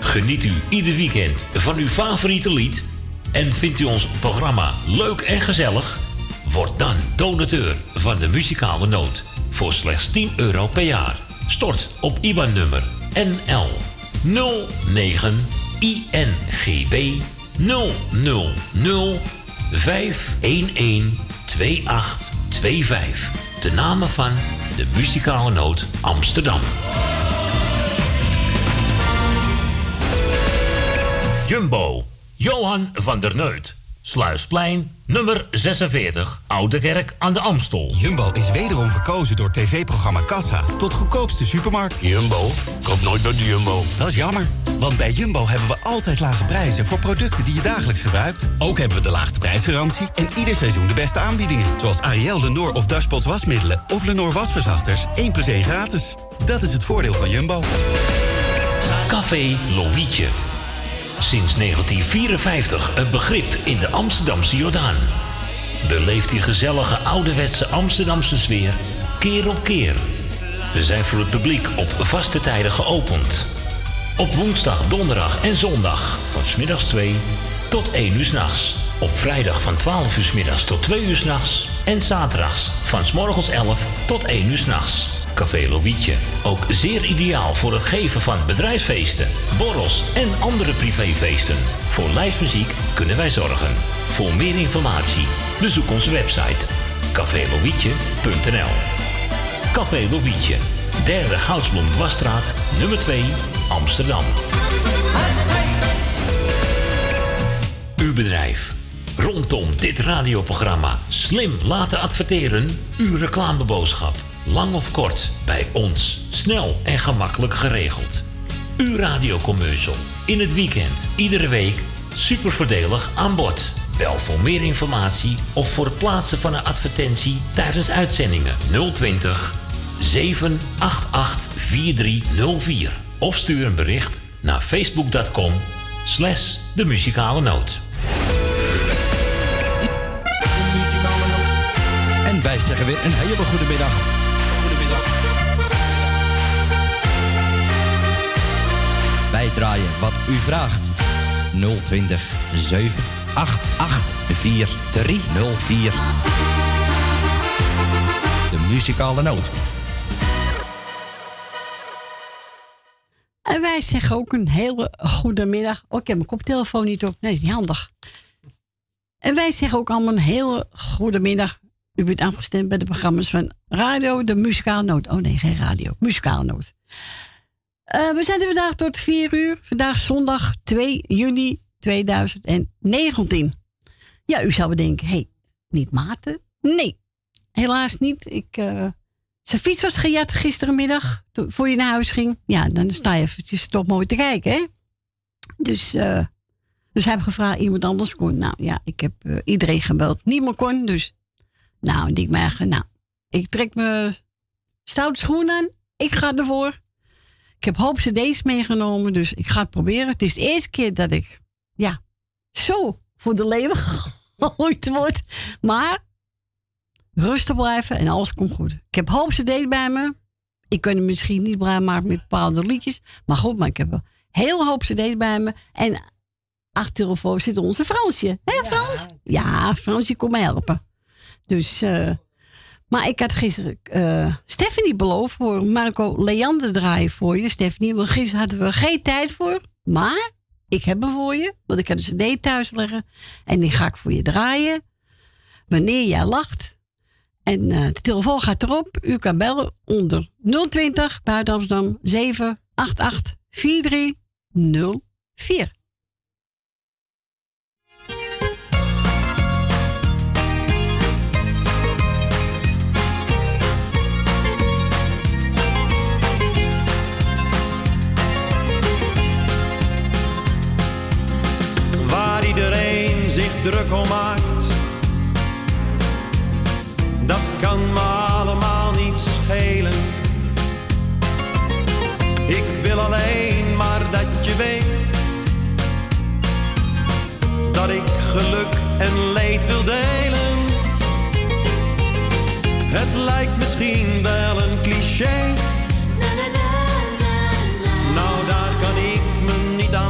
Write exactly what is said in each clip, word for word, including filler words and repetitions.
Geniet u ieder weekend van uw favoriete lied? En vindt u ons programma leuk en gezellig? Word dan donateur van de Muzikale Noot voor slechts tien euro per jaar. Stort op I B A N-nummer N L nul negen I N G B nul nul nul vijf een een twee acht twee vijf. De namen van de Muzikale Noot Amsterdam. Jumbo, Johan van der Neut. Sluisplein, nummer zesenveertig, Oude Kerk aan de Amstel. Jumbo is wederom verkozen door tv-programma Kassa tot goedkoopste supermarkt. Jumbo? Koop nooit bij de Jumbo. Dat is jammer, want bij Jumbo hebben we altijd lage prijzen voor producten die je dagelijks gebruikt. Ook hebben we de laagste prijsgarantie en ieder seizoen de beste aanbiedingen. Zoals Ariel, Lenor of Dashpots wasmiddelen of Lenor wasverzachters. één plus één gratis. Dat is het voordeel van Jumbo. Café Lovietje. Sinds negentien vierenvijftig een begrip in de Amsterdamse Jordaan. Beleeft die gezellige ouderwetse Amsterdamse sfeer keer op keer. We zijn voor het publiek op vaste tijden geopend. Op woensdag, donderdag en zondag van 's middags twee tot één uur 's nachts. Op vrijdag van twaalf uur 's middags tot twee uur 's nachts. En zaterdags van 's morgens elf tot één uur 's nachts. Café Lovietje. Ook zeer ideaal voor het geven van bedrijfsfeesten, borrels en andere privéfeesten. Voor lijstmuziek kunnen wij zorgen. Voor meer informatie bezoek onze website café lovietje punt n l. Café Lovietje, derde Goudsblom Dwarsstraat, nummer twee, Amsterdam. Uw bedrijf. Rondom dit radioprogramma slim laten adverteren. Uw reclameboodschap. Lang of kort, bij ons. Snel en gemakkelijk geregeld. Uw radiocommercial. In het weekend, iedere week. Super voordelig aan bod. Bel voor meer informatie of voor het plaatsen van een advertentie tijdens uitzendingen nul twintig zeven acht acht vier drie nul vier. Of stuur een bericht naar facebook punt com slash de muzikale noot. En wij zeggen weer een hele goede middag. Wij draaien wat u vraagt. nul twintig zeven acht acht vier drie nul vier. De Muzikale Noot. En wij zeggen ook een hele goede middag. Oh, ik heb mijn koptelefoon niet op. Nee, is niet handig. En wij zeggen ook allemaal een hele goede middag. U bent afgestemd bij de programma's van Radio de Muzikale Noot. Oh nee, geen radio. Muzikale Noot. Uh, we zijn er vandaag tot vier uur. Vandaag zondag twee juni tweeduizend negentien. Ja, u zou bedenken, hé, hey, niet Maarten? Nee, helaas niet. Ik, uh, zijn fiets was gejat gisterenmiddag, to- voor je naar huis ging. Ja, dan sta je eventjes toch mooi te kijken, hè? Dus, uh, dus hij heeft gevraagd, iemand anders kon. Nou ja, ik heb uh, iedereen gebeld. Niemand kon, dus... Nou, en ik merk, nou, ik trek mijn stoute schoenen aan. Ik ga ervoor. Ik heb hoop cd's meegenomen, dus ik ga het proberen. Het is de eerste keer dat ik, ja, zo voor de leeuwen gegooid word. Maar rustig blijven en alles komt goed. Ik heb hoop cd's bij me. Ik kan het misschien niet bruin maken met bepaalde liedjes. Maar goed, maar ik heb een hele hoop cd's bij me. En achter of voor zit onze Fransje. Hé Frans? Ja, Fransje komt me helpen. Dus, uh, maar ik had gisteren uh, Stephanie beloofd voor Marco Leander draaien voor je. Stephanie, want gisteren hadden we geen tijd voor. Maar ik heb hem voor je. Want ik had een cd thuis liggen. En die ga ik voor je draaien. Wanneer jij lacht. En uh, de telefoon gaat erop. U kan bellen onder nul twintig buiten Amsterdam zeven acht acht vier drie nul vier. Waar iedereen zich druk om maakt, dat kan me allemaal niet schelen. Ik wil alleen maar dat je weet dat ik geluk en leed wil delen. Het lijkt misschien wel een cliché, nou daar kan ik me niet aan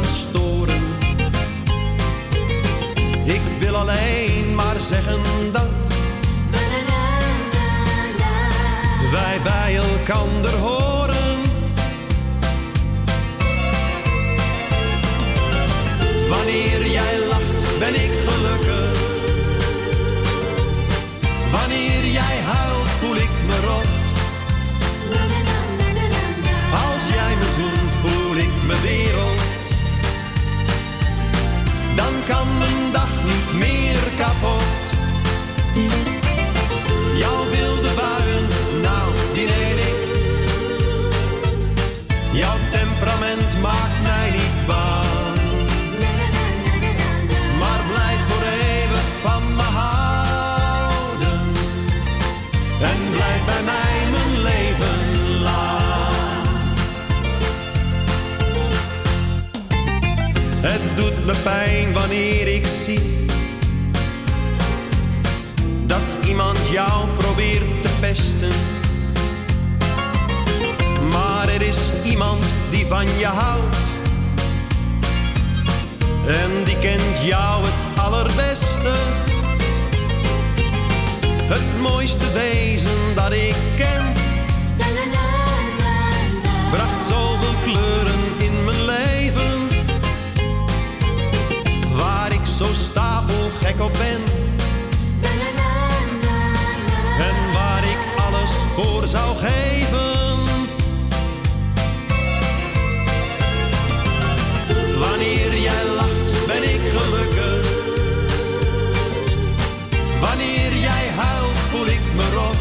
Jouw temperament maakt mij niet bang. Maar blijf voor eeuwig van me houden. En blijf bij mij mijn leven lang. Het doet me pijn wanneer ik zie dat iemand jou probeert te pesten. Maar er is iemand die van je houdt. En die kent jou het allerbeste. Het mooiste wezen dat ik ken. Bracht zoveel kleuren in mijn leven. Waar ik zo stapelgek op ben. En waar ik alles voor zou geven. Wanneer jij lacht ben ik gelukkig. Wanneer jij huilt voel ik me rot.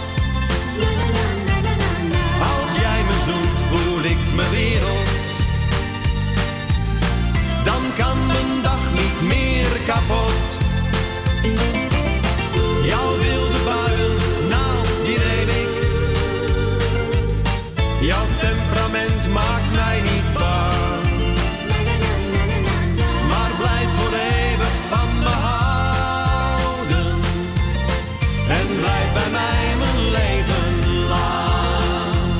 Als jij me zoent voel ik me werelds. Dan kan mijn dag niet meer kapot. Jouw wilde buien, nou die neem ik. Jouw temperament maakt mij niet bang. Maar blijf voor eeuwig van me houden. En blijf bij mij mijn leven lang.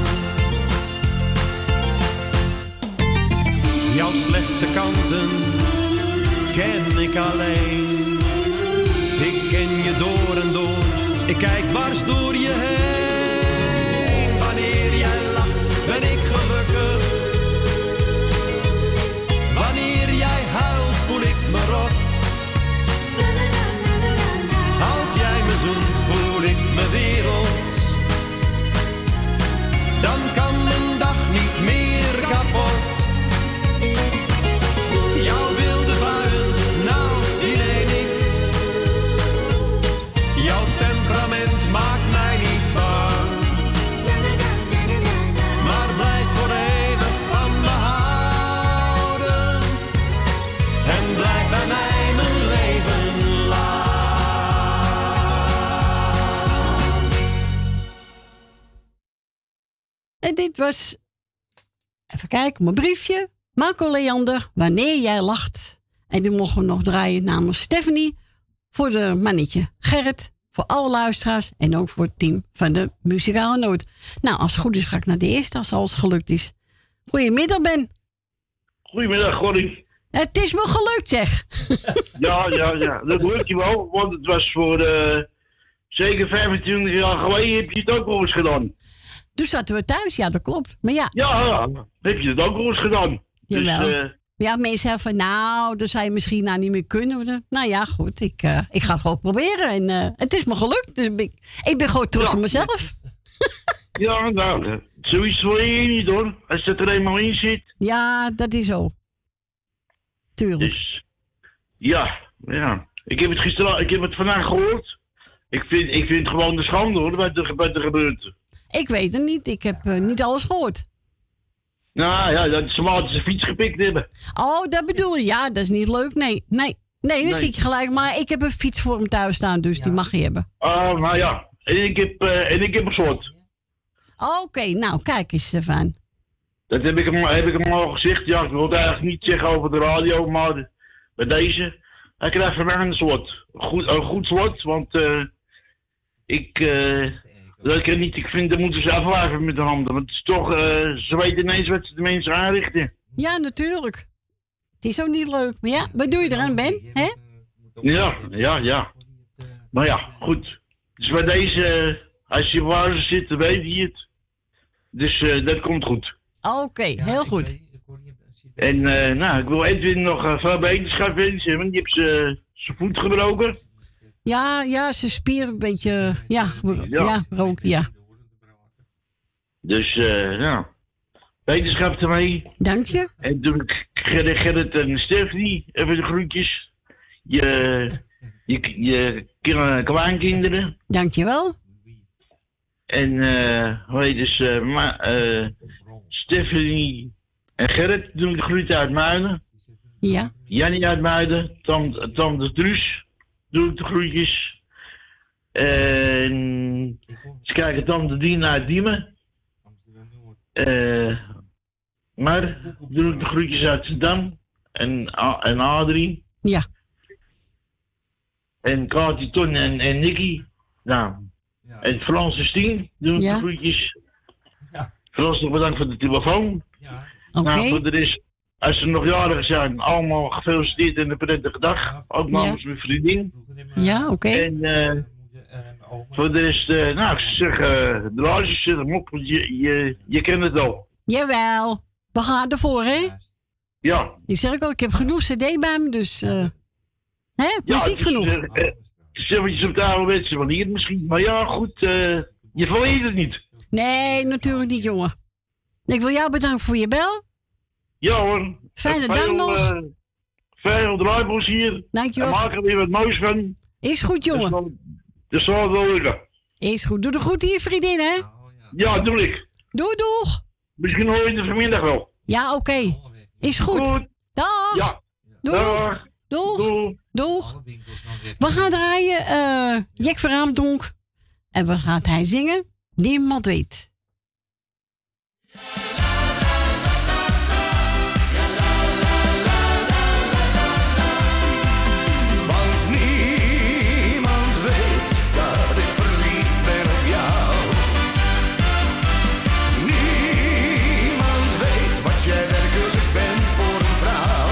Jouw slechte kanten ken ik alleen. Ik ken je door en door. Ik kijk dwars door je heen. Wanneer jij lacht ben ik gelukkig. Wanneer jij huilt voel ik me rot. Als jij me zoent voel ik me werelds. Dan kan mijn dag niet meer kapot. Jouw wilde buien, nou die neem ik. Jouw temperament maakt mij niet bang. Maar blijf voor eeuwig van me houden. En blijf bij mij mijn leven lang. En dit was, even kijken, mijn briefje. Marco Leander, wanneer jij lacht. En die mogen we nog draaien namens Stephanie. Voor de mannetje Gerrit. Voor alle luisteraars. En ook voor het team van de Muzikale Noot. Nou, als het goed is ga ik naar de eerste. Als alles gelukt is. Goedemiddag, Ben. Goedemiddag, Gorrie. Het is me gelukt, zeg. Ja, ja, ja. Dat lukt je wel. Want het was voor uh, zeker vijfentwintig jaar geleden heb je het ook wel eens gedaan. Toen zaten we thuis. Ja, dat klopt. Maar ja. Ja, ja. Heb je het ook wel eens gedaan. Jawel. Dus, uh, ja, mensen zeggen van, nou, dat zou je misschien nou niet meer kunnen. Nou ja, goed, ik, uh, ik ga het gewoon proberen. En uh, het is me gelukt, dus ik, ik ben gewoon trots ja. op mezelf. Ja, nou, zoiets wil je niet hoor, als het er eenmaal in zit. Ja, dat is zo. Tuurlijk. Dus, ja, ja. Ik heb het gisteren, ik heb het vandaag gehoord. Ik vind, ik vind het gewoon de schande hoor, wat er, wat er gebeurt. Ik weet het niet, ik heb uh, niet alles gehoord. Nou ja, dat ze maar zijn fiets gepikt hebben. Oh, dat bedoel je? Ja, dat is niet leuk. Nee, nee. Nee, dan nee. zie ik gelijk. Maar ik heb een fiets voor hem thuis staan, dus ja. Die mag je hebben. Ah, uh, nou ja. En ik heb, uh, en ik heb een soort. Oké, okay, nou, kijk eens, Stefan. Dat heb ik, hem, heb ik hem al gezegd. Ja, ik wil het eigenlijk niet zeggen over de radio, maar bij deze. Hij krijgt van mij een soort. Goed, een goed soort, want uh, ik... Uh, Dat kan niet, ik vind dat moeten ze afwagen met de handen. Want het is toch, uh, ze weten ineens wat ze de mensen aanrichten. Ja, natuurlijk. Het is ook niet leuk. Maar ja, wat doe je eraan, Ben? Hè? Ja, ja, ja. Maar ja, goed. Dus bij deze, uh, als je waar ze zit, weet je het. Dus uh, dat komt goed. Oké, okay, heel goed. En uh, nou, ik wil Edwin nog uh, veel beterschap wensen, want die heeft zijn voet gebroken. Ja, ja, zijn spier een beetje, ja, ja, rook, ja. Dus, uh, ja, wetenschap ermee. Dank je. En toen Gerrit, Gerrit en Stephanie, even de groetjes. Je, je, je kleinkinderen. Dank je wel. En, uh, hoe heet dus, uh, ma, uh, Stephanie en Gerrit doen de groeten uit Muiden. Ja. Jannie uit Muiden. Tam, Tam de Truus doe ik de groetjes. En eens kijken, Tam de Dien uit Diemen. Uh, maar doe ik de groetjes uit Zedam. En, en Adrie. Ja. En Kati, Ton en, en Nicky. Nou. Ja. En Frans en Stien doen ja. de groetjes. Ja. Frans, nog bedankt voor de telefoon. Ja. Oké. Nou, voor de rest, als ze nog jarig zijn, allemaal gefeliciteerd en een prettige dag. Ook namens ja. mijn vriendin. Ja, oké. Okay. En uh, voor de rest, uh, nou, ik zeg, uh, de laartjes zet hem op, want je, je, je kent het al. Jawel, we gaan ervoor, hè? Ja. Ik zeg ook al, ik heb genoeg cd bij me, dus... Uh, hè, muziek ja, genoeg. Uh, uh, Zelfs op de ouderwetse manier misschien. Maar ja, goed, uh, je verleed het niet. Nee, natuurlijk niet, jongen. Ik wil jou bedanken voor je bel. Ja hoor. Fijne dag nog. Uh, Veel draaibos hier. Dankjewel. We maken er weer wat moois van. Is goed, jongen. Dus, dus zal het wel lukken. Is goed. Doe de groet hier, vriendin, hè? Ja, doe ik. Doei, doeg. Misschien hoor je het vanmiddag wel. Ja, oké. Okay. Is goed. goed. Dag. Ja. Doei. Dag. Doeg. Doeg. Doeg. We gaan draaien uh, Jack van Ameronk. En wat gaat hij zingen? Niemand weet. Want niemand weet dat ik verliefd ben op jou. Niemand weet wat jij werkelijk bent voor een vrouw.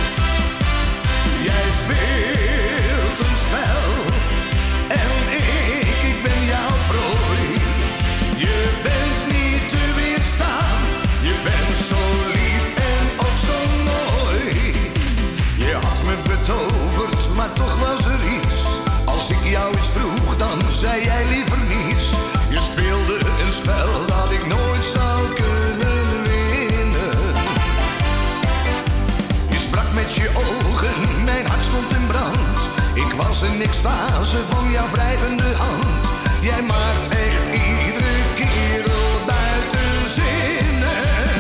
Jij speelt een spel en ik, ik ben jouw prooi. Je bent niet te weerstaan, je bent zo lief en ook zo mooi. Je had me betoverd, maar toch was er iets. Als ik jou iets vroeg, dan zei jij liever niets. Je speelde een spel dat ik nooit zou kunnen winnen. Je sprak met je ogen, mijn hart stond in brand. Ik was in extase van jouw wrijvende hand. Jij maakt echt iedere kerel buiten zinnen.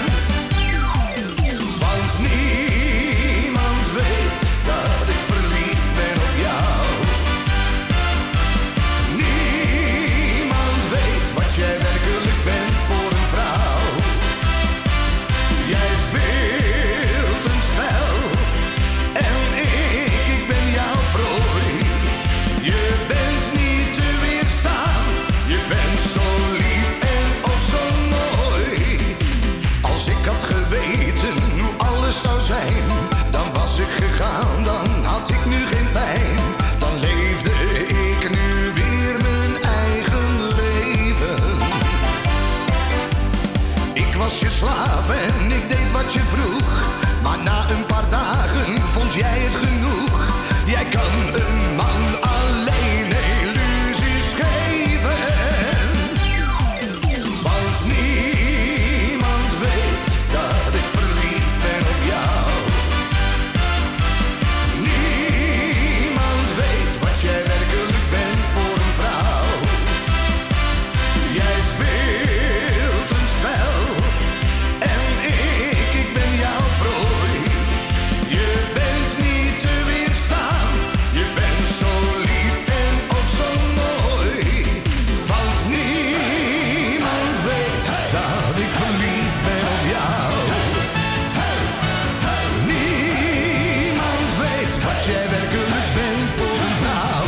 Want niemand weet dat ik verliefd ben op jou. Niemand weet wat jij werkelijk bent voor een vrouw. Jij speelt een spel en ik, ik ben jouw prooi. Je bent niet te weerstaan, je bent zo lief en ook zo mooi. Als ik had geweten hoe alles zou zijn, dan was ik gegaan, dan had ik nu geen pijn. Dan leefde ik nu weer mijn eigen leven. Ik was je slaaf en ik deed wat je vroeg. Maar na een paar dagen vond jij het genoeg. Jij kan een man alleen illusies geven. Want niemand weet dat ik verliefd ben op jou. Niemand weet wat jij werkelijk bent voor een vrouw. Jij speelt een spel en ik, ik ben jouw prooi. Je bent niet te weerstaan, je bent zo lief en ook zo mooi. Want niemand weet dat ik verliefd ben op jou. Niemand weet wat jij werkelijk bent voor een vrouw.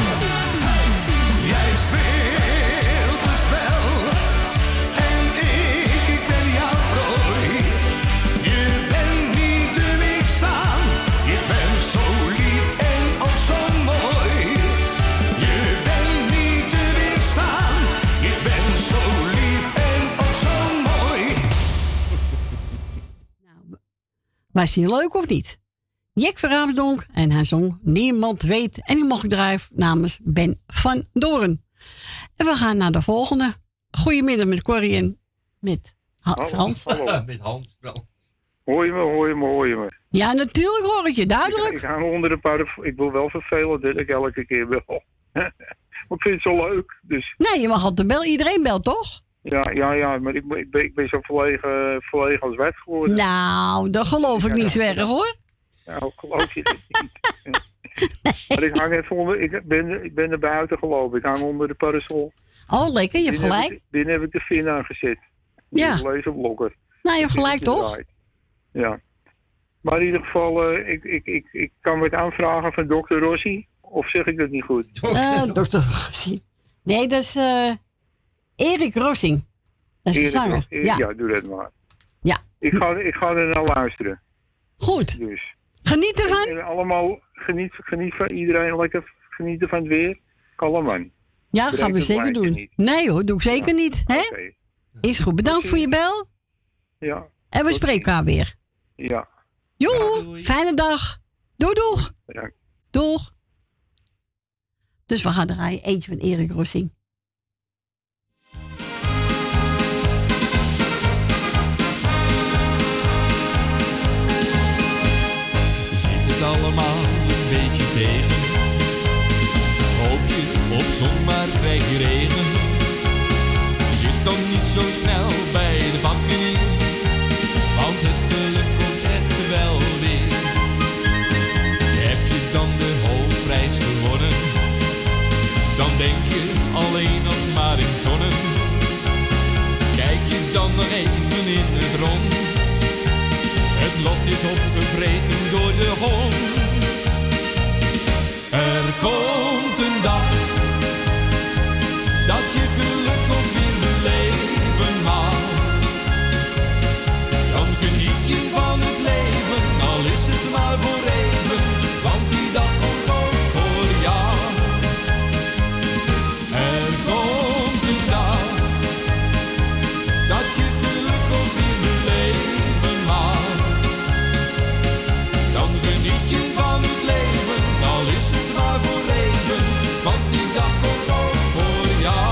Jij speelt een spel en ik, ik ben jouw prooi. Je bent niet te weerstaan, je bent zo lief en ook zo mooi. Je bent niet te weerstaan, je bent zo lief en ook zo mooi. Was hij leuk of niet? Jack van Ameronk en hij zong Niemand weet. En die mocht ik draaien namens Ben van Doorn. En we gaan naar de volgende. Goedemiddag met Corrie en met ha- Frans. Hallo. Met Hans, Frans. Hoor je me, hoor je me, hoor je me? Ja, natuurlijk hoor ik je, Ik, duidelijk. ik hang onder de paar. Ik wil wel vervelen dat ik elke keer bel. Maar ik vind het zo leuk. Dus Nee, je mag altijd bellen. Iedereen belt, toch? Ja, ja, ja, maar ik, ik, ben, ik ben zo verlegen, verlegen als wet geworden. Nou, dat geloof ik niet zo erg, hoor. Nou, geloof je dit niet. Maar ik hang even onder, ik ben, ik ben er buiten gelopen. Ik hang onder de parasol. Oh, lekker, je hebt Binnen gelijk. Heb ik, binnen heb ik de vin aangezet. Ja. De laserblokker. Nou, je hebt gelijk, toch? Ja. Maar in ieder geval, uh, ik, ik, ik, ik kan wat aanvragen van dokter Rossi. Of zeg ik dat niet goed? Uh, dokter Rossi. Nee, dat is uh, Erik Rossing. Dat is de zanger. Erik, ja. ja, doe dat maar. Ja. Ik ga, ik ga er naar luisteren. Goed. Dus. Geniet ervan. En, en allemaal, geniet, geniet van iedereen. Lekker genieten van het weer. Kalm man. Ja, dat gaan we zeker doen. Niet. Nee hoor, doe ik zeker ja. niet. Hè? Okay. Is goed. Bedankt okay. voor je bel. Ja. En we spreken elkaar weer. Ja. Joe, fijne dag. Doei, doeg. Ja. Doeg. Dus we gaan draaien eentje van Erik Rossing. Zit het allemaal een beetje tegen? Hoop je op zon, maar krijg je regen? Zit dan niet zo snel bij de bakken in, want het geluk komt echt wel weer. Heb je dan de hoofdprijs gewonnen, dan denk je alleen nog maar in tonnen. Kijk je dan nog even in het rond, het lot is opgevreten door de hond. Er komt een dag dat je geluk op weer beleven mag. Dan geniet je van het leven, al is het maar voor even, want die dag komt ook voor jou. Er komt een dag dat je geluk op weer beleven mag. Dan geniet je van het leven, al is het maar voor even, want die dag komt ook voor jou.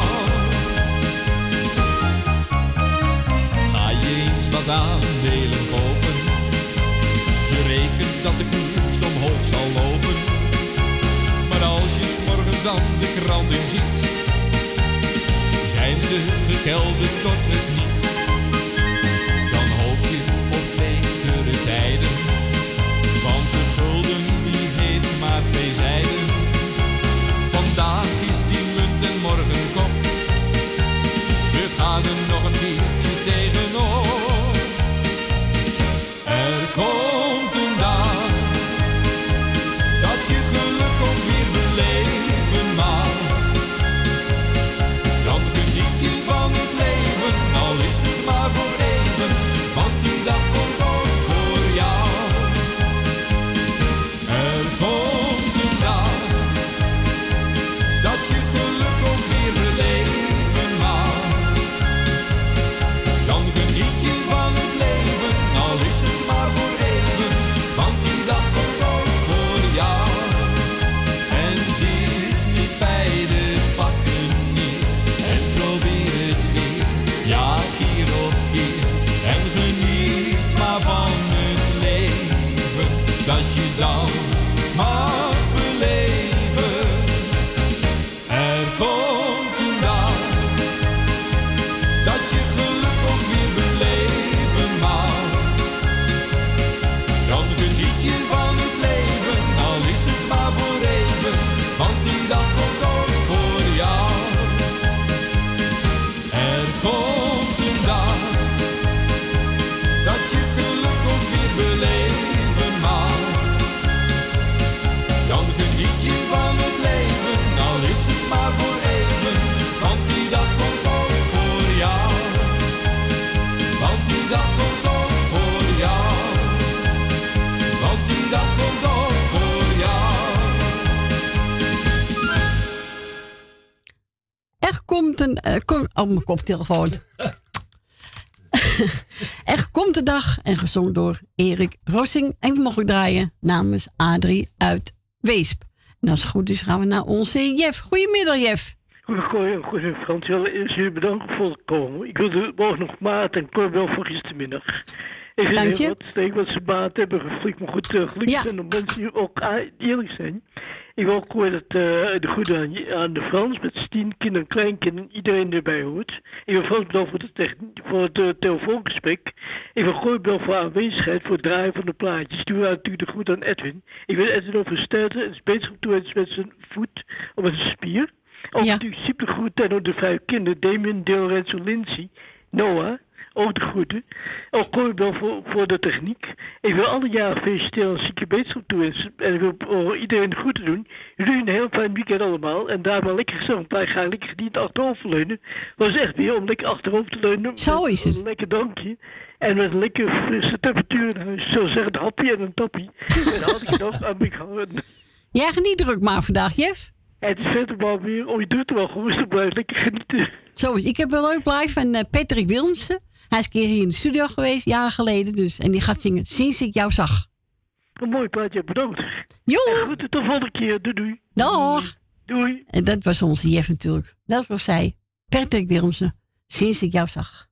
Ga je eens wat aandelen kopen, je rekent dat de koers omhoog zal lopen. Maar als je 's morgens dan de krant in ziet, zijn ze gekelderd tot het niet. Dan hoop je op betere tijden, want de gulden die heeft maar twee zijden. Vandaag is die munt en morgen kop, we gaan er nog een keertje tegenop. Er komt een dag dat je geluk ook weer beleven mag. Dan geniet je van het leven, al is het maar voor even, want die dag komt ook voor jou. Er komt een dag dat je geluk ook weer beleven mag. Dan geniet je van het leven, al is het maar voor even, want die dag komt ook voor jou. En zit niet bij de pakken neer en probeer het weer, ja keer op keer. En geniet maar van het leven, dat je dan mag beleven. Er komt een dag dat je geluk ook weer beleven mag. Dan geniet je van het leven, al is het maar voor even, want die dag komt ook voor jou. Er komt een dag dat je geluk ook weer beleven mag. Dan geniet je van het leven, al is het maar voor even, want die dag komt ook voor jou. Want die dag komt ook voor jou. Want die dag komt ook voor jou. Er komt een... Uh, kom, oh, mijn koptelefoon. Er komt een dag en gezongen door Erik Rossing. En mocht ik draaien namens Adrie uit Weesp. En als het goed is gaan we naar onze Jef. Goedemiddag, Jef. Goedemiddag, Frans. Eerst jullie bedanken voor het komen. Ik wilde morgen nog Maat en Cor wel voor gistermiddag. Even Dank je. wat steek wat ze baat hebben geflikt, maar goed uh, gelukkig Ja. zijn er mensen die ook eerlijk zijn. Ik wil ook gewoon dat, uh, de groeten aan, aan de Frans, met Stien, kinderen, kleinkinderen, iedereen die erbij hoort. Ik wil Frans bedanken voor, de techn- voor het uh, telefoongesprek. Ik wil gewoon bedanken voor aanwezigheid, voor het draaien van de plaatjes. Ik doe natuurlijk de groet aan Edwin. Ik wil Edwin over sterkte en beterschap toewensen met zijn voet of met zijn spier. Ook ja. natuurlijk super goed en ook de vijf kinderen, Damien, Deel, Renzo, Lindsay, Noah. Ook de groeten. Ook gewoon wel voor, voor de techniek. Ik wil alle jaren feliciteren als zieke beterschap toewensen. En ik wil voor iedereen de groeten doen. Jullie een heel fijn weekend allemaal. En daar wel lekker gezellig. Wij gaan lekker niet achterover leunen. Was echt weer om lekker achterover te leunen. Zo is het. Een lekker drankje. En met een lekker frisse temperatuur in huis. Zo zeggen een happy en een tappie. En dan had ik het ook aan me gehouden. Jij gaat niet druk maar vandaag, Jeff. Het is verder maar weer. Oh, je doet er wel gewoon. Dus dan blijf lekker genieten. Zo is. Ik heb een leuk live van uh, Patrick Wilmsen. Hij is een keer hier in de studio geweest, jaren geleden. Dus, en die gaat zingen Sinds ik jou zag. Een mooi plaatje, bedankt. Jo. En goed, tot de volgende keer. Doei doei. Dag. Doei. En dat was onze Jeff natuurlijk. Dat was zij. Patrick Wilmsen. Sinds ik jou zag.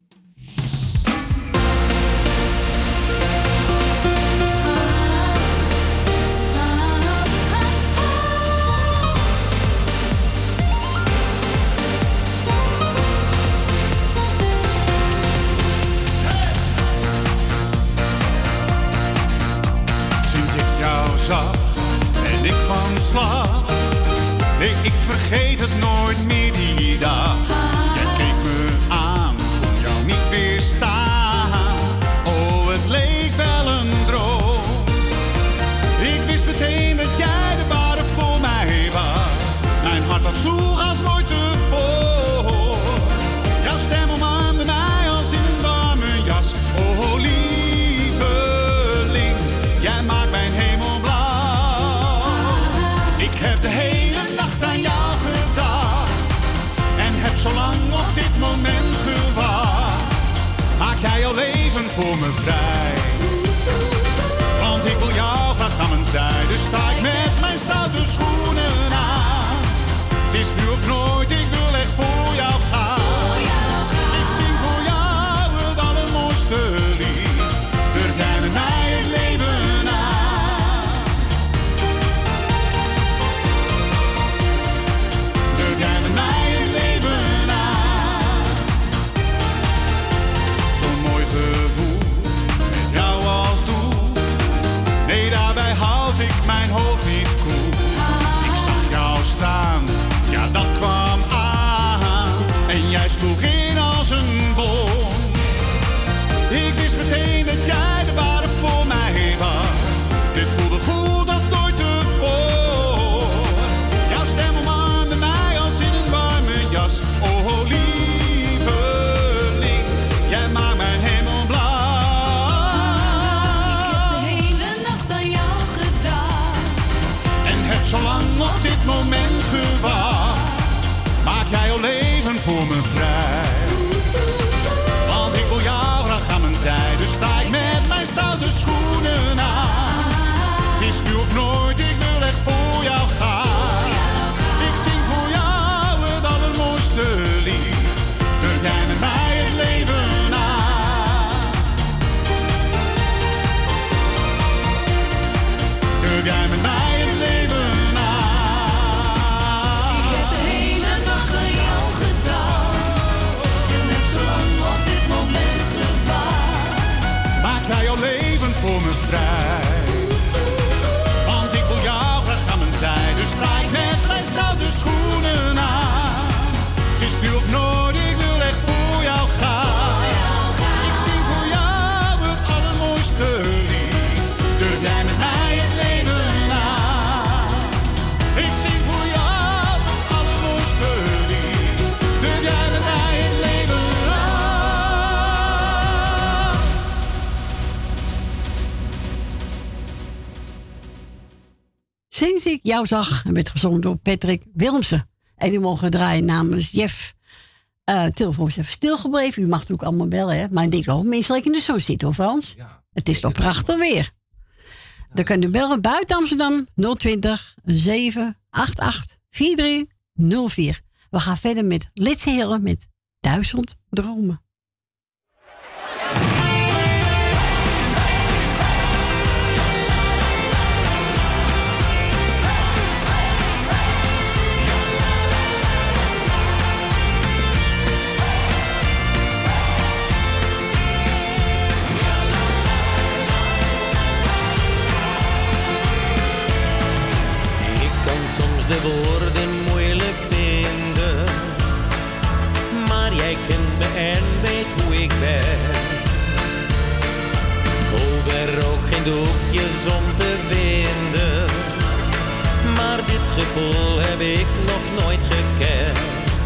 En ik van slag. Nee, ik vergeet het nooit meer die dag. Jij keek me aan, kon jou niet weerstaan. Oh, het leek wel een droom. Ik wist meteen dat jij de ware voor mij was. Mijn hart dat sloeg als nooit tevoren. Jouw stem omarmde mij als in een warme jas. Oh, lieveling, jij maakt mijn hemel blauw. Ik heb de hele nacht aan jou gedacht en heb zo lang op dit moment gewacht. Maak jij jouw leven voor me vrij, want ik wil jou graag aan mijn zij. Dus sta ik met mijn stoute schoenen aan. Het is nu of nooit, ik wil echt voor jou gaan. Ik zing voor jou het allermooiste lied. Durf jij met mij het leven aan? Durf jij met mij het leven aan? Zo'n mooi gevoel, met jou als doel. Nee, daarbij houd ik mijn hoofd niet koel. Ik zag jou staan, ja dat kwam aan. En jij sloeg in als een bom. Ik wist meteen dat jij de ware voor mij was. Dit voelde goed als nooit tevoren. Jouw stem omarmde mij als in een warme jas. Oh, lieveling, jij maakt mijn hemel blauw. Ik heb de hele nacht aan jou gedacht En heb zo lang op dit moment gewacht. Maak jij jouw leven voor me vrij, want ik wil jou graag aan mijn zij. Dus sta ik met mijn stoute schoenen aan. Het is nu of nooit, ik wil echt voor jou gaan. Ik zing voor jou het allermooiste lied. Durf jij met mij het leven aan? Durf jij met mij het leven aan? Ik heb de hele nacht aan jou gedacht en heb zo lang op dit moment gewacht. Maak jij jouw leven voor me vrij, want ik wil jou graag aan mijn zij. Dus sta ik met mijn stoute schoenen aan. Het is nu of nooit, ik wil echt voor jou gaan. Ik zing voor jou het allermooiste lied. Durf jij met mij het leven aan? Ik zing voor jou het allermooiste lied. Durf jij met mij het leven aan? Sinds ik jou zag, en werd gezongen door Patrick Wilmsen. En die mogen draaien namens Jeff. Uh, telefoon is even stilgebleven. U mag natuurlijk allemaal bellen, hè. Maar ik denk ook mensen lekker in de zon zitten, hoor Frans? Ja, het is toch prachtig weer. Dan kunt u bellen buiten Amsterdam nul twintig, zeven acht acht, vier drie nul vier. We gaan verder met Litse Heren met Duizend Dromen. er ook geen doekjes om te vinden. Maar dit gevoel heb ik nog nooit gekend.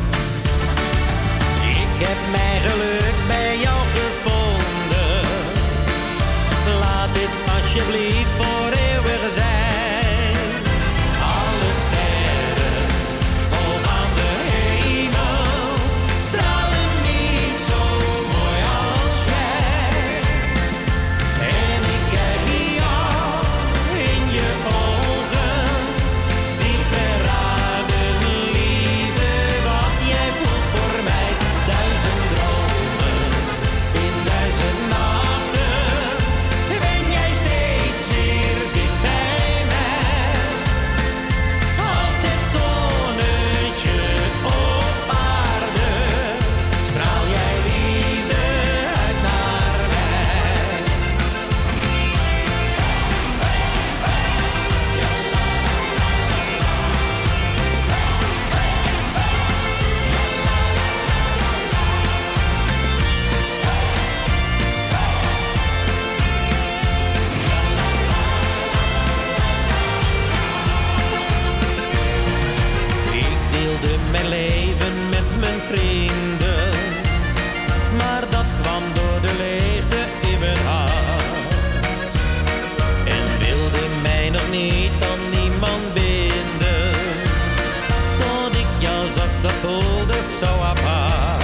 Ik heb mijn geluk bij jou gevonden. Laat dit alsjeblieft voor eeuwig zijn. Alle sterren hoog aan de hemel stralen niet zo mooi als jij. En ik kijk jou in je ogen, die verraden liefde wat jij voelt voor mij. Duizend dromen in duizend nachten ben jij steeds weer dicht bij mij. Als het zonnetje op aarde straal jij liefde uit naar mij. Ik deelde mijn leven met mijn vrienden, maar dat kwam door de leegte in mijn hart. En wilde mij nog niet aan niemand binden. Tot ik jou zag, dat voelde zo apart.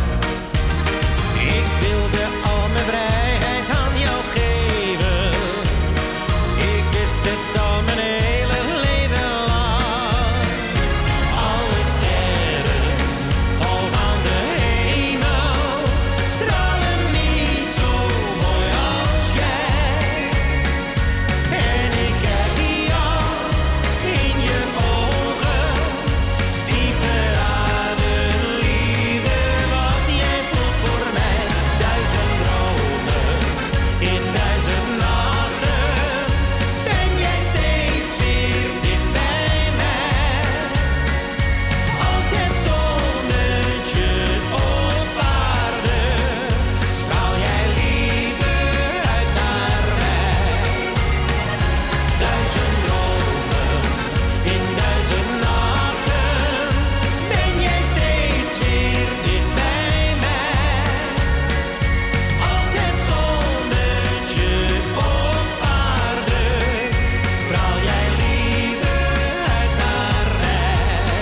Ik wilde al mijn vrijheid aan jou geven. Ik wist het al mijn hele leven lang. Alle sterren hoog aan de hemel stralen niet zo mooi als jij. En ik kijk jou in je ogen, die verraden liefde wat jij voelt voor mij. Duizend dromen in duizend nachten ben jij steeds weer dicht bij mij. Als het zonnetje op aarde straal jij liefde uit naar mij. Duizend dromen in duizend nachten ben jij steeds weer dicht bij mij. Als het zonnetje op aarde straal jij liefde uit naar mij.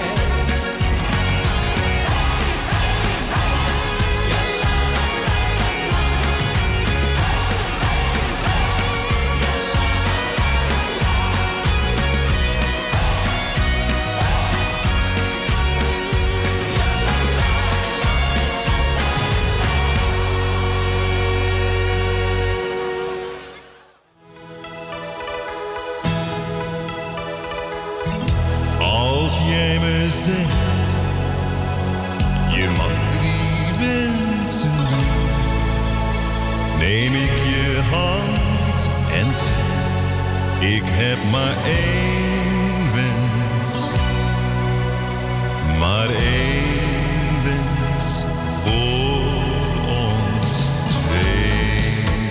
Als jij me zegt, je mag drie wensen doen, neem ik je hand en zeg, ik heb maar één wens, maar één wens voor ons twee.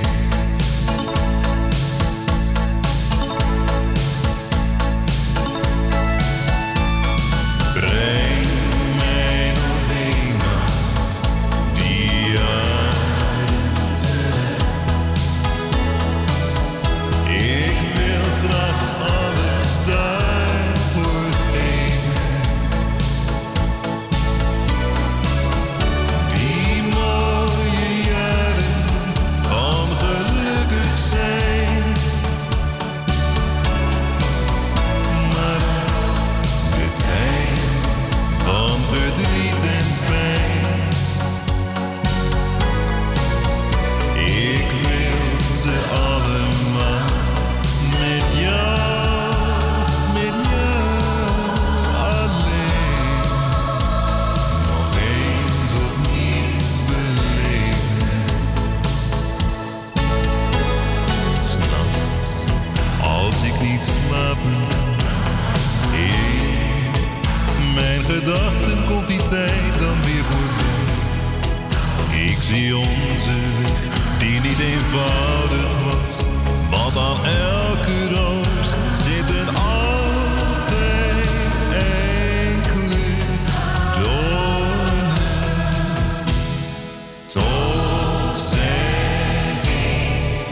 Breng mij nog eenmaal die jaren terug. Ik wil graag alles daarvoor geven.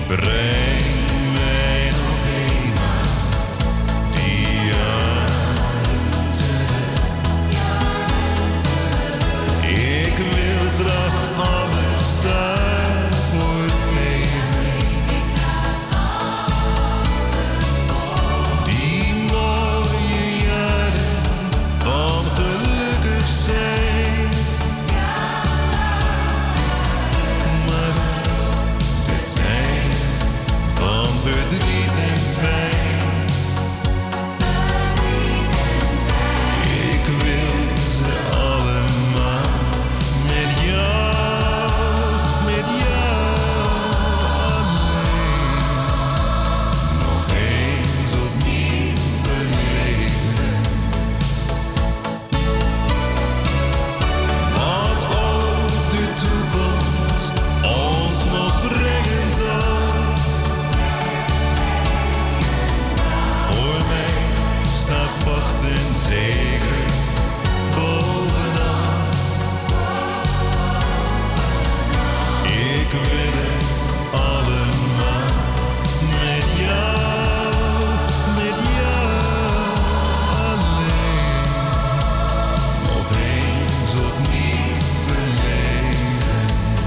Breng mij nog eenmaal die jaren terug. Ik wil graag alles daar voor het leven. Die mooie jaren van gelukkig zijn. Maar de tijd van verdriet en pijn. Ik wil ze allemaal met jou, met jou alleen. Nog eens opnieuw beleven. Wat ook de toekomst ons nog brengen zal. Voor mij staat vast en zeker bovenaan. Ik wil het allemaal met jou, met jou alleen. Nog eens opnieuw beleven.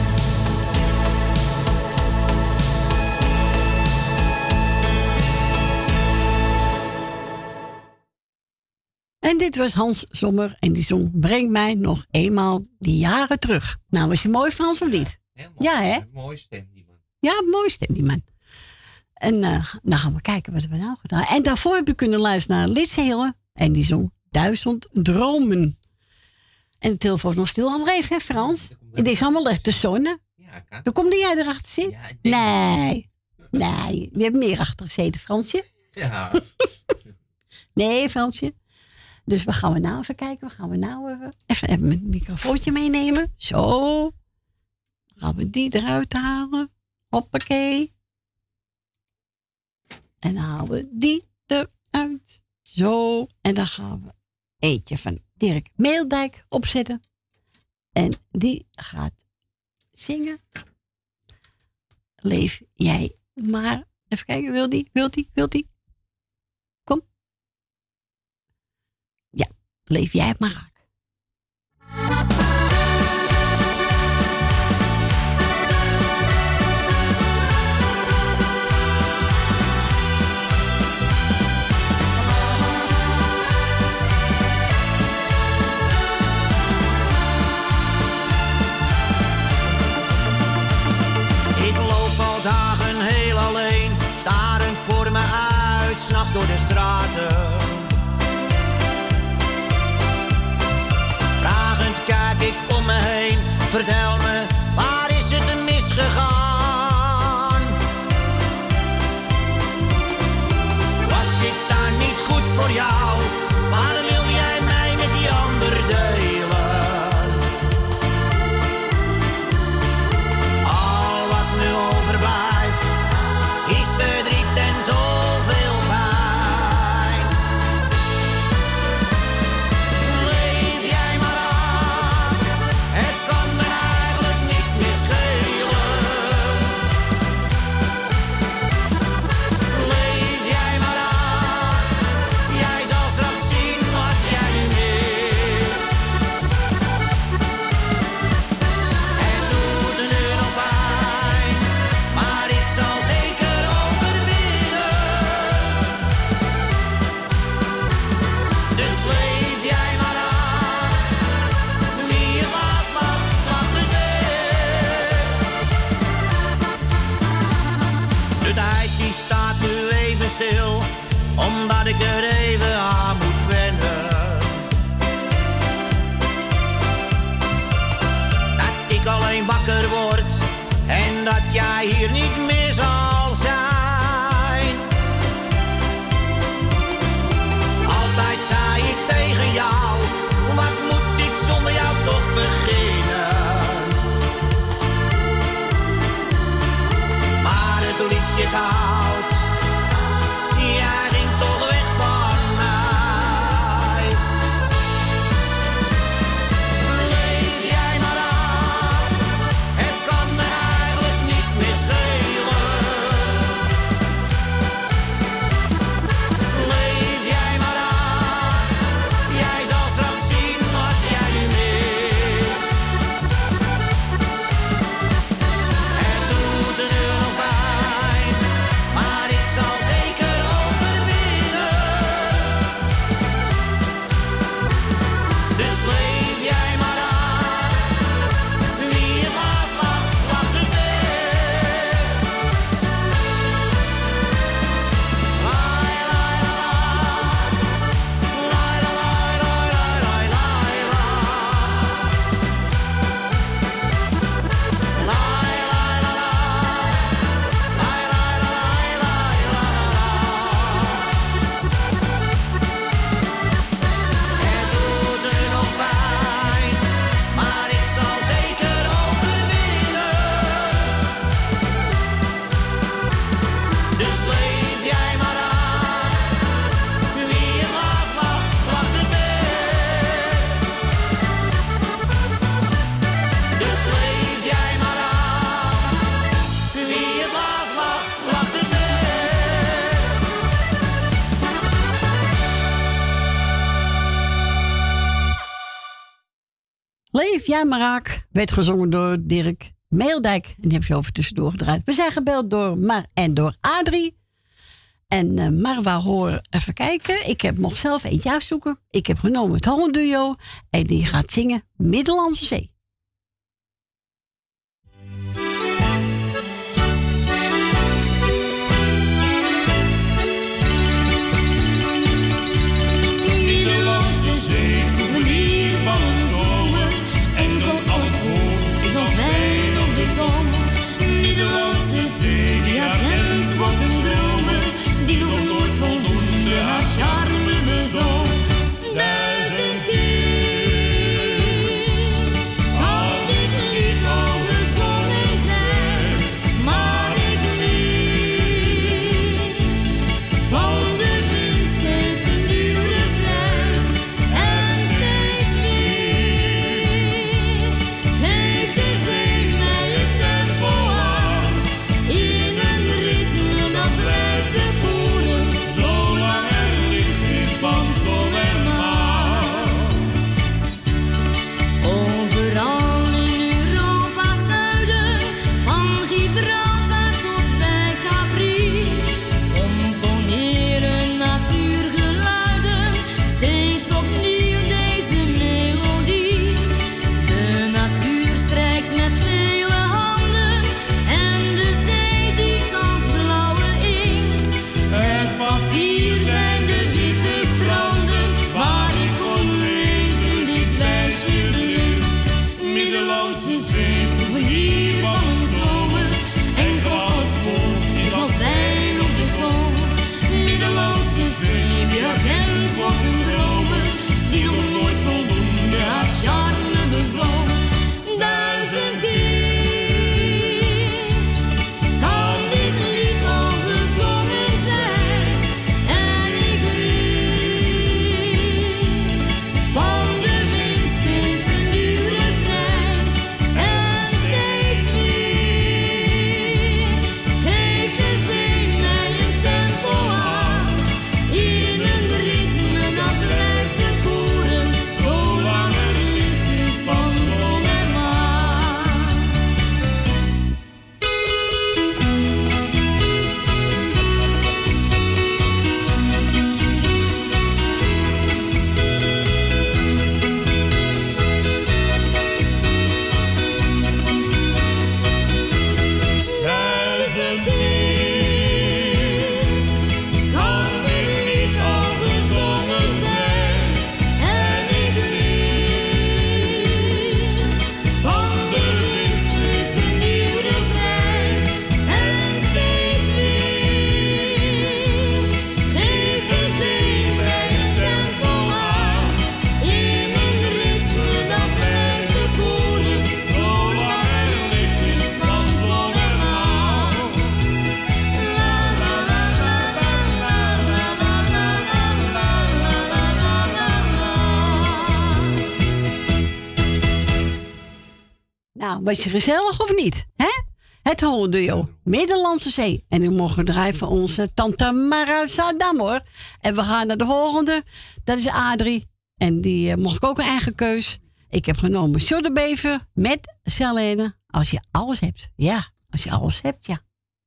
En dit was Hans Sommer en die zong Breng mij nog eenmaal die jaren terug. Nou, was je mooi Frans of niet? Ja, hè? Mooi stem, die man. Ja, mooi stem die man. En uh, dan gaan we kijken wat we nou gedaan. En daarvoor heb je kunnen luisteren naar Litse Hille en die zong Duizend Dromen. En de telefoon is nog stil. Allemaal even, hè, Frans? Het is allemaal echt te zonnen. Ja, kan. Dan kom jij erachter zitten? Ja, ik denk nee. Nee, je hebt meer achter gezeten, Fransje. Ja. Nee, Fransje. Dus wat gaan we nou even kijken? Wat gaan we nou even? Even, even mijn microfoontje meenemen. Zo. Dan gaan we die eruit halen. Hoppakee. En dan halen we die eruit. Zo. En dan gaan we eentje van Dirk Meeldijk opzetten. En die gaat zingen. Leef jij maar. Even kijken, wil die? Wil die? Wil die? Kom. Ja, leef jij maar raak. Ik loop al dagen heel alleen, starend voor me uit, 's nachts door de straten. Vragend kijk ik om me heen, vertel me, waar is het misgegaan? Was ik daar niet goed voor jou? Waarom wil jij mij met die ander delen? Al wat nu overblijft, is verdriet en zoveel pijn. Leef jij maar aan, het kan me eigenlijk niets meer schelen. Leef jij maar aan, jij zal straks zien wat jij nu mist. Het doet nu nog pijn, maar ik zal zeker overwinnen. Dus leef jij maar aan, wie je laat wacht, wacht het best. De tijd die staat nu even stil, omdat ik er even aan moet wennen. Dat ik alleen wakker word en dat jij hier niet meer zal zijn. Altijd zei ik tegen jou, wat moet ik zonder jou toch beginnen? Maar het liedje koud, jij ging toch weg van mij. Leef jij maar aan, het kan me eigenlijk niets meer schelen. Leef jij maar raak werd gezongen door Dirk Meeldijk. En die heb je over tussendoor gedraaid. We zijn gebeld door Mar en door Adrie. En uh, Mar wou horen, even kijken. Ik heb nog zelf eentje uitzoeken. Ik heb genomen het Holland Duo. En die gaat zingen Middellandse Zee. Middellandse Zee, souvenir van een zomer. Enkel al het woord is als wijn op de tong. Middellandse Zee, die haar grens wordt een dromen. Die nog nooit voldoende haar charme bezong. Duizend keer had dit lied al gezongen zijn. Maar ik weet van de wind steeds een nieuw refrein. En steeds weer geeft de zee mij het tempo aan. In een ritme dat blijft bekoren, zolang er licht is van zon en maan. Overal in Europa's zuiden, van Gibraltar tot bij Capri, componeren natuurgeluiden steeds opnieuw deze melodie. De natuur strijkt met vele handen en de zee dient als blauwe inkt. Het papier zijn de witte stranden waar ik kon lezen dit wijsje blues. Middellandse Zee, souvenir van een zomer. Enkel al het woord is als wijn op de tong. Middellandse Zee, die agent wordt een dromer. Die nog nooit voldoende haar charme bezong. Duizend keer kan dit lied al gezongen zijn. En ik weet van de wind steeds een nieuw refrein. En steeds weer geeft de zee mij een tempo aan. In een ritme dat blijft bekoren, zolang er licht is van zon en maan. Duizend keer kan dit lied al gezongen zijn. En ik weet van de wind steeds een nieuw refrein. En steeds weer geeft de zee mij een tempo aan. In een ritme dat blijft bekoren, zolang er licht is van zon en maan. La la la la la la la la la la la la la. Nou, was je gezellig of niet? Hè? Het Holland Duo, Middellandse Zee. En nu mogen we draaien voor onze tante Mara Saddam, hoor. En we gaan naar de volgende. Dat is Adrie. En die eh, mocht ik ook een eigen keus. Ik heb genomen Sjoerdebever met Selene. Als je alles hebt. Ja, als je alles hebt, ja.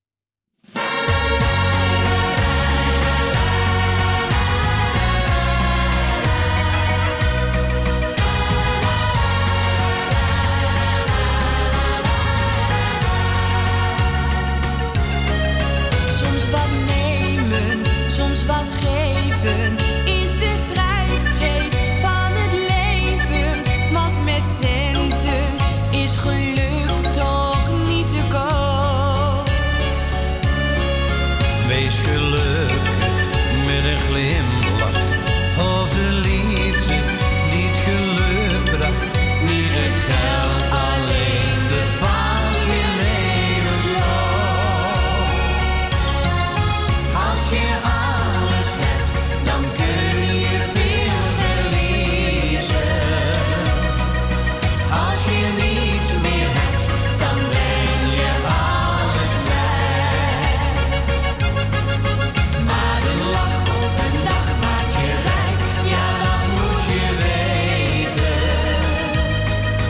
Soms wat nemen, soms wat geven, is de strijdkreet van het leven. Want met centen is geluk toch niet te koop. Wees gelukkig met een glimlach, of de liefde die het geluk bracht. Niet het geld alleen bepaalt je levensloop. Als je alles hebt, dan kun je veel verliezen. Als je niets meer hebt, dan ben je alles blij. Maar een lach op een dag maakt je rijk, ja dat moet je weten.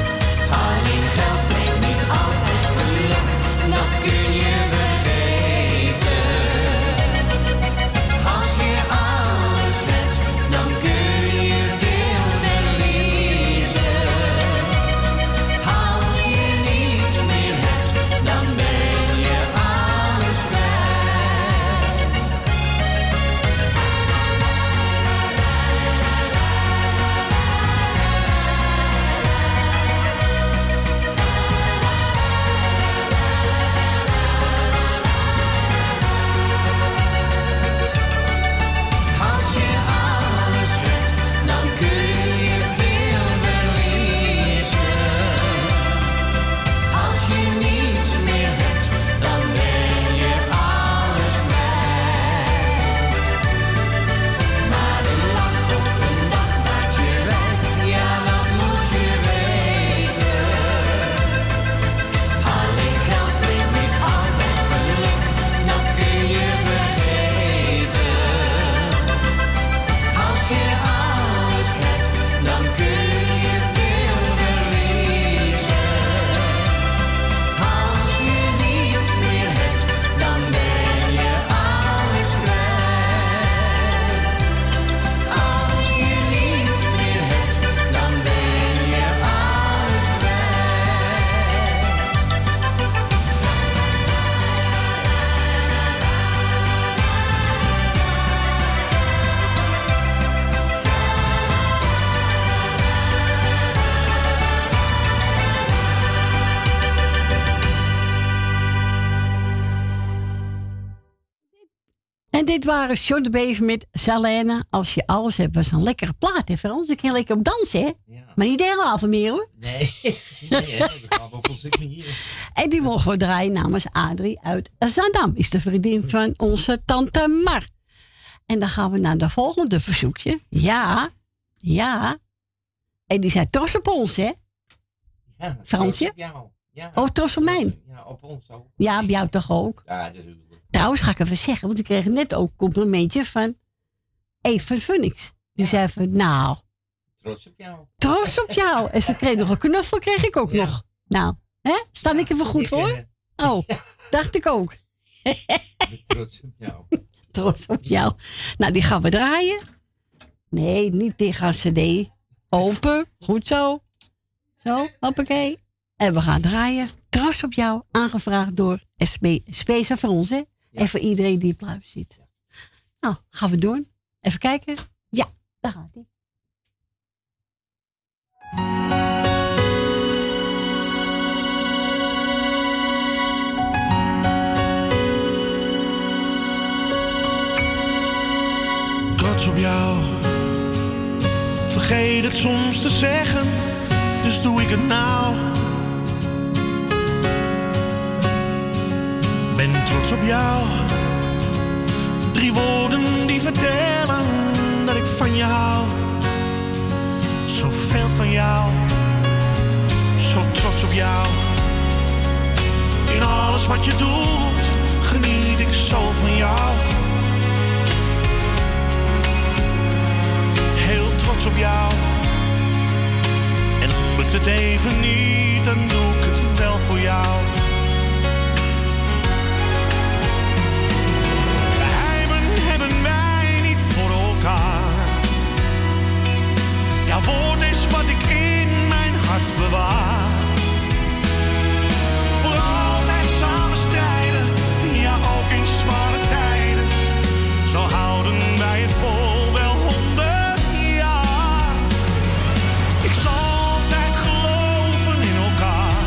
En dit waren John de Bever met Salene. Als je alles hebt, was een lekkere plaat, hè Frans? Ik kan lekker op dansen, hè? Ja. Maar niet de hele avond meer, hoor. Nee, nee hè? Dat gaat wel volgens mij hier. En die mogen we draaien namens Adrie uit Zandam. Is de vriendin van onze tante Mar. En dan gaan we naar de volgende verzoekje. Ja, ja. En die zijn trots op ons, hè? Ja, Fransje? trots op jou. Ja. Oh, trots op mij? Ja, op ons ook. Ja, op jou toch ook? Ja, dat is ook. Trouwens, ga ik even zeggen, want ik kreeg net ook een complimentje van Eve Funix. Die ja. zei van, nou... Trots op jou. Trots op jou. En ze kreeg nog een knuffel, kreeg ik ook ja. nog. Nou, hè? Sta ja, ik even goed ik, voor? Uh, oh, ja. dacht ik ook. Trots op jou. Trots op jou. Nou, die gaan we draaien. Nee, niet tegen een cd. Open, goed zo. Zo, hoppakee. En we gaan draaien. Trots op jou, aangevraagd door S B. Speciaal voor ons, hè? Ja. En voor iedereen die op pluis zit. Nou, gaan we doen. Even kijken. Ja, daar gaat hij. Trots op jou. Vergeet het soms te zeggen, dus doe ik het nou. Ben trots op jou. Drie woorden die vertellen dat ik van je hou. Zoveel van jou. Zo trots op jou. In alles wat je doet, geniet ik zo van jou. Heel trots op jou. En lukt het even niet, dan doe ik het wel voor jou. Jouw woord is wat ik in mijn hart bewaar. Voor altijd samen strijden, ja ook in zware tijden. Zo houden wij het vol wel honderd jaar. Ik zal altijd geloven in elkaar.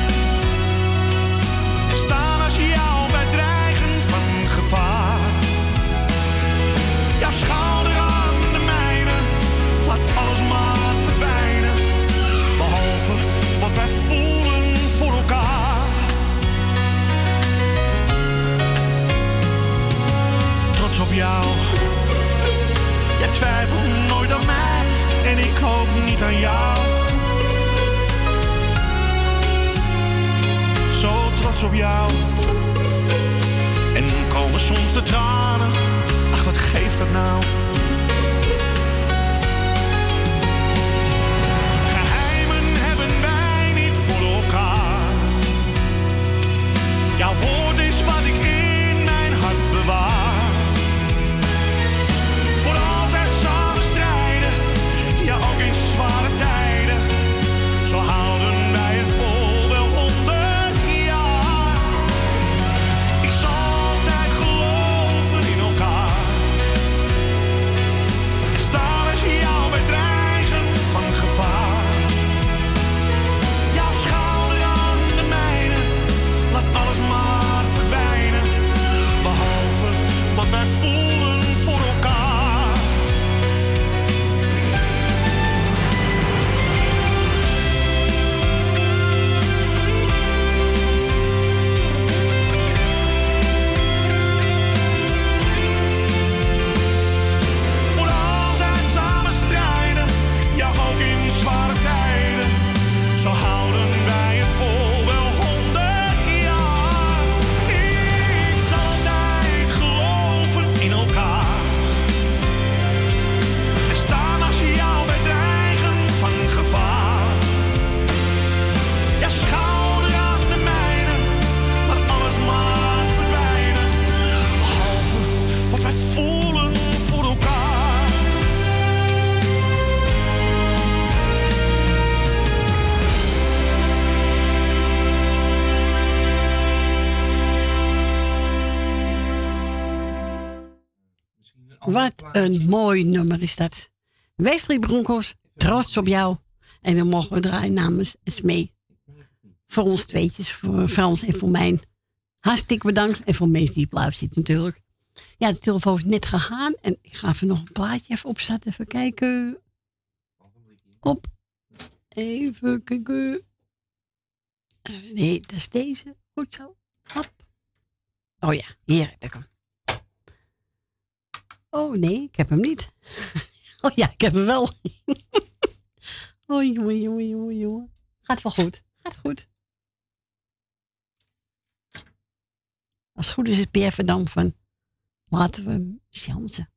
En staan als jou bij dreigen van gevaar. Jouw schouder aan de mijne, laat alles maar verdwijnen. Behalve wat wij voelen voor elkaar. Trots op jou. Jij twijfelt nooit aan mij en ik hoop niet aan jou. Zo trots op jou. En komen soms de tranen. Ach, wat geeft dat nou? Geheimen hebben wij niet voor elkaar. Jouw woord is wat ik in mijn hart bewaar. Voor altijd samen strijden, ja ook in zware tijden. Zo houden wij het vol wel honderd jaar. Ik zal altijd geloven in elkaar. En staan als jou bij dreigen van gevaar. Jouw schouder aan de mijne, laat alles maar verdwijnen. Behalve wat wij voelen voor elkaar. Voor altijd samen strijden, ja ook in zware tijden. Zo houden wij het vol wel honderd jaar. Ik zal altijd geloven in elkaar. En staan als jou bij dreigen van gevaar. Ja, schouder aan de mijne, laat alles maar verdwijnen. Behalve wat wij voelen voor elkaar. Wat een mooi nummer is dat. Wesley Broncos, trots op jou. En dan mogen we draaien namens Smee. Voor ons tweetjes, voor Frans en voor mij. Hartstikke bedankt. En voor mensen die op live zitten natuurlijk. Ja, de telefoon is net gegaan. En ik ga even nog een plaatje even opzetten. Even kijken. Op. Even kijken. Uh, nee, dat is deze. Goed zo. Hop. Oh ja, hier heb ik hem. Oh nee, ik heb hem niet. Oh ja, ik heb hem wel. Oh jongen, jongen, jongen, jongen. Gaat wel goed. Gaat goed. Als het goed is, is Pierre Verdam van laten we hem chansen.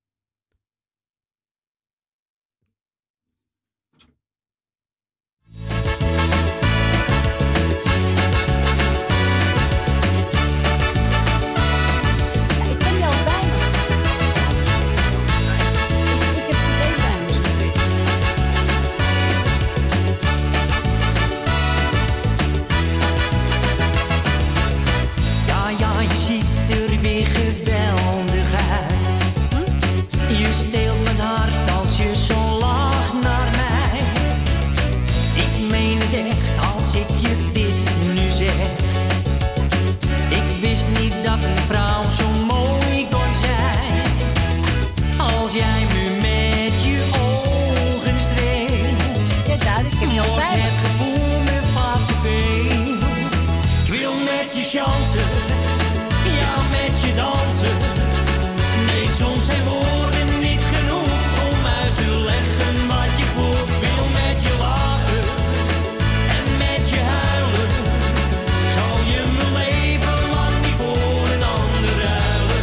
Dat een vrouw zo mooi kon zijn. Als jij me met je ogen streelt, wordt het gevoel me vaak te veel. Ik wil met je chansen, ja met je dansen. Nee, soms zijn woorden niet genoeg om uit te leggen wat je voelt. Ik wil met je lachen en met je huilen. Zal je me leven lang niet voor een ander ruilen.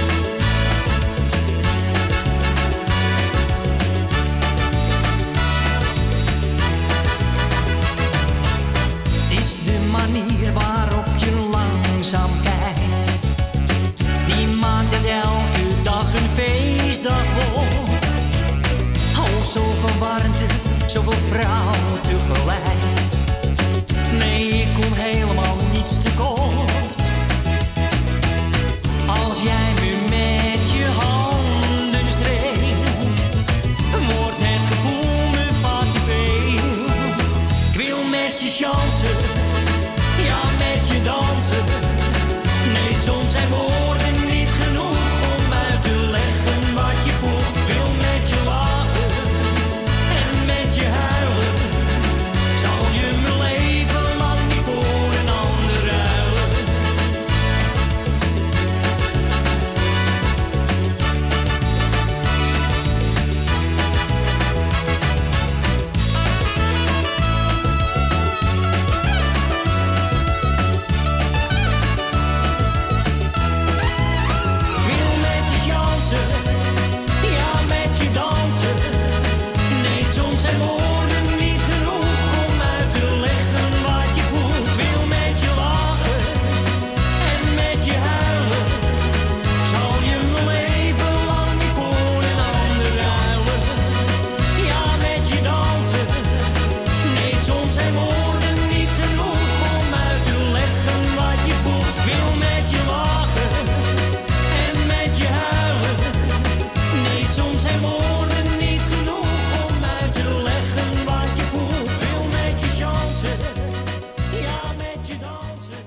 Het is de manier waarop je langzaam kijkt. Die maakt het elke dag een feestdag wordt. Oh, zoveel warmte, zoveel vrouw tegelijk. Nee, ik kom helemaal niets tekort. Als jij me met je handen streelt, wordt het gevoel me vaak te veel. Ik wil met je chansen, ja met je dansen. Nee, soms zijn woorden niet genoeg om uit te leggen wat je voelt. Ik wil met je lachen en met je huilen. Zal je me leven lang niet voor een ander ruilen. Ik wil met je chansen, ja met je dansen. Nee, soms zijn woorden niet genoeg om uit te leggen wat je voelt. Ik wil met je lachen en met je huilen. Zal je me leven lang niet voor een ander ruilen. Ja, met je dansen. Nee, soms zijn woorden niet genoeg om uit te leggen wat je voelt. Ik wil met je lachen en met je huilen. Nee, soms zijn woorden niet genoeg om uit te leggen wat je voelt. Ik wil met je chansen, ja met je dansen.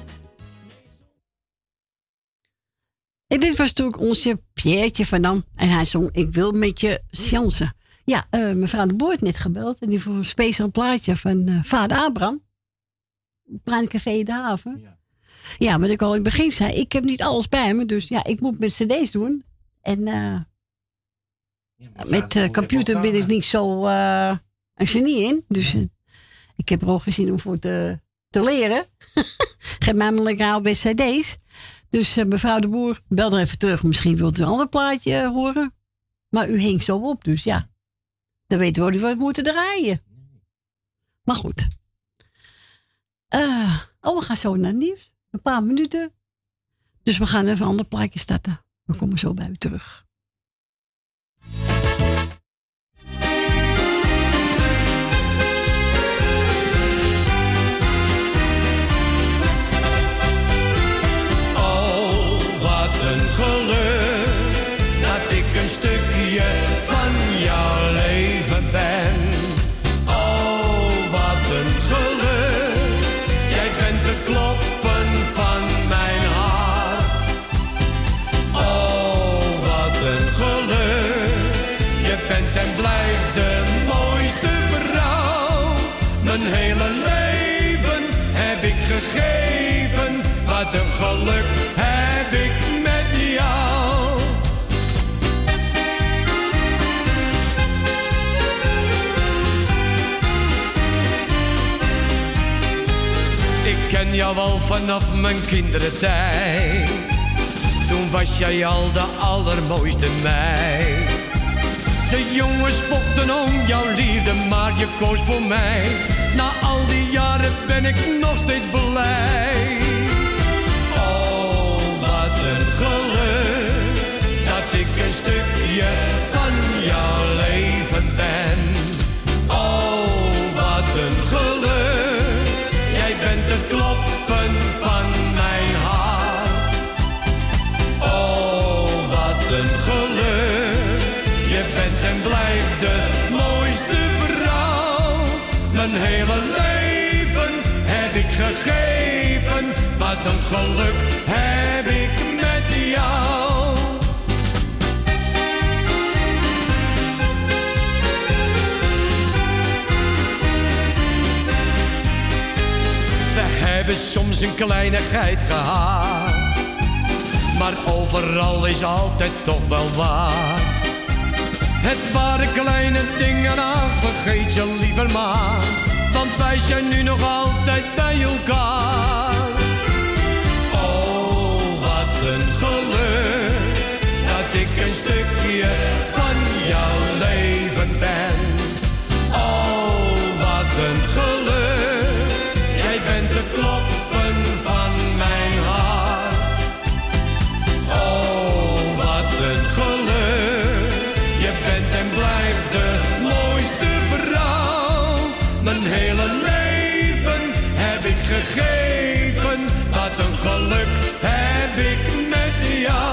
En dit was natuurlijk onze Pierretje van Dam. En hij zong Ik wil met je chansen. Ja, uh, mevrouw de Boer heeft net gebeld. En die voor een speciaal plaatje van uh, vader Abraham. Bruincafé de Haven. Ja. ja, wat ik al in het begin zei. Ik heb niet alles bij me. Dus ja, ik moet met cd's doen. En uh, ja, met uh, computer ben ik niet zo uh, een genie in. Dus uh, ik heb er ook gezien om voor te, te leren. Geef mij maar lekker al bij cd's. Dus uh, mevrouw de Boer, bel er even terug. Misschien wilt u een ander plaatje uh, horen. Maar u hing zo op, dus ja. Dan weten we wat we moeten draaien. Maar goed. Uh, oh, we gaan zo naar het nieuws. Een paar minuten. Dus we gaan even een ander plaatje starten. We komen zo bij u terug. Een geluk dat ik een stukje van jouw leven ben. Oh, wat een geluk. Jij bent het kloppen van mijn hart. jou al vanaf mijn kindertijd. Toen was jij al de allermooiste meid. De jongens vochten om jouw liefde, maar je koos voor mij. Na al die jaren ben ik nog steeds blij. Oh, wat een geluk dat ik een stukje van jouw leven ben. Oh, wat een geluk, jij bent het kloppen van mijn hart. Oh, wat een geluk, je bent en blijft de mooiste vrouw. Mijn hele leven heb ik gegeven, wat een geluk heb ik met jou. We hebben soms een kleinigheid gehad, maar overal is altijd toch wel waar. Het waren kleine dingen, ach, vergeet ze liever maar, want wij zijn nu nog altijd bij elkaar. Oh, wat een geluk dat ik een stukje van jouw leven ben. Oh, wat een geluk, jij bent het kloppen van mijn hart. Oh, wat een geluk, je bent en blijft de mooiste vrouw. Mijn hele leven heb ik gegeven, wat een geluk heb ik met jou.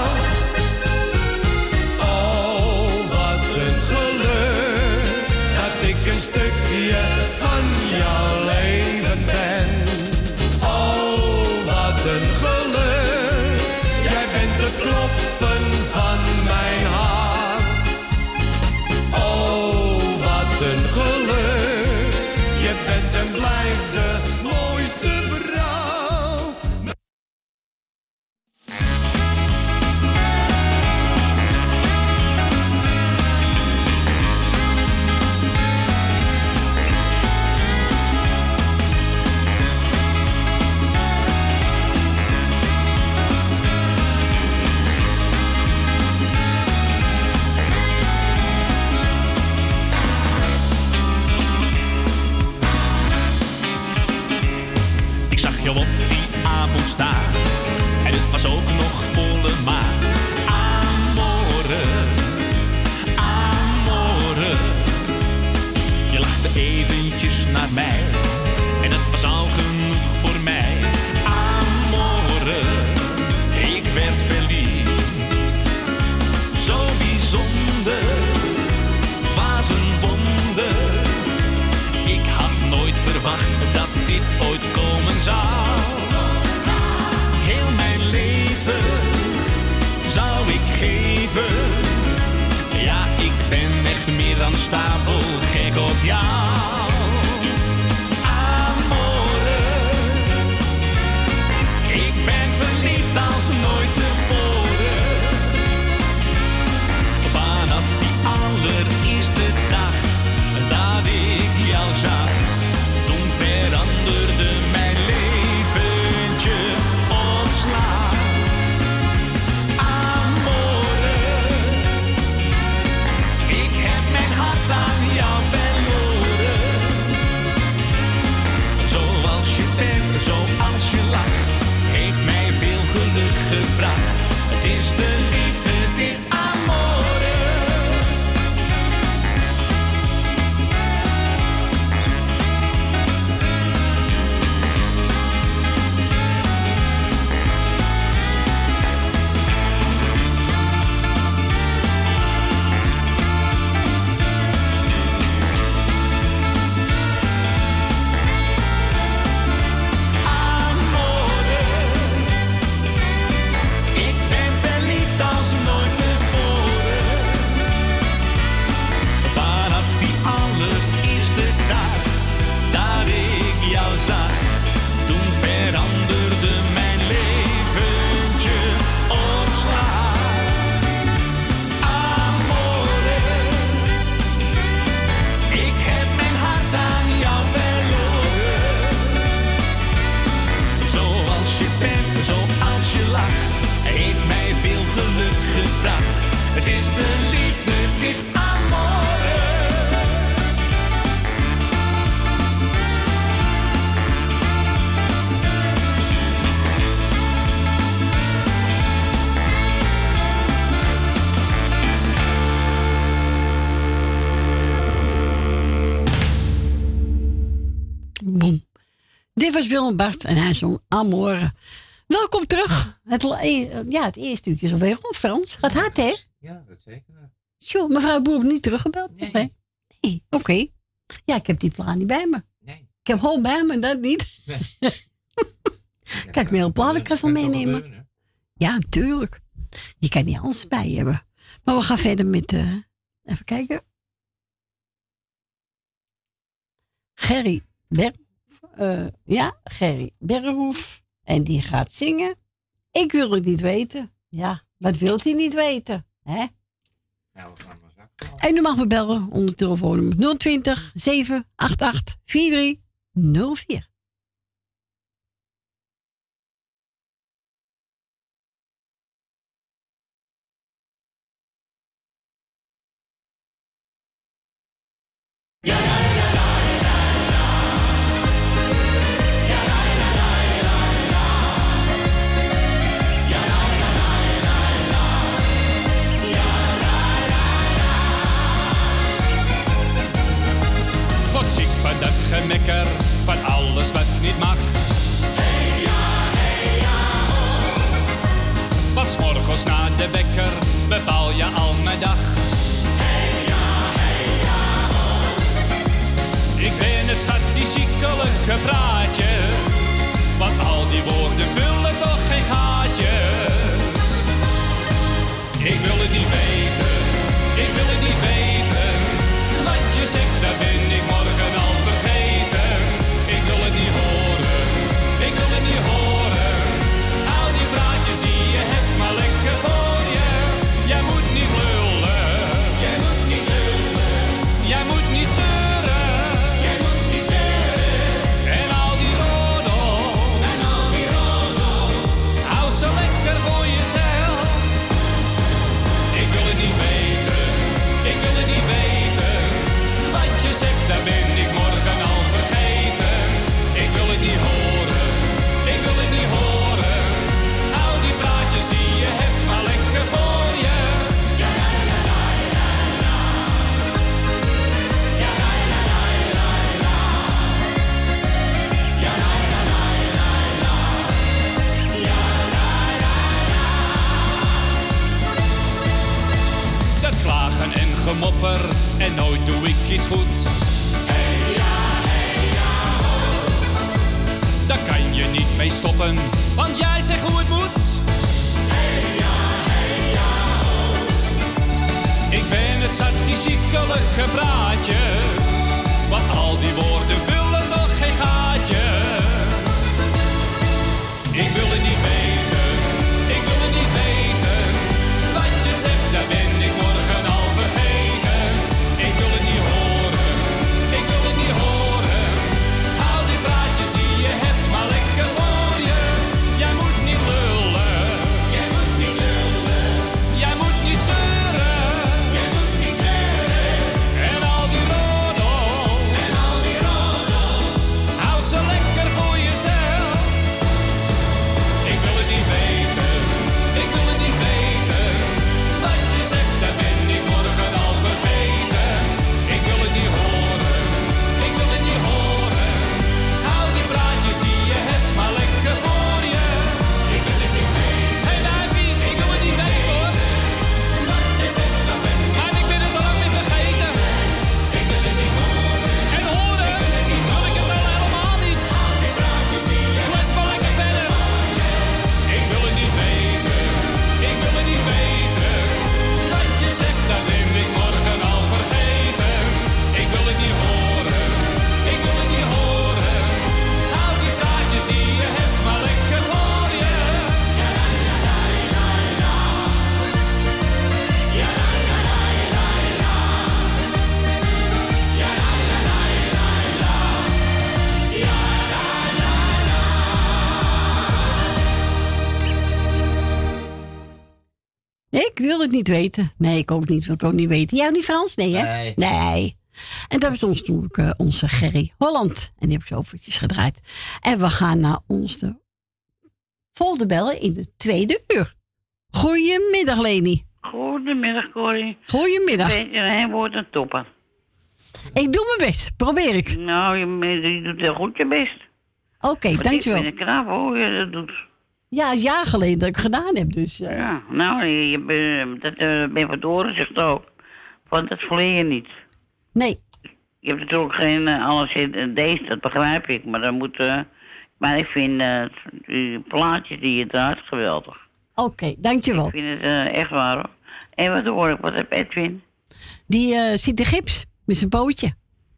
Oh, wat een geluk dat ik een stukje van jouw leven ben. Oh, wat een geluk, jij bent het kloppen van mijn hart. Oh, wat een geluk, je bent en blijft de mooiste vrouw. Ik zag jou op die avond staan en het was ook nog volle maan. Amore, amore. Je lachte eventjes naar mij en het was al genoeg voor mij. Amore, ik werd verliefd. Zo bijzonder, het was een wonder. Ik had nooit verwacht dat dit ooit komen zou. Heel mijn leven zou ik geven. Ja, ik ben echt meer dan stapel gek op jou. Amore, ik ben verliefd als nooit tevoren. Vanaf die allereerste dag dat ik jou zag, toen veranderde mijn leventje op slag. Amore, ik heb mijn hart aan jou verloren. gebracht. Het is de liefde, het is amore. Boom. Dit was Willem Bart en hij zong Amore. Welkom terug. Het, ja, het eerste uurtje is alweer rond, Frans. Gaat hard, hè? Ja, dat zeker. Tjoh, mevrouw Boer heeft niet teruggebeld? Nee. Nee. nee. Oké. Okay. Ja, ik heb die plan niet bij me. Nee. Ik heb Hol bij me, dat niet. Nee. Kijk, ik wil een platenkast wel meenemen. Ja, natuurlijk. Je kan niet alles bij hebben. Maar we gaan verder met... Uh, even kijken. Gerry Ber... Uh, ja, Gerry Berghoef. En die gaat zingen. Ik wil het niet weten. Ja, wat wilt hij niet weten? Hè? Ja, we gaan maar zakken. En u mag me bellen onder telefoonnummer nul twintig, zeven acht acht, vier drie nul vier. Van dat gemekker, van alles wat niet mag. Hey ja, hey ja, oh. Van 's morgens na de wekker bepaal je al mijn dag. Hey ja, hey ja, oh. Ik ben het zat, die ziekelige praatjes. Want al die woorden vullen toch geen gaatjes. Ik wil het niet weten, ik wil het niet weten. Wat je zegt, daar ben ik morgen al vergeten. Ik wil het niet horen, ik wil het niet horen. Al die praatjes die je hebt, maar lekker voor je. Jij moet niet lullen, jij moet niet lullen. Jij moet niet zeuren, jij moet niet zeuren. En al die roddels, en al die roddels. Hou ze lekker voor jezelf. Ik wil het niet weten, ik wil het niet weten. Wat je zegt, daar ben ik morgen al vergeten. Ik wil het niet horen, ik wil het niet horen. Hou die praatjes die je hebt, maar lekker voor je. Ja, la, la, la, la, la. Ja, la, la, la, la, la. Ja, la, la, la, la, la. Ja, la, la, la. Dat klagen en gemopper en nooit doe ik iets goed. Hey ja, hey ja, oh. Daar kan je niet mee stoppen, want jij zegt hoe het moet. Hey ja, hey ja, oh. Ik ben het zat, die ziekelige praatjes. Want al die woorden vullen toch geen gaatjes. Ik wil het niet weten, ik wil het niet weten. Wat je zegt, daar ben ik morgen al vergeten. Ik wil het niet horen, ik wil het niet horen. Hou die praatjes die je hebt, maar lekker voor je. Jij moet niet lullen, jij moet niet lullen. Jij moet niet zeuren, jij moet niet zeuren. En al die roddels, en al die roddels. Ik wil het niet weten. Nee, ik ook niet. Wil het ook niet weten. Jij ook niet Frans? Nee, hè? Nee. Nee. En dat was ons toen uh, onze Gerry Holland. En die heb ik zo eventjes gedraaid. En we gaan naar onze volgende bellen in de tweede uur. Goedemiddag, Leni. Goedemiddag, Corrie. Goedemiddag. Weet je, hij wordt een topper. Ik doe mijn best. Probeer ik. Nou, je, je doet heel goed je best. Oké, okay, dankjewel. Ik vind het knap hoe je dat doet. Ja, een jaar geleden dat ik het gedaan heb, dus... Uh... Ja, nou, je, je, dat uh, ben van Doren zegt ook. Want dat verleer je niet. Nee. Je hebt natuurlijk geen uh, alles in deze, dat begrijp ik. Maar dan moet... Uh, maar ik vind uh, die plaatjes die je draait geweldig. Oké, okay, dankjewel. Ik vind het uh, echt waar, hoor. En wat hoor ik, wat heb Edwin? Die uh, zit in gips, met zijn pootje.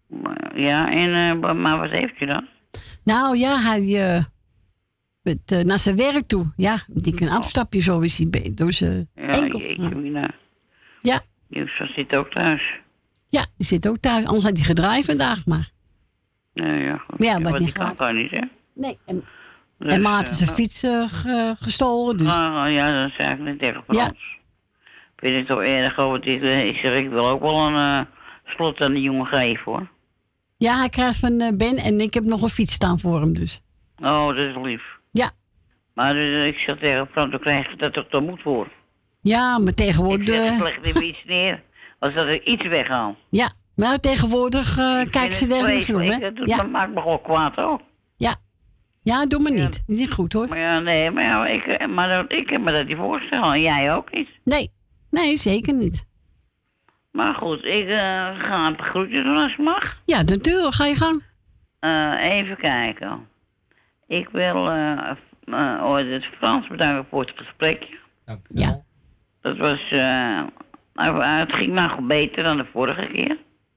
Ja, en, uh, maar wat heeft hij dan? Nou ja, hij... Uh... Met, uh, naar zijn werk toe. Ja, die een afstapje zo is hij door zijn ja, enkel. Jeetje, Mina. Ja. Dus zit ook thuis. Ja, die zit ook thuis. Anders had hij gedraaid vandaag maar. Nee, ja, goed. Ja, maar niet die kan gewoon niet, hè? Nee. En, dus, en Maarten uh, zijn fiets uh, gestolen, dus... Ah, ja, dat is eigenlijk niet tegen Frans. Ja. Ik vind het toch erg over dit. Uh, ik zeg, ik wil ook wel een uh, slot aan die jongen geven, hoor. Ja, hij krijgt van uh, Ben en ik heb nog een fiets staan voor hem, dus. Oh, dat is lief. Ja. Maar dus, ik zeg tegen Frans, dan krijg je dat toch dan moet voor. Ja, maar tegenwoordig... Ik zeg, ik leg even iets neer, als dat ik iets weghaal. Ja, maar tegenwoordig uh, kijken ze daar niet voor, hè? Dat doet, ja. me, maakt me gewoon kwaad ook. Ja. Ja, doe me niet. Dat is niet goed, hoor. Maar ja, nee, maar ja, ik, maar dat, ik heb me dat niet voorstellen. En jij ook niet. Nee. Nee, zeker niet. Maar goed, ik uh, ga een paar groetjes doen als het mag. Ja, natuurlijk. Ga je gang. Uh, even kijken. Ik wil... Uh, Uh, oh, het Frans bedanken voor het gesprekje. Ja. Dat was, uh, het ging nog beter dan de vorige keer.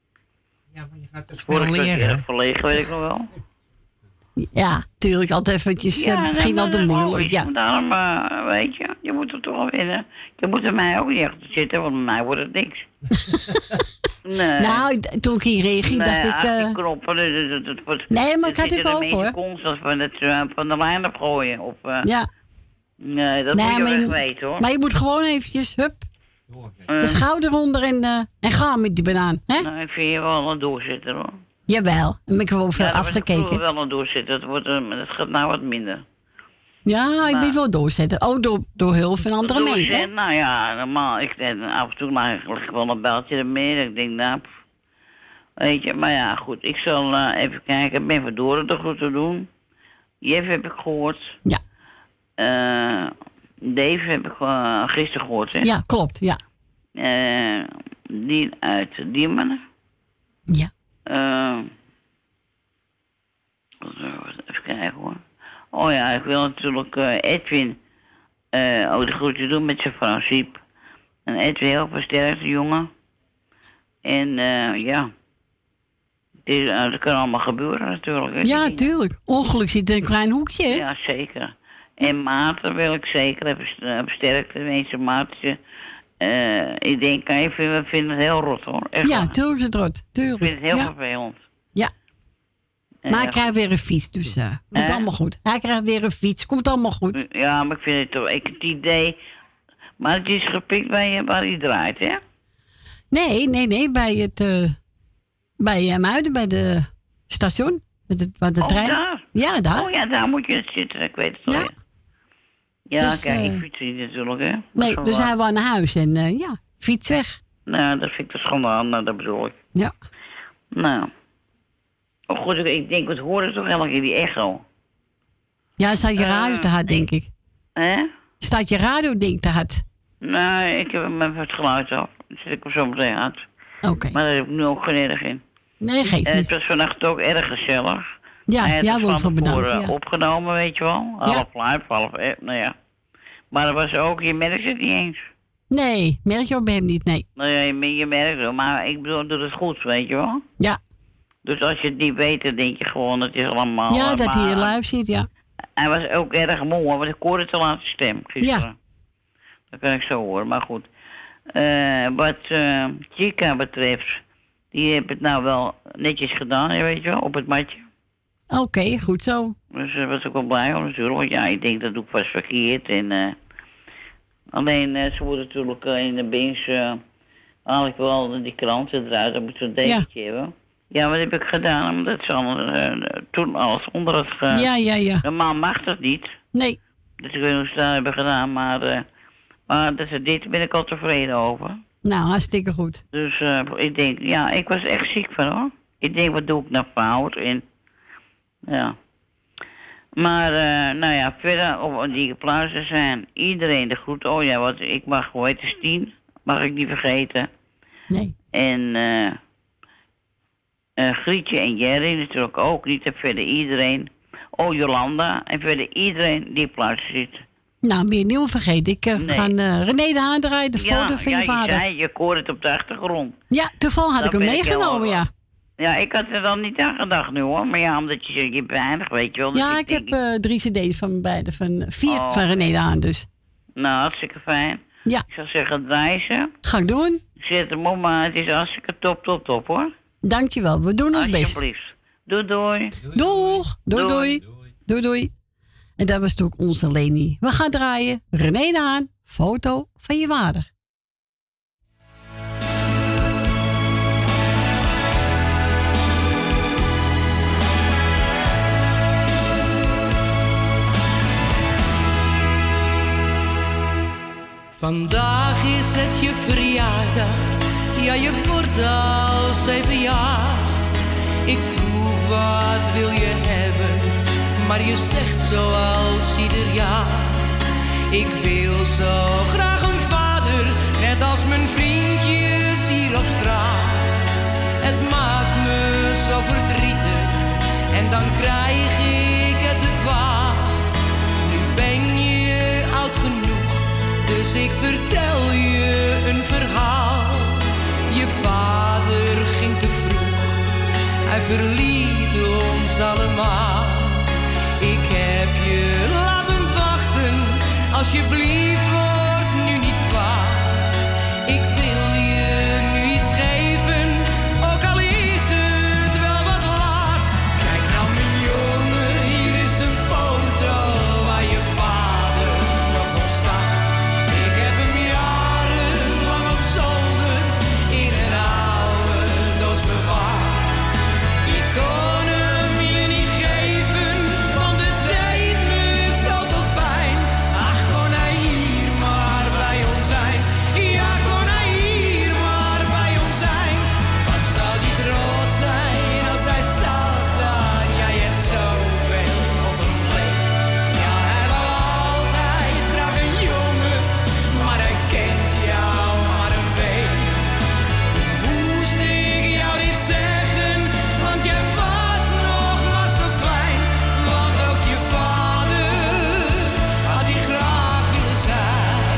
Ja, maar je gaat dus vorige leren. keer verlegen, weet ik nog wel. Ja, tuurlijk, altijd eventjes, ja, uh, ging altijd moeilijk, ja. Daarom, uh, weet je, je moet er toch wel winnen. Je moet er mij ook niet achter zitten, want bij mij wordt het niks. Nee. Nou, toen ik hier reed, nee, dacht ik... Uh... knoppen, dat, dat, dat, nee, maar ik had het ook, hoor. constant van, het, uh, van de lijn opgooien. Of, uh, ja. Nee, dat nee, moet je wel je, echt weten, hoor. Maar je moet gewoon eventjes, hup, uh, de schouder onder en, uh, en gaan met die banaan, hè? Nou, ik vind je wel een doorzitter, hoor. Jawel, dan ben ik gewoon veel ja, afgekeken. Ja, wel een doorzitter, dat, wordt, uh, dat gaat nou wat minder. Ja, maar, ik ben wel doorzetten. Ook door, door hulp van andere mensen, hè? Nou ja, normaal. Ik denk af en toe maar ik wel een beltje ermee. Ik denk, nou, pff, weet je, maar ja, goed. Ik zal uh, even kijken. Ik ben van Doren toch goed te doen. Jeff heb ik gehoord. Ja. Uh, Dave heb ik uh, gisteren gehoord, hè? Ja, klopt, ja. Uh, die uit Diemen. Ja. Uh, even kijken, hoor. Oh ja, ik wil natuurlijk uh, Edwin uh, ook de groetje doen met zijn vrouw Siep. En Edwin heel versterkte jongen. En uh, ja, dit, uh, dat kan allemaal gebeuren natuurlijk. Hè, ja, tuurlijk. Ongeluk zit in een klein hoekje, hè? Ja, zeker. En Maarten wil ik zeker even versterkt. Mensen Maartje. Uh, ik denk, ik vind, vind het heel rot, hoor. Echt ja, waar. tuurlijk is het rot. Tuurlijk. Ik vind het heel ja. vervelend. Ja. Maar hij krijgt weer een fiets, dus uh, komt eh? allemaal goed. Hij krijgt weer een fiets, komt allemaal goed. Ja, maar ik vind het toch, ik het idee... Maar het is gepikt bij waar hij draait, hè? Nee, nee, nee, bij het... Uh, bij uh, Muiden, bij de station. Met het, bij de oh, trein. daar? Ja, daar. Oh ja, daar moet je het zitten, ik weet het al. Ja, ja dus, kijk, uh, ik fiets niet natuurlijk, hè? Nee, dus hij wou naar huis en uh, ja, fiets weg. Nou, dat vind ik dus schandaal, nou, dat bedoel ik. Ja. Nou... Oh goed, ik denk, wat hoorde toch elke keer die echo? Ja, staat je radio uh, te hard, denk ik. Hè? Staat je radio, denk ik, te hard? Nee, ik heb hem even het geluid af. Dan zit ik hem zo meteen uit. Oké. Okay. Maar daar heb ik nu ook geen erg in. Nee, geeft en niet. het was vannacht ook erg gezellig. Ja, hij ja, wordt van bedankt. Ja. opgenomen, weet je wel. Half ja. live, half... Eh, nou ja. Maar dat was ook, je merkt het niet eens. Nee, merk je ook bij hem niet, nee. Nou ja, je, je merkt het, maar ik bedoel, doe het goed, weet je wel. Ja. Dus als je het niet weet, dan denk je gewoon dat het allemaal... Ja, dat maar, hij hier live zit, ja. Hij was ook erg moe, want ik hoorde te laten stem gisteren. Ja. Dat kan ik zo horen, maar goed. Uh, wat uh, Chica betreft, die heeft het nou wel netjes gedaan, weet je wel, op het matje. Oké, okay, goed zo. Dus daar uh, was ik wel blij om natuurlijk. Want ja, ik denk dat doe ik vast verkeerd. En uh, Alleen, uh, ze worden natuurlijk uh, in de bins... Uh, haal ik wel die kranten eruit, dan moet zo'n dekentje ja. hebben. Ja, wat heb ik gedaan? Omdat ze allemaal, uh, toen alles onder het... Uh, ja, ja, ja. Normaal mag dat niet. Nee. Dus ik weet niet hoe ze dat hebben gedaan, maar... Uh, maar dat, dit ben ik al tevreden over. Nou, hartstikke goed. Dus uh, ik denk, ja, ik was echt ziek van hoor. Ik denk, wat doe ik nou fout? En, ja. Maar, uh, nou ja, verder, op die geplaatst zijn, iedereen de groet. Oh ja, wat ik mag, hoe heet het, Stien? Mag ik niet vergeten. Nee. En, uh, uh, Grietje en Jerry natuurlijk ook niet. En verder iedereen. Oh, Jolanda. En verder iedereen die plaats zit. Nou, meer nieuw vergeten. Ik uh, nee. ga uh, René de Haan draaien, de ja, foto van ja, je vader. Ja, je hoort het op de achtergrond. Ja, toevallig had dat ik hem meegenomen, ja. Ja, ik had er dan niet aan gedacht nu hoor. Maar ja, omdat je je weinig, weet je wel. Dus ja, ik, ik heb uh, drie cd's van beide, van vier oh, van René de Haan dus. Nou, hartstikke fijn. Ja. Ik zou zeggen, draai ze. Ga ik doen. Zet hem op, maar het is hartstikke top, top, top hoor. Dankjewel, we doen ons best. Alsjeblieft. Doei, doei. Doeg. Doei, doei. Doei, doei. doei. En dat was ook onze Leni. We gaan draaien. René de Haan, foto van je vader. Vandaag is het je verjaardag, ja je wordt al zeven jaar. Ik vroeg wat wil je hebben, maar je zegt zoals ieder jaar. Ik wil zo graag een vader, net als mijn vriendjes hier op straat. Het maakt me zo verdrietig en dan krijg ik het te kwaad. Nu ben je oud genoeg, dus ik vertel je een verhaal. Je vader ging te vroeg, hij verliet ons allemaal. Ik heb je laten wachten, alsjeblieft word nu niet kwaad. Ik wil je nu iets geven, ook al is het wel wat laat. Kijk nou mijn jongen, hier is een foto waar je vader nog op staat. Ik heb hem jarenlang op zolder in een oude doos bewaard. Ik kon hem je niet geven, want het deed me zoveel pijn. Ach, kon hij hier maar bij ons zijn. Ja, kon hij hier maar bij ons zijn. Wat zou die trots zijn als hij zag dat jij echt zoveel op hem leek. Ja, hij wou altijd graag een jongen, maar hij kent jou maar een week. Moest ik jou dit zeggen, want jij was nog maar zo klein. Want ook je vader had hij graag willen zijn.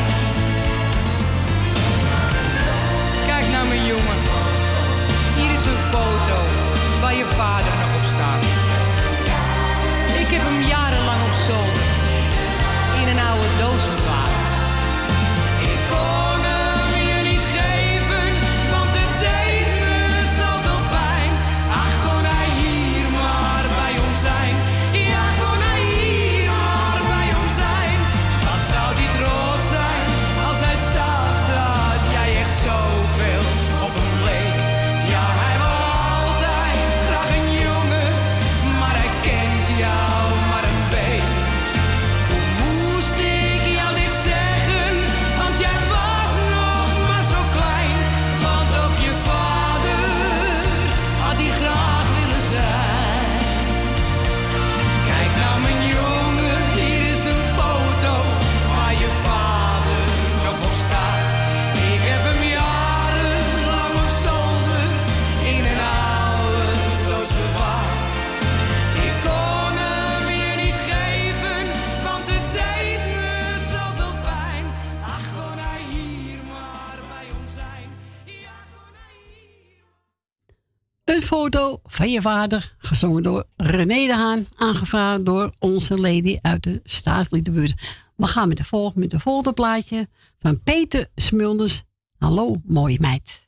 Kijk naar mijn jongen, hier is een foto waar je vader nog op staat. Ik heb hem jarenlang op zolder in een oude doos bewaard. Ik kon hem je niet geven, want het deed me zoveel pijn. Ach, kon hij hier maar bij ons zijn. Ja, kon hij hier maar bij ons zijn. Wat zou die trots zijn als hij zag dat jij echt zoveel op hem leek. Ja, hij wou altijd graag een jongen, maar hij kent jou maar een week. Hoe moest ik jou dit zeggen, want jij was nog maar zo klein. Want ook je vader had hij graag willen zijn. Kijk nou mijn jongen, hier is een foto waar je vader nog op staat. Ik heb hem jarenlang op zolder in een oude doos bewaard. Ik kon hem je niet geven, want het deed me zoveel pijn. Ach, kon hij hier maar bij ons zijn. Ja, kon hij hier. Een foto van je vader, gezongen door René de Haan, aangevraagd door onze lady uit de Staatsliedenbuurt. We gaan met de, volg met de volgende plaatje van Peter Smulders. Hallo, mooie meid.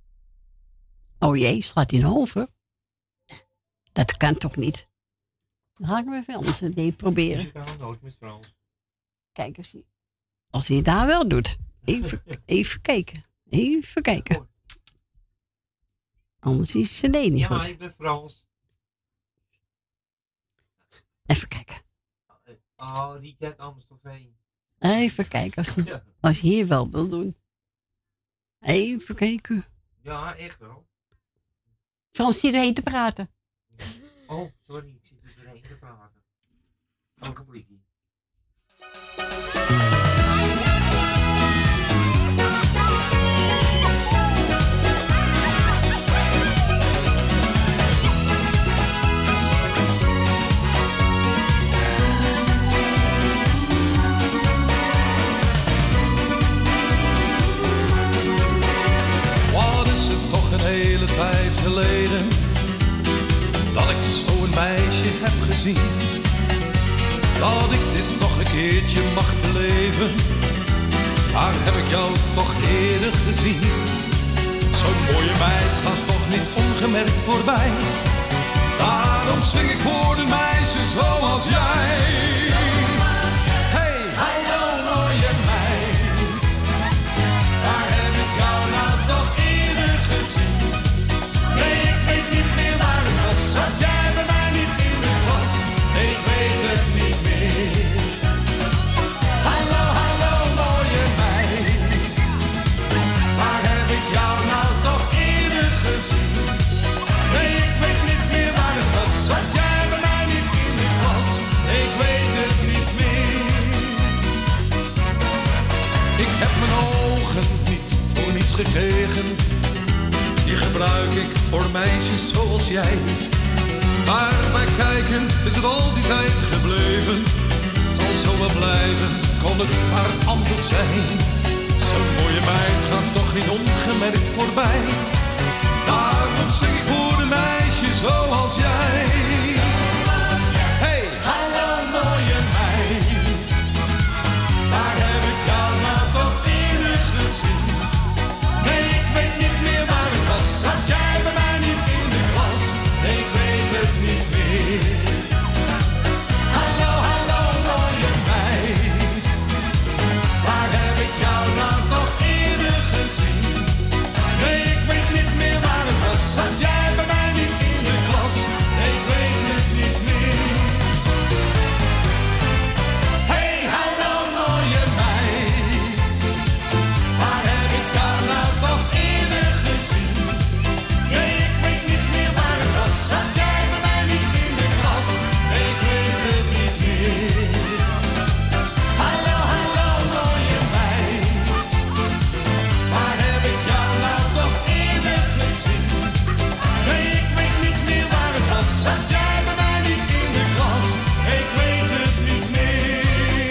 Oh jee, slaat hij nou over? Dat kan toch niet? Dan ga ik met Frans een date proberen. Muzikaal nooit met Frans. Kijk als hij, als hij het daar wel doet. Even, even kijken. Even kijken. Anders is zijn idee niet ja, goed. Ja, ik ben Frans. Even kijken. Oh, Rietje uit Amstelveen. Even kijken als, het, als je hier wel wil doen. Even kijken. Ja, echt wel. Frans zit erheen te praten. Oh, sorry, ik zit er doorheen te praten. Ogenblikje. Wat is het toch een hele tijd geleden dat ik zo'n meisje heb gezien. Dat ik dit nog een keertje mag beleven. Waar heb ik jou toch eerder gezien? Zo'n mooie meid gaat toch niet ongemerkt voorbij. Daarom zing ik voor een meisje zoals jij. Hey, hallo mooie meid. Waar heb ik jou nou toch eerder gezien? Nee, ik weet niet meer waar het was. Zat jij bij mij niet in de klas? Ik weet het niet meer. Hallo, hallo mooie meid. Waar heb ik jou nou toch eerder gezien? Nee, ik weet niet meer waar het was. Zat jij bij mij niet in de klas? Ik weet het niet meer. Ik heb mijn ogen niet voor niets gekregen. Die gebruik ik voor meisjes zoals jij. Maar bij kijken is het al die tijd gebleven. Het zal zo wel blijven, kon het maar anders zijn. Zo'n mooie meid gaat toch niet ongemerkt voorbij. Daarom zing ik voor een meisje zoals jij. Hey, hallo mooie meid. Waar heb ik jou nou toch eerder gezien? Nee, ik weet niet meer waar het was. Zat jij bij mij niet in de klas? Ik weet het niet meer. Hallo, hallo mooie meid. Waar heb ik jou nou toch eerder gezien? Nee, ik weet niet meer waar het was. Zat jij bij mij niet in de klas? Ik weet het niet meer. Hey, hallo mooie meid. Waar heb ik jou nou toch eerder gezien? Nee, ik weet niet meer waar het was. Zat jij bij mij niet in de klas? Ik weet het niet meer. Hallo, hallo mooie meid. Waar heb ik jou nou toch eerder gezien? Nee, ik weet niet meer waar het was. Zat jij bij mij niet in de klas? Ik weet het niet meer.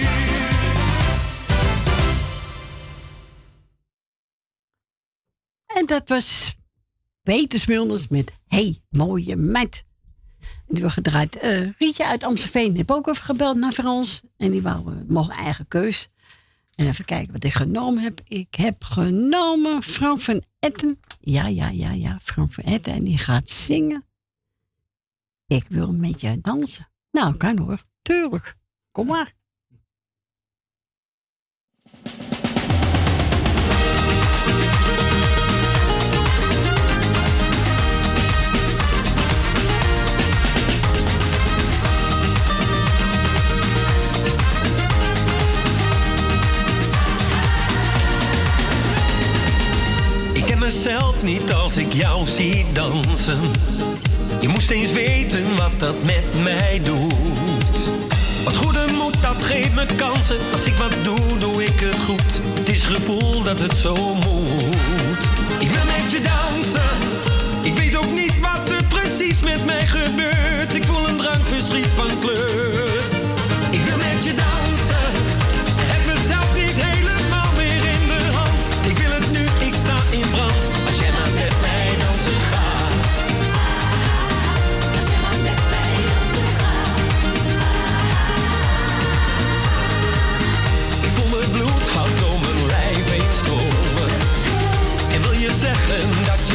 En dat was Peter Smulders met Hey mooie meid. Die was gedraaid. Uh, Rietje uit Amstelveen heb ook even gebeld naar Frans. En die wou uh, mocht eigen keus. En even kijken wat ik genomen heb. Ik heb genomen Frank van Etten. Ja, ja, ja, ja. Frank van Etten. En die gaat zingen. Ik wil met je dansen. Nou, kan hoor. Tuurlijk. Kom maar. Ik ken mezelf niet als ik jou zie dansen. Je moest eens weten wat dat met mij doet. Wat goede moed, dat geeft me kansen. Als ik wat doe, doe ik het goed. Het is gevoel dat het zo moet. Ik wil met je dansen. Ik weet ook niet wat er precies met mij gebeurt. Ik voel een drang, verschiet van kleur. Ik wil met je dansen. Heb mezelf niet helemaal meer in de hand. Ik wil het nu, ik sta in brand. Als jij maar met mij dansen gaat. Als jij maar met mij dansen gaat. Ik voel mijn bloed hard door mijn lijf heen stromen. En wil je zeggen dat je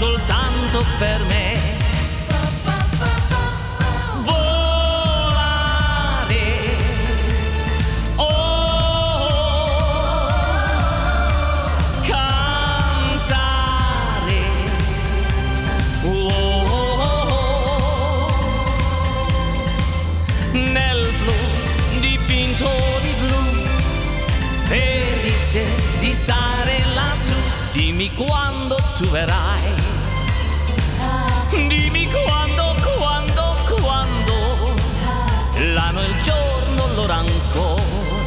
soltanto per me. Volare, oh, cantare, oh, nel blu dipinto di blu, felice di stare lassù. Dimmi quando tu verrai, dimmi quando, quando, quando, l'anno, il giorno, l'ora ancora,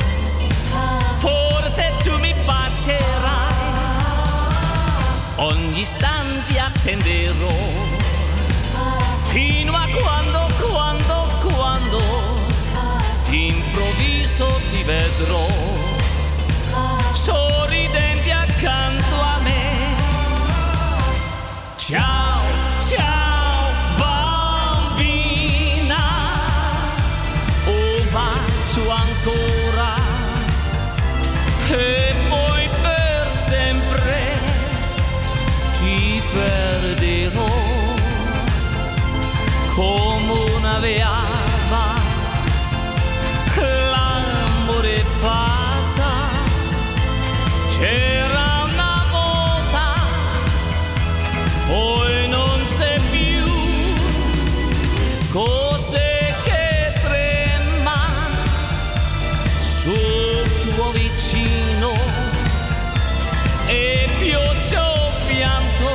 forse tu mi bacerai, ogni istante attenderò, fino a quando, quando, quando, d'improvviso ti vedrò, sorridente accanto a me. Ciao, ciao bambina, un bacio ancora e poi per sempre ti perderò come una veava, l'amore passa, c'era una volta, poi non sei più, cose che trema sul tuo vicino e pioggia o pianto,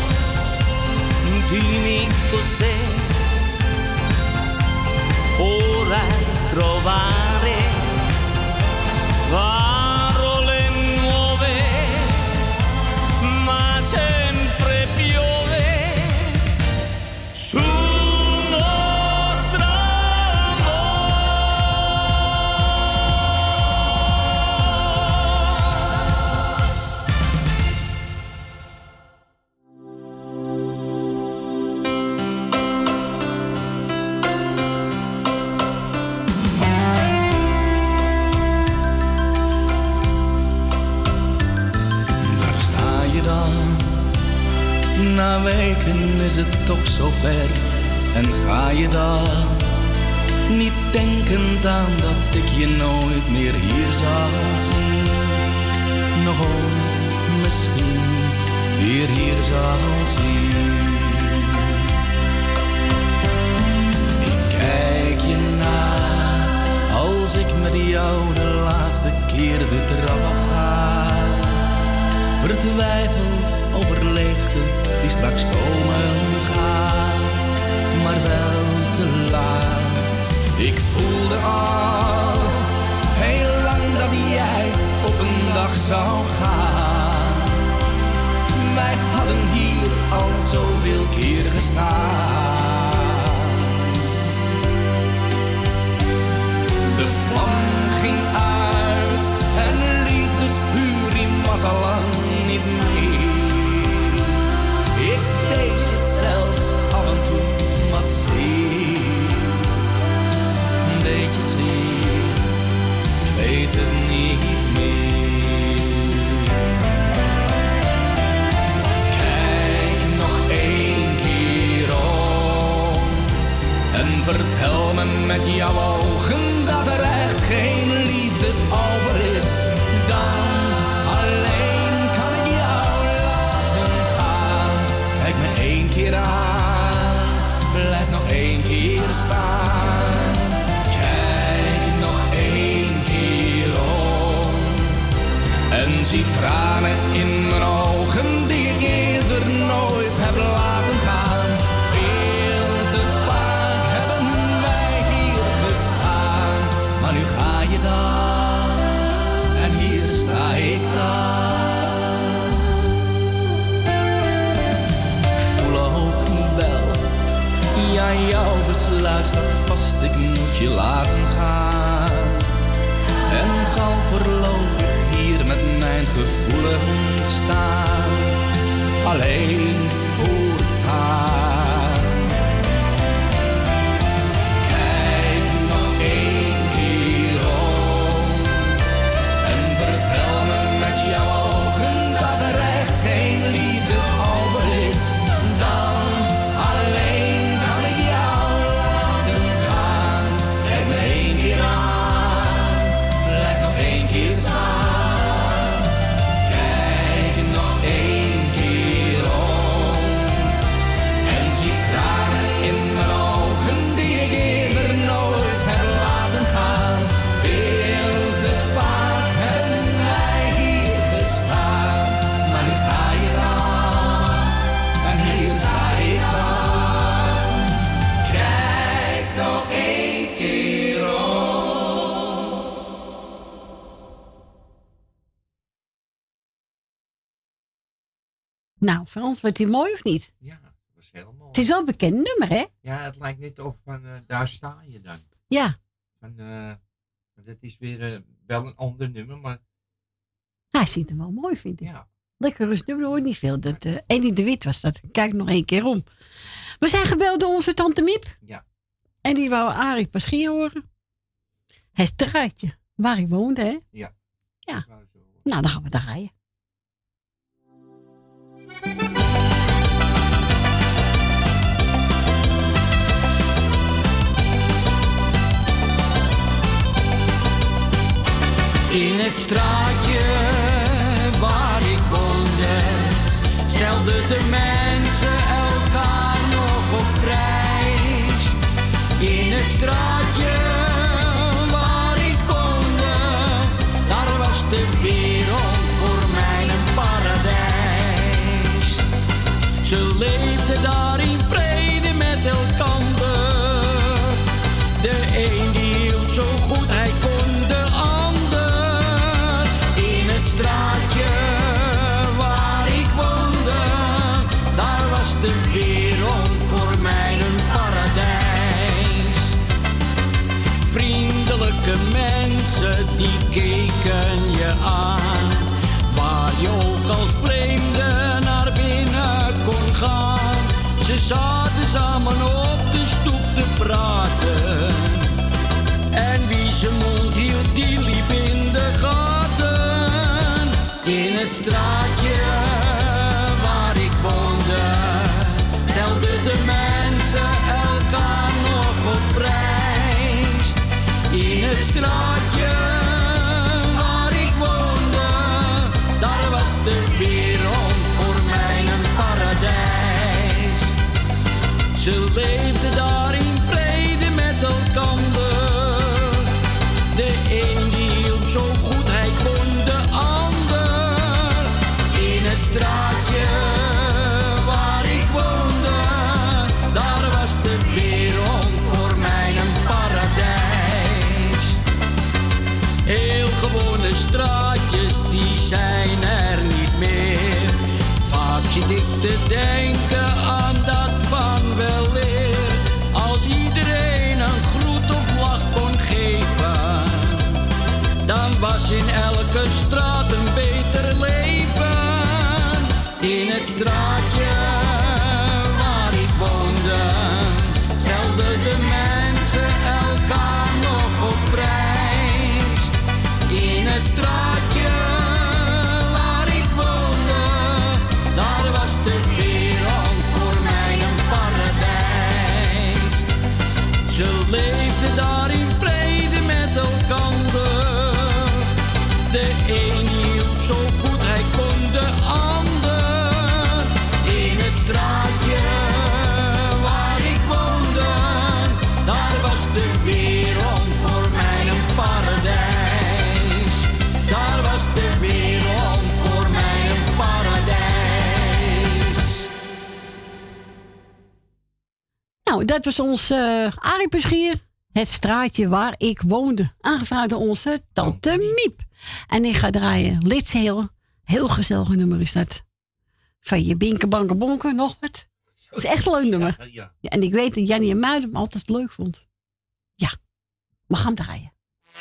dimmi cos'è, ora trovare parole nuove, ma sempre piove sul nostro Na weken is het toch zover en ga je dan niet denkend aan dat ik je nooit meer hier zal zien. Nog ooit misschien weer hier zal zien. Ik kijk je na als ik met jou de laatste keer de trap afga. Vertwijfeld over leegte die straks komen gaat, maar wel te laat. Ik voelde al heel lang dat jij op een dag zou gaan. Wij hadden hier al zoveel keer gestaan. De vlam ging uit en liefdesvuur was al lang niet meer. Ik deed je zelfs af en toe wat zeer. Deed je zeer, ik weet het niet meer. Kijk nog één keer om en vertel me met jouw ogen dat er echt geen liefde over is. Dan alleen kan ik jou laten gaan. Kijk me één keer aan, blijf nog één keer staan. Kijk nog één keer om en zie tranen in mijn ogen die ik eerder nooit heb laten gaan. Veel te vaak hebben wij hier gestaan, maar nu ga je dan en hier sta ik dan. Ik voel ook wel, ja, jouw besluit staat vast, ik moet je laten gaan. En zal voorlopig hier met mijn gevoelens staan, alleen voortaan. Kijk nog één keer om en vertel me met jouw ogen dat er echt geen liefde over is. Nou, Frans, wordt die mooi of niet? Ja, dat was heel mooi. Het is wel een bekend nummer, hè? Ja, het lijkt net of van uh, daar sta je dan. Ja. Van, uh, dat is weer uh, wel een ander nummer, maar... Hij ziet hem wel mooi, vind ik. Ja. Lekker rust nummer, hoor niet veel. Dat, uh, Eddie de Wit was dat. Kijk nog één keer om. We zijn gebeld door onze tante Miep. Ja. En die wou Arie Paschier horen. Het straatje waar hij woonde, hè? Ja. Ja. Nou, dan gaan we daar rijden. In het straatje waar ik woonde, stelden de mensen elkaar nog op prijs. In het straatje waar ik woonde, daar was de wereld voor mij een paradijs. Ze leefden daar in vrede met elkander. De een die hield zo goed hij kon de ander. In het straatje waar ik woonde, daar was de wereld voor mij een paradijs. Vriendelijke mensen die keken je aan, waar je ook als vreemde naar binnen kon gaan. Ze zaten samen op de stoep te praten, en wie zijn mond hield, die liep in de gaten. In het straatje waar ik woonde, stelden de mensen elkaar nog op prijs. In het straatje waar ik woonde, daar was de wereld voor mij een paradijs. Ze leefden daar in vrede met elkander. De een die hielp zo goed hij kon de ander. In het straatje waar ik woonde, daar was de wereld voor mij een paradijs. Heel gewone straatjes, die zijn er niet meer. Vaak zit ik te denken aan dat van weleer. Als iedereen een groet of lach kon geven, dan was in elke straat een beter leven. In het straatje waar ik woonde, stelden de mensen elkaar nog op prijs. In het straatje waar ik woonde, daar was de wereld voor mij een paradijs. Ze leefden daar in vrede met elkander. De een hielp zo goed hij kon de ander. In het straatje waar ik woonde, daar was de wereld voor mij een paradijs. Daar was de wereld voor mij een paradijs. Nou, dat was ons uh, Arie Paschier. Het straatje waar ik woonde. Aangevraagd door onze tante Miep. En ik ga draaien Litse Heel. Heel gezellig nummer is dat. Van je binken, banken, bonken, nog wat. Dat is echt een leuk nummer. Ja, ja. Ja, en ik weet dat Jannie en Muid hem altijd leuk vond. Ja, we gaan draaien.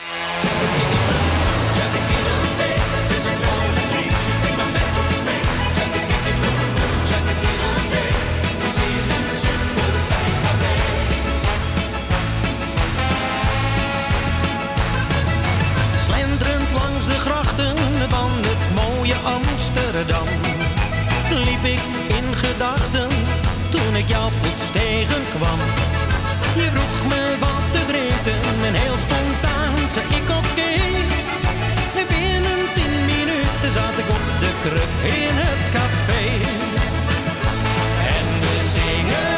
Slenterend langs de grachten van het mooie Amsterdam, liep ik in gedachten toen ik jou plots tegenkwam. Je vroeg me wat te drinken en heel spontaan zei ik oké. En binnen tien minuten zat ik op de kruk in het café. En we zingen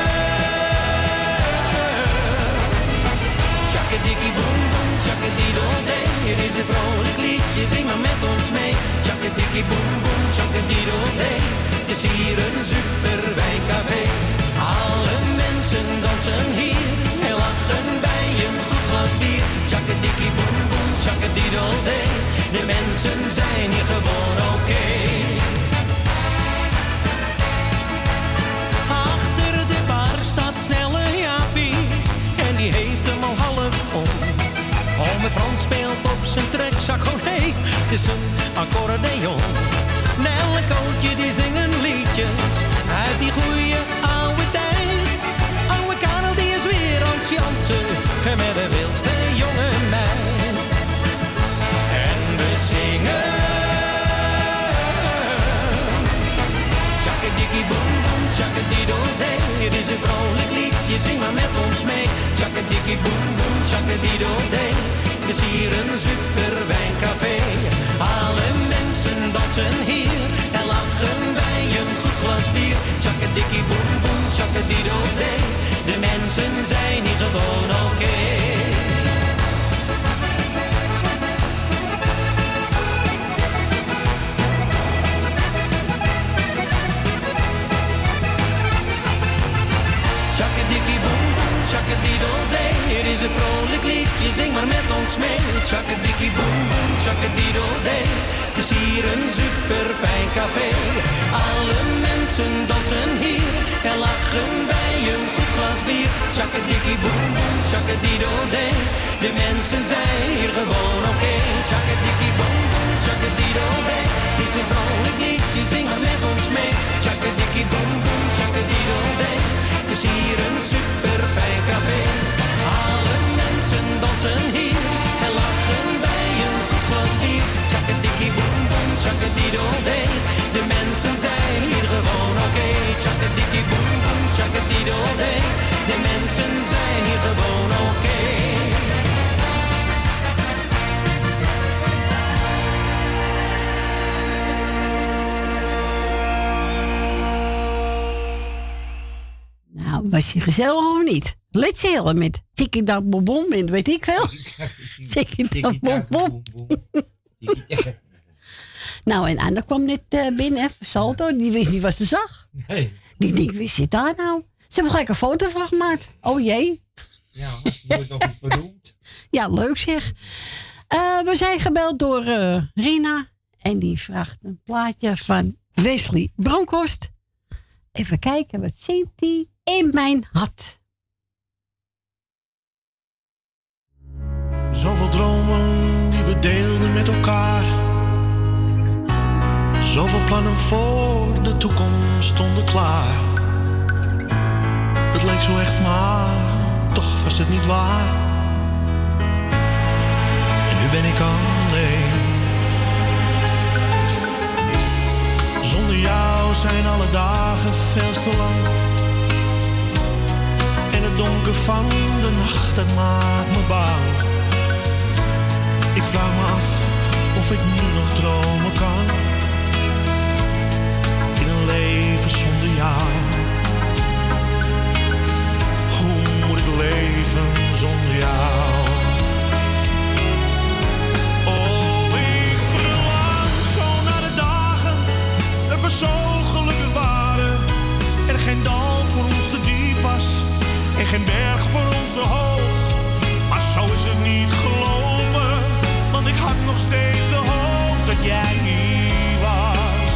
Tjakkadikkie boem boem, tjakkadiedel-dee. Het is een vrolijk liedje, zing maar met ons mee. Tjakkadikkie boem boem, tjakkadiedel-dee. Het is hier een super wijkcafé. Alle mensen dansen hier en lachen bij een goed glas bier. Tjakkadikkie boem boem, tjakkadiedel-dee. De mensen zijn hier gewoon oké. het is een accordeon. Nel en Kootje die zingen liedjes uit die goeie oude tijd. Oude Karel die is weer aan het jansen met de wildste jonge meid. En we zingen Tjakkadikkie boem boem, tjakkadidoodee. Het is een vrolijk liedje, zing maar met ons mee. Tjakkadikkie boem boem, tjakkadidoodee. Het is hier een super wijncafé. Alle mensen dansen hier en lachen bij een goed glas bier. Tjakkadikkie boem boem, tjakkadidoodee. De mensen zijn hier gewoon oké. Tjakkadikkie boem boem, tjakkadidoodee. Het is een vrolijk liedje, zing maar met ons mee. Tjakkadikkie boem boem, tjakkadidoodee. Het is hier een super fijn café. Alle mensen dansen hier en lachen bij een goed glas bier. Tjakkadikkie boem boem, tjakkadidoodee. De mensen zijn hier gewoon oké. Tjakkadikkie boem boem, tjakkadidoodee. Het is een vrolijk liedje, zing maar met ons mee. Tjakkadikkie boem boem, tjakkadidoodee. Het is hier een super fijn café. Alle mensen dansen hier en lachen bij een goed glas bier. Tjakkadikkie boem boem, tjakkadidoodee. De mensen zijn hier gewoon oké. Tjakkadikkie boem boem, tjakkadidoodee. De mensen zijn hier gewoon oké. Nou, was je gezellig of niet? Let's Helen met Tikkie Dak Bonbon en weet ik veel. Tikkie Dak Bonbon. Nou, en Anne kwam net uh, binnen, even salto. Die wist niet wat ze zag. Nee. Die denkt, wie zit daar nou? Ze hebben gelijk een foto van gemaakt. Oh jee. Ja, je wordt nog eens beroemd. Ja, leuk zeg. Uh, we zijn gebeld door uh, Rina. En die vraagt een plaatje van Wesley Bronkhorst. Even kijken, wat zingt die? In mijn hart. Zoveel dromen die we deelden met elkaar. Zoveel plannen voor de toekomst stonden klaar. Het leek zo echt, maar toch was het niet waar. En nu ben ik alleen. Zonder jou zijn alle dagen veel te lang. En het donker van de nacht, dat maakt me bang. Ik vraag me af of ik nu nog dromen kan. In een leven zonder jou. Hoe moet ik leven zonder jou? Oh, ik verlang zo naar de dagen dat we zo gelukkig waren. Er geen dal voor ons te diep was en geen berg voor ons te hoog. Maar zo is het niet gelopen, want ik had nog steeds de hoop dat jij hier was.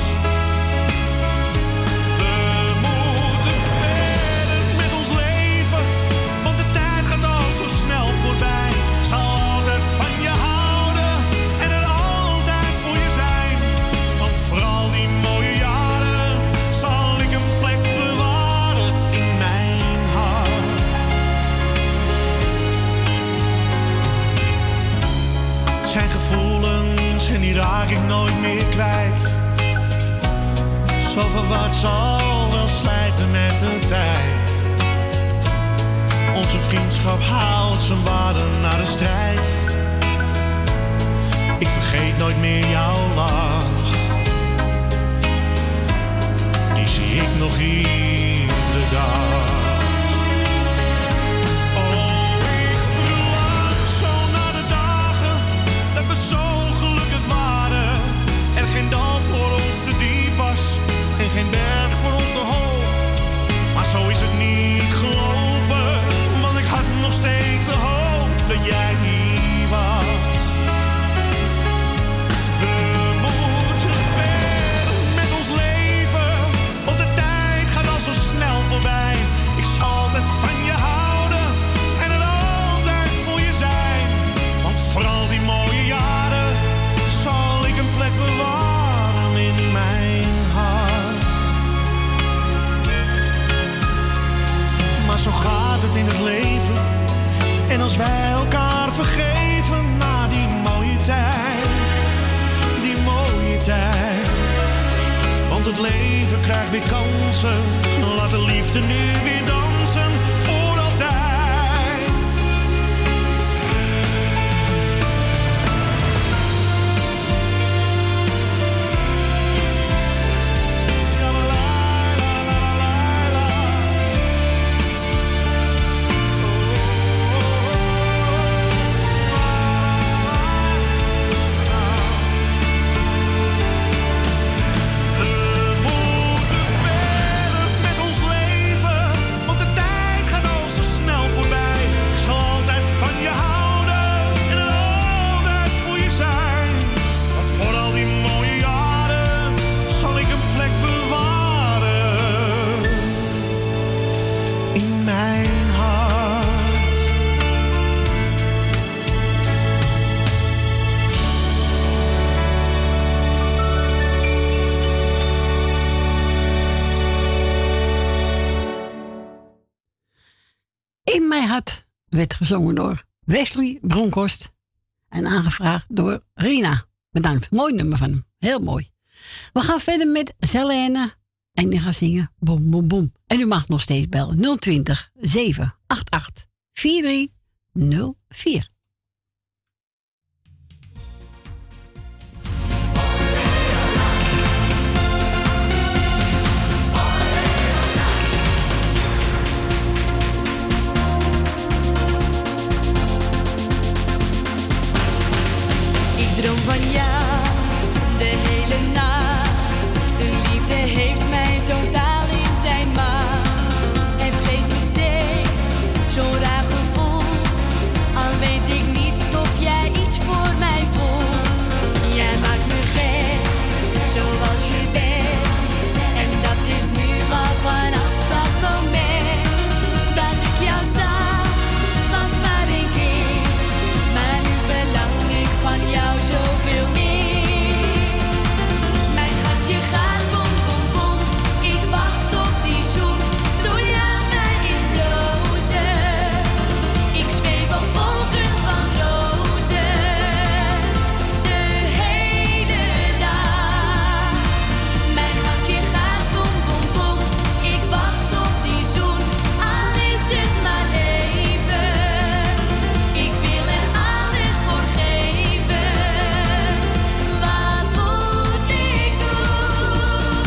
We moeten verder met ons leven, want de tijd gaat al zo snel voorbij. Ik zal altijd van je houden en er altijd voor je zijn. Want voor al die mooie jaren zal ik een plek bewaren in mijn hart. Het zijn gevoelens en die raak ik nooit meer kwijt. Zoveel wat zal wel slijten met de tijd. Onze vriendschap houdt zijn waarde naar de strijd. Ik vergeet nooit meer jouw lach. Die zie ik nog iedere dag. Oh, ik verlang zo naar de dagen dat we zo gelukkig waren. Er geen dal voor ons te diep was en geen berg voor ons te hoog. Maar zo is het niet gelopen, want ik had nog steeds de hoop dat jij hier krijg weer kansen. Laat de liefde nu weer dansen voor altijd. Werd gezongen door Wesley Bronkhorst en aangevraagd door Rina. Bedankt, mooi nummer van hem, heel mooi. We gaan verder met Selene en die gaat zingen Boom Boom Boom. En u mag nog steeds bellen nul twintig, zeven acht acht, vier drie nul vier. Droom van jou de hele nacht. De liefde heeft mij totaal in zijn macht. Het geeft me steeds zo'n raar gevoel. Al weet ik niet of jij iets voor mij voelt. Jij maakt me gek, zoals je bent. En dat is nu al vanaf dat moment dat ik jou zag. Het was maar één keer, maar nu verlang ik van jou zoveel meer. Mijn hartje gaat bom, bom, bom. Ik wacht op die zoen. Doe jij mij eens blozen. Ik zweef op wolken van rozen. De hele dag. Mijn hartje gaat bom, bom, bom. Ik wacht op die zoen. Al is het maar even. Ik wil er alles voor geven. Wat moet ik doen?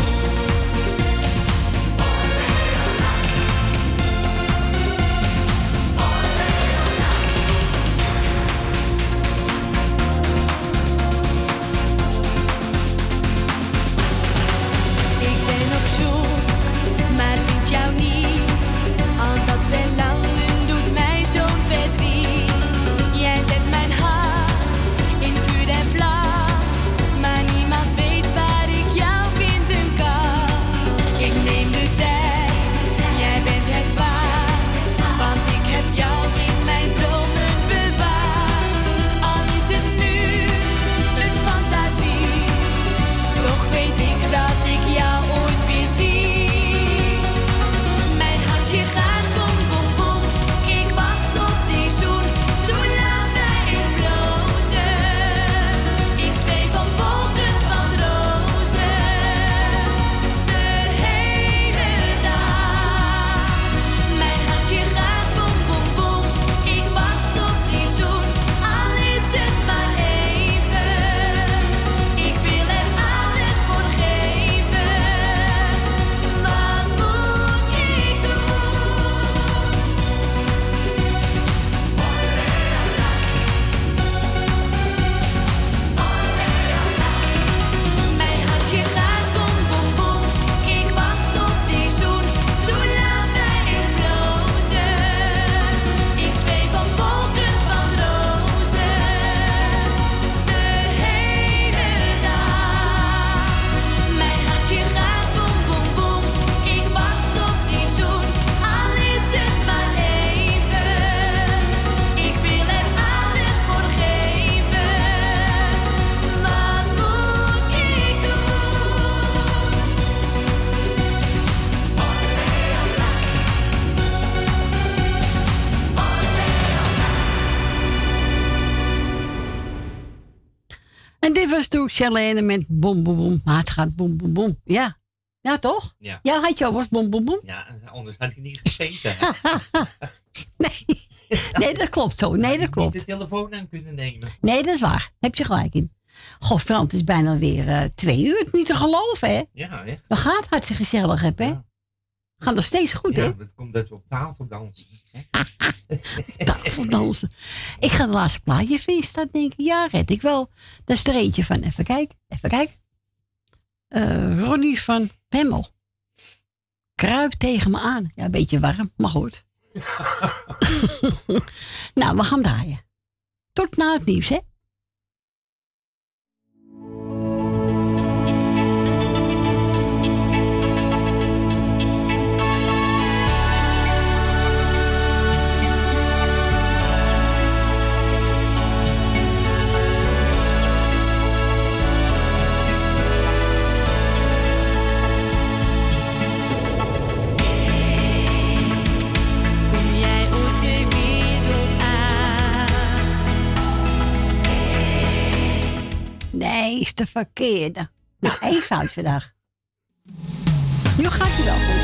Ik ben op zoek, maar vind jou niet. Al dat verlangen doet mij zo'n verdriet. Jij zet mijn hart in vuur en vlam, maar niemand weet waar ik jou vinden kan. Ik neem de tijd, jij bent het waard, want ik heb jou in mijn dromen bewaard. Al is het nu een fantasie, toch weet ik dat ik jou ooit weer zie. Mijn hartje gaat bom, bom, bom. Ik wacht op die zoen. Doe laat mij eens blozen. Ik zweef op wolken van rozen. De hele dag. Mijn hartje gaat bom, bom, bom. Ik wacht op die zoen. Al is het maar even. Ik wil er alles voor geven. Wat moet ik doen? Mijn hartje gaat bom, bom, bom. Ik wacht op die zoen. Doe laat mij eens blozen. Ik zweef op wolken van rozen. De hele dag. Mijn hartje gaat bom, bom, bom. Ik wacht op die zoen. Al is het maar even. Ik wil er alles voor geven. Wat moet ik doen? En dit was toen Selene met bom, bom, bom. Maar het gaat bom, bom, bom. Ja. Ja, toch? Ja. Ja, had je ook was bom, bom, bom. Ja, anders had ik niet gezeten. nee. nee, dat klopt zo. Nee, dat klopt. Niet de telefoon aan kunnen nemen. Nee, dat is waar. Heb je gelijk in. Goh, Frans, het is bijna weer uh, twee uur. Het is niet te geloven, hè? Ja, echt. We gaan het hartstikke gezellig hebben, hè? Ja. Gaat nog steeds goed, ja, hè? Ja, het komt dat we op tafel dansen. tafel dansen. Ik ga de laatste plaatje vinden, dat denk ik. Ja, red ik wel. Dat is er eentje van. Even kijken. Even kijken. Uh, Ronnie van Pemmel. Kruip tegen me aan. Ja, een beetje warm, maar goed. nou, we gaan draaien. Tot na het nieuws, hè? Nee, is de verkeerde. Nou, één fout vandaag. Nu gaat het wel goed.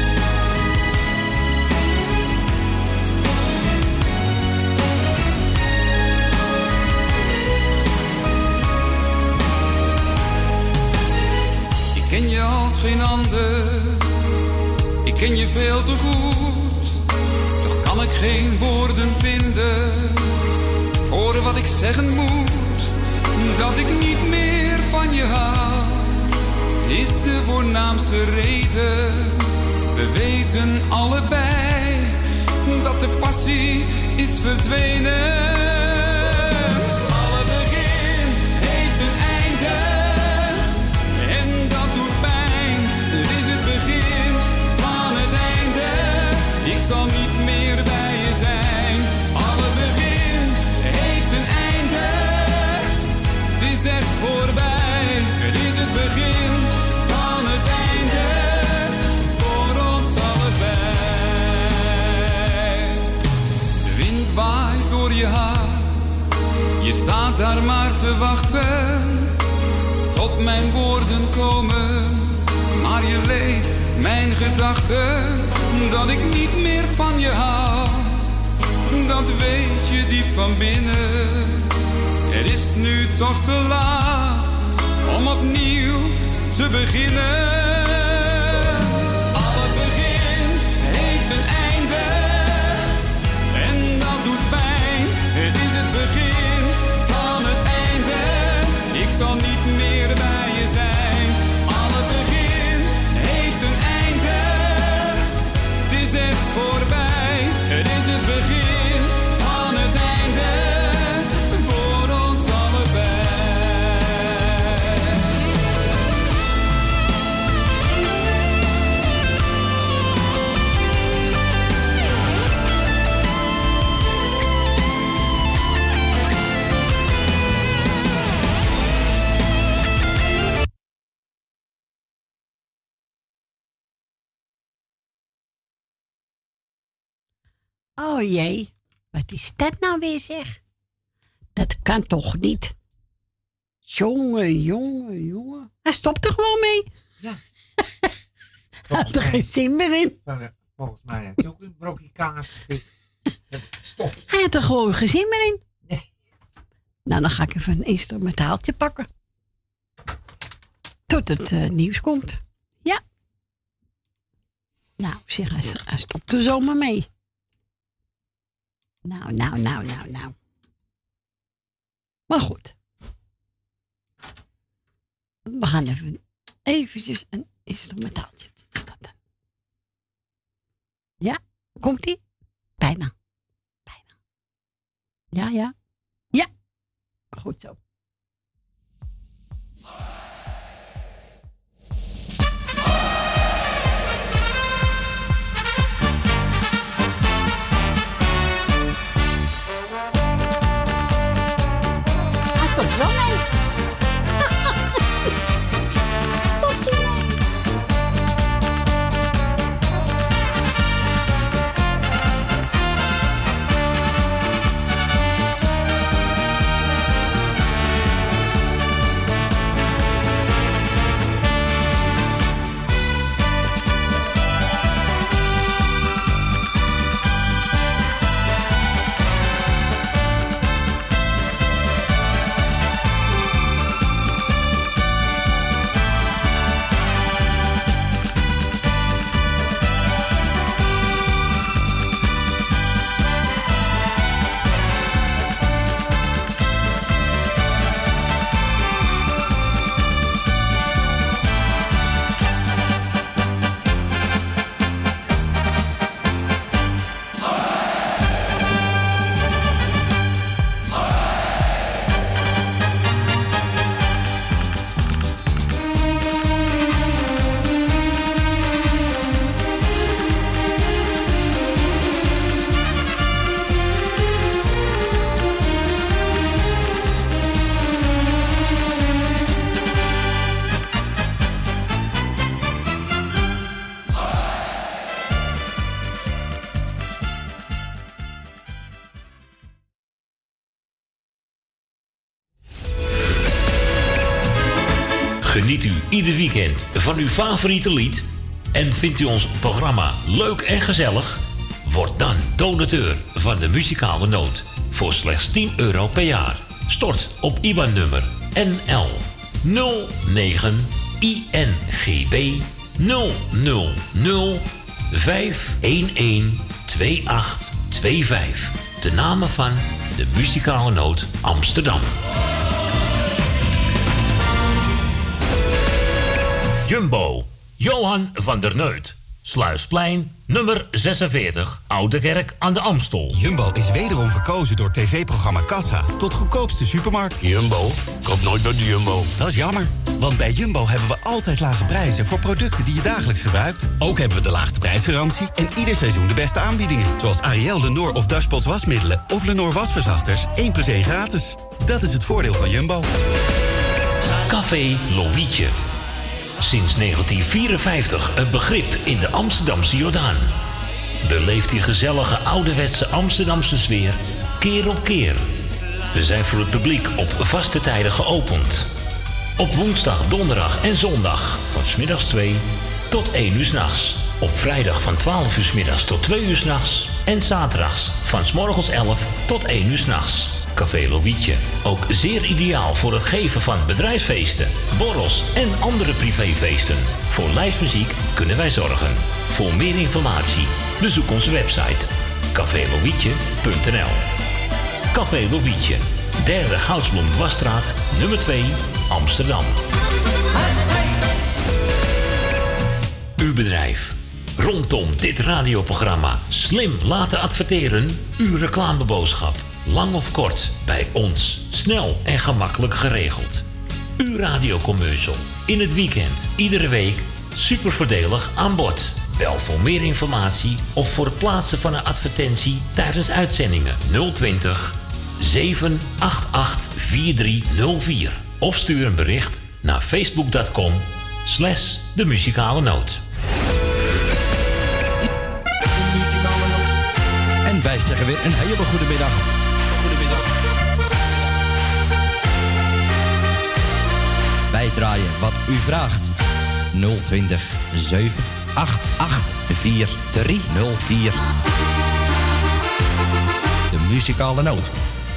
Ik ken je als geen ander. Ik ken je veel te goed. Toch kan ik geen woorden vinden voor wat ik zeggen moet. Dat ik niet meer van je hou, is de voornaamste reden. We weten allebei dat de passie is verdwenen. Alle begin heeft een einde en dat doet pijn. Het is het begin van het einde. Ik zal niet meer bij je zijn. Alle begin heeft een einde. Het is echt voorbij, het is het begin van het einde voor ons allebei. De wind waait door je haar, je staat daar maar te wachten tot mijn woorden komen. Maar je leest mijn gedachten, dat ik niet meer van je hou. Dat weet je diep van binnen. Het is nu toch te laat om opnieuw te beginnen. Alle begin heeft een einde en dat doet pijn. Het is het begin van het einde. Ik zal niet meer bij je zijn. Alle begin heeft een einde. Het is echt voorbij. Het is het begin van het einde. Oh jee, wat is dat nou weer zeg? Dat kan toch niet? Jongen, jongen, jongen. Hij stopt er gewoon mee. Ja. Hij had er geen zin meer in. Volgens mij had hij ook een brokje kaas. Het stopt. Hij had er gewoon geen zin meer in. Nee. Nou, dan ga ik even een instrumentaaltje pakken. Tot het uh, nieuws komt. Ja. Nou, zeg, hij, hij stopt er zomaar mee. Nou, nou, nou, nou, nou. Maar goed. We gaan even eventjes een instrumentaaltje. Wat is dat dan? Ja, komt-ie? Bijna. Bijna. Ja, ja. Ja. Goed zo. Geniet u ieder weekend van uw favoriete lied? En vindt u ons programma leuk en gezellig? Word dan donateur van de Muzikale Noot voor slechts tien euro per jaar. Stort op I B A N-nummer N L nul negen I N G B nul nul nul vijf een een twee acht twee vijf. De namen van de Muzikale Noot Amsterdam. Jumbo, Johan van der Neut. Sluisplein, nummer zesenveertig, Oude Kerk aan de Amstel. Jumbo is wederom verkozen door tv-programma Kassa tot goedkoopste supermarkt. Jumbo? Koop nooit bij de Jumbo. Dat is jammer, want bij Jumbo hebben we altijd lage prijzen voor producten die je dagelijks gebruikt. Ook hebben we de laagste prijsgarantie en ieder seizoen de beste aanbiedingen. Zoals Ariel, Lenor of Dashpot wasmiddelen of Lenor wasverzachters. één plus één gratis. Dat is het voordeel van Jumbo. Café Lovietje. Sinds negentien vierenvijftig een begrip in de Amsterdamse Jordaan. Beleeft die gezellige ouderwetse Amsterdamse sfeer keer op keer. We zijn voor het publiek op vaste tijden geopend. Op woensdag, donderdag en zondag van 's middags twee tot één uur 's nachts. Op vrijdag van twaalf uur 's middags tot twee uur 's nachts. En zaterdags van 's morgens elf tot één uur 's nachts. Café Lovietje. Ook zeer ideaal voor het geven van bedrijfsfeesten, borrels en andere privéfeesten. Voor lijstmuziek kunnen wij zorgen. Voor meer informatie bezoek onze website café lovietje punt n l. Café Lovietje, derde Goudsblom Dwarsstraat, nummer twee, Amsterdam. Uw bedrijf rondom dit radioprogramma slim laten adverteren? Uw reclameboodschap, lang of kort, bij ons snel en gemakkelijk geregeld. Uw radiocommercial in het weekend, iedere week, super voordelig aan bod. Bel voor meer informatie of voor het plaatsen van een advertentie tijdens uitzendingen nul twintig zeven acht acht vier drie nul vier. Of stuur een bericht naar facebook punt com slash de muzikale noot. En wij zeggen weer een hele goede middag. Goedemiddag. Wij draaien wat u vraagt. nul twintig zeven acht acht vier drie nul vier. De muzikale noot.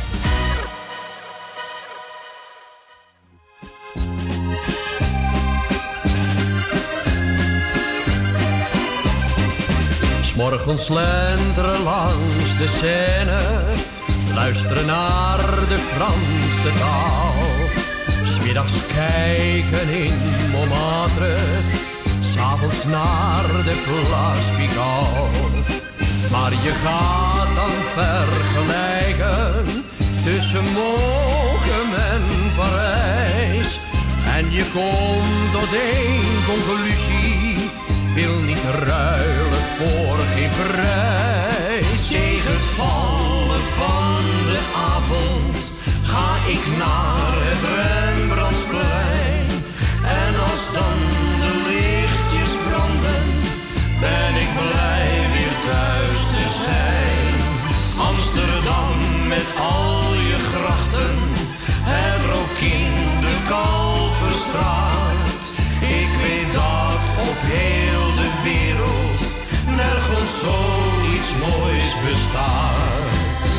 Morgens slenteren langs de Seine, luisteren naar de Franse taal. 'S Middags kijken in Montmartre, 's avonds naar de Place Pigalle. Maar je gaat dan vergelijken tussen Mokum en Parijs. En je komt tot één conclusie: wil niet ruilen voor geen prijs. Tegen het vallen van de avond ga ik naar het Rembrandtsplein. En als dan de lichtjes branden, ben ik blij weer thuis te zijn. Amsterdam met al je grachten, het rook in de Kalverstraat. Ik weet dat op heel de wereld nergens zoiets moois bestaat.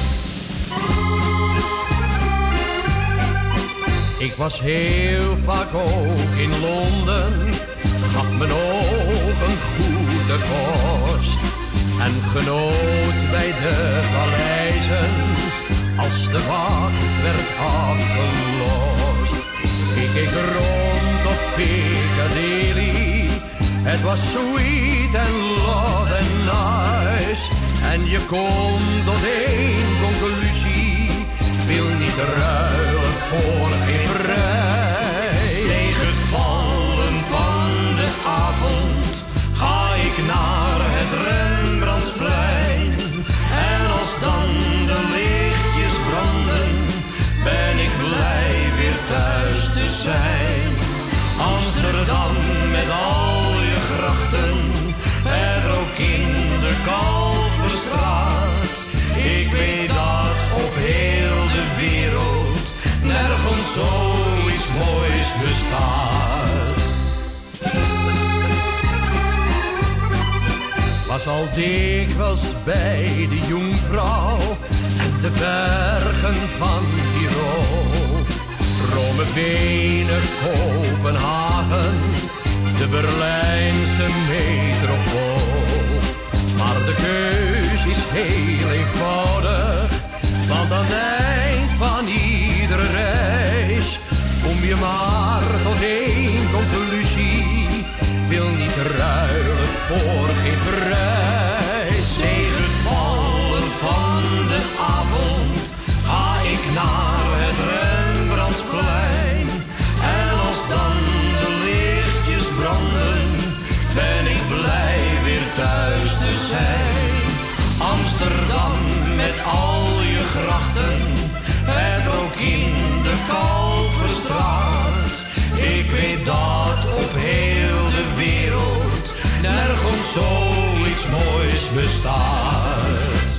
Ik was heel vaak ook in Londen, gaf mijn ogen goed de kost. En genoot bij de paleizen, als de wacht werd afgelost. Ik keek rond op Piccadilly, het was sweet and love and nice. En je komt tot één conclusie, wil niet ruilen voor geen prijs. Tegen het vallen van de avond ga ik naar het Rembrandtsplein. En als dan de lichtjes branden, ben ik blij weer thuis te zijn. Amsterdam met al je grachten, het rook in de Kalverstraat. Ik weet dat op heel de wereld nergens zoiets moois bestaat. was al dikwijls bij de Jungfrau en de bergen van Tirol. Rome, Wenen, Kopenhagen, de Berlijnse metropool. Maar de keus is heel eenvoudig, want aan het eind van iedere reis kom je maar tot één conclusie. Wil niet ruilen voor geen prijs. Tegen het vallen van de avond ga ik naar het Rembrandtsplein. En als dan de lichtjes branden, ben ik blij weer thuis te zijn. Amsterdam met al je grachten, het ook in de Kalverstraat. Ik weet dat op heel de wereld nergens zoiets moois bestaat.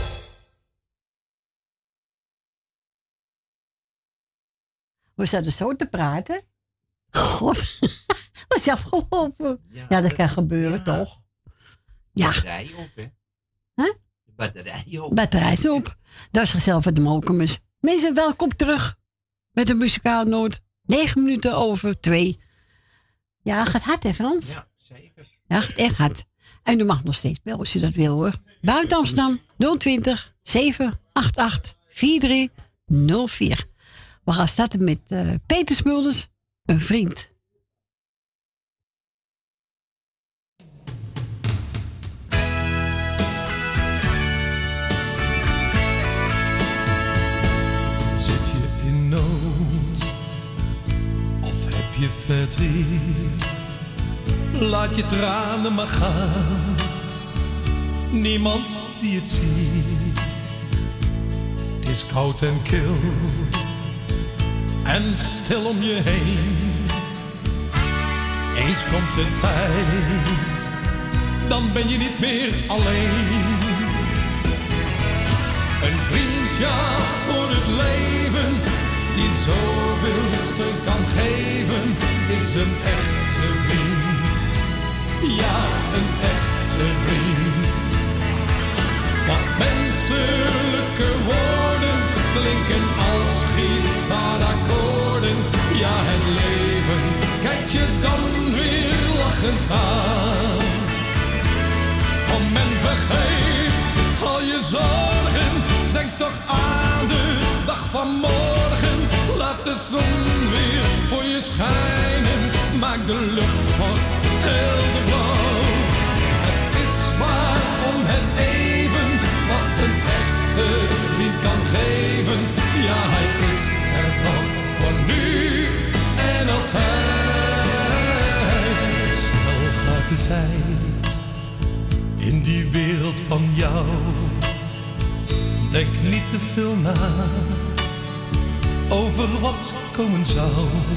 We zaten zo te praten. God, we zijn afgelopen. Ja, ja, dat kan gebeuren, ja. Toch? Ja. Batterij op, hè? Huh? De batterij op. Batterij is op. Dat is gezellig voor de Mokemus. Mensen, welkom terug met een muzikale noot. Negen minuten over twee. Ja, gaat hard, hè, Frans? Ja, zeker. Ja, gaat echt hard. En u mag nog steeds bellen als je dat wil, hoor. Buiten Amsterdam, nul twintig, zeven acht acht, vier drie nul vier. We gaan starten met uh, Peter Smulders, een vriend. Zit je in nood of heb je verdriet? Laat je tranen maar gaan, niemand die het ziet. Het is koud en kil en stil om je heen. Eens komt de tijd, dan ben je niet meer alleen. Een vriend, ja, voor het leven, die zoveel steun kan geven, is een echte vriend. Ja, een echte vriend. Want menselijke woorden klinken als gitaarakkoorden. Ja, het leven kijkt je dan weer lachend aan. Kom en vergeet al je zorgen, denk toch aan de dag van morgen. Laat de zon weer voor je schijnen, maak de lucht toch helder blauw. Het is maar om het even, wat een echte vriend kan geven. Ja, hij is er toch voor nu en altijd. Snel gaat de tijd in die wereld van jou. Denk niet te veel na over wat komen zou.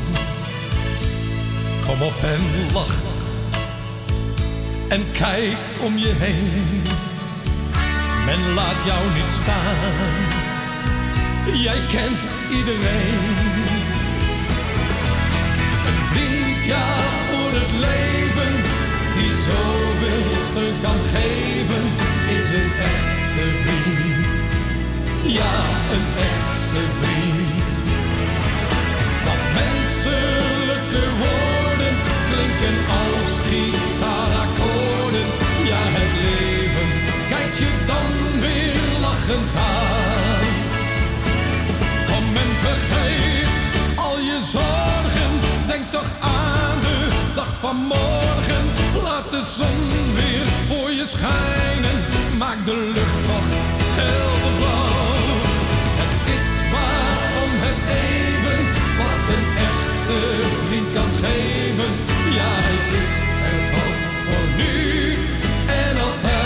Kom op en lach en kijk om je heen. Men laat jou niet staan, jij kent iedereen. Een vriend, ja, voor het leven, die zoveel steun kan geven, is een echte vriend. Ja, een echte vriend. Want menselijke woorden klinken als gitaarakkoorden. Ja, het leven kijkt je dan weer lachend aan. Kom en vergeet al je zorgen, denk toch aan de dag van morgen. Laat de zon weer voor je schijnen, maak de lucht toch helder blauw. Het is maar om het even, wat een echte vriend kan geven. Ja, hij is er toch voor nu en altijd.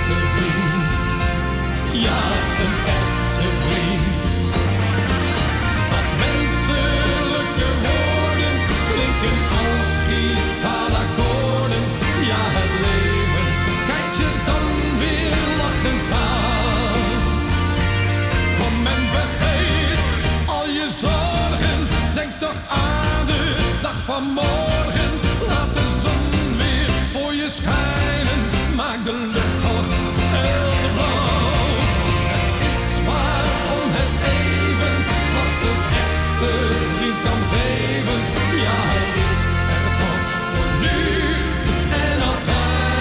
echte vriend. Ja, een echte vriend. Wat menselijke woorden klinken als gitaarakkoorden. Ja, het leven kijkt je dan weer lachend aan. Kom en vergeet al je zorgen. Denk toch aan de dag van morgen. Laat de zon weer voor je schijnen. Maak de lucht toch helder blauw. Het is maar om het even wat een echte vriend kan geven. Ja, hij is er toch voor nu en altijd.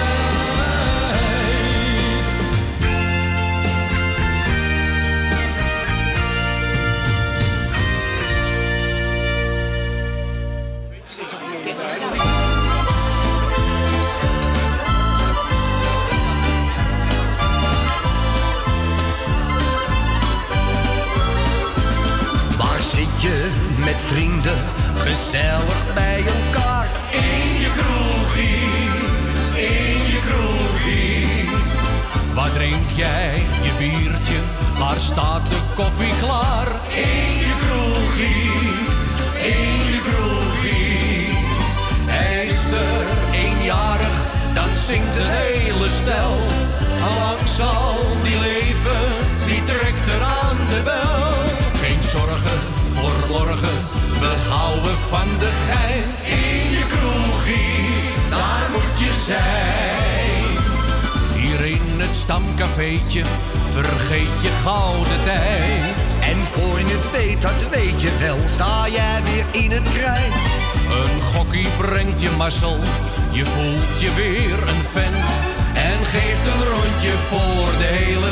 Waar zit je met vrienden, gezellig bij elkaar? In je kroegie, in je kroegie. Waar drink jij je biertje? Waar staat de koffie klaar? In je kroegie, in je kroegie. Hij is er eenjarig, dan zingt de hele stel. Allang zal die leven, die trekt er aan de bel. Geen zorgen voor morgen, we houden van de gein. In je kroegie, daar moet je zijn. Hier in het stamcafeetje vergeet je gouden tijd. En voor je het weet, dat weet je wel, sta jij weer in het krijt. Een gokkie brengt je mazzel, je voelt je weer een vent. En geeft een rondje voor de hele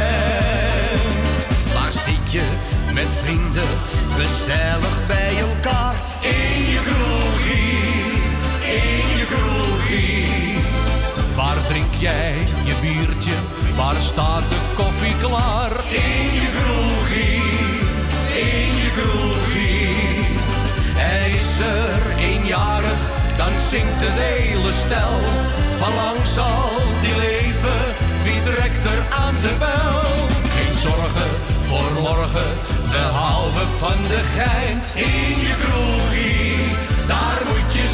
tent. Waar zit je met vrienden, gezellig bij elkaar? In je kroegie, in je kroegie. Waar drink jij je biertje? Waar staat de koffie klaar? In je kroegie, in je kroegie. Hij is er eenjarig, dan zingt het hele stel. Van lang zal die leven, wie trekt er aan de bel? Geen zorgen voor morgen, we houden van de gein. In je kroegie, daar moet je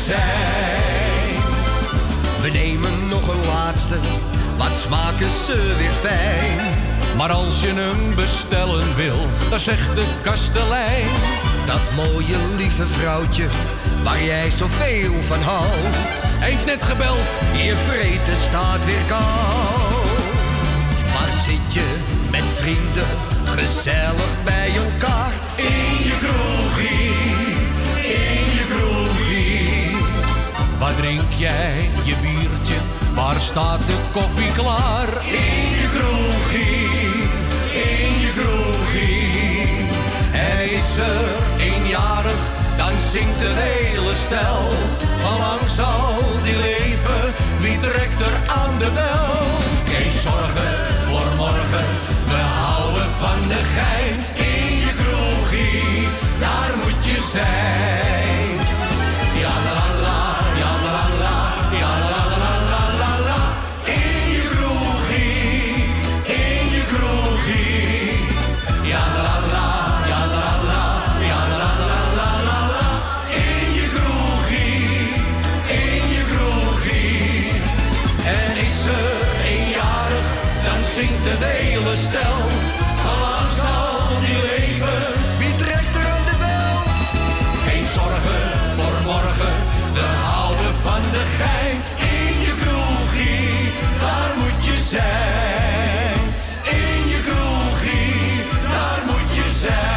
zijn. We nemen nog een laatste, wat smaken ze weer fijn. Maar als je hem bestellen wil, dan zegt de kastelein. Dat mooie lieve vrouwtje, waar jij zoveel van houdt, heeft net gebeld, je vreten staat weer koud. Waar zit je met vrienden, gezellig bij elkaar? In je kroegie, in je kroegie. Waar drink jij je biertje? Waar staat de koffie klaar? In je kroegie, in je kroegie. Hij is er eenjarig, dan zingt het hele stel. Van lang zal die leven, wie trekt er aan de bel? Geen zorgen voor morgen, we houden van de gein. In je kroegie, daar moet je zijn. Ja la la, ja la la, ja la la la la la. In je kroegie, in je kroegie. Ja la la, ja la la, ja la la la la la. In je kroegie, in je kroegie. En is er eenjarig, dan zingt het hele stel. Van lang zal die leven, wie trekt er aan de bel? geen zorgen voor morgen, we houden van de gein. In je kroegie, daar moet je zijn. In je kroegie, daar moet je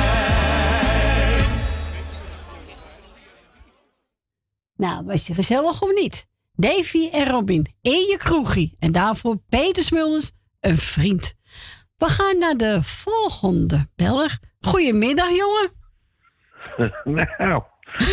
zijn. Nou, was je gezellig of niet? Davy en Robin, in je kroegie. En daarvoor Peter Smulders, een vriend. We gaan naar de volgende beller. Goedemiddag, jongen. Nou.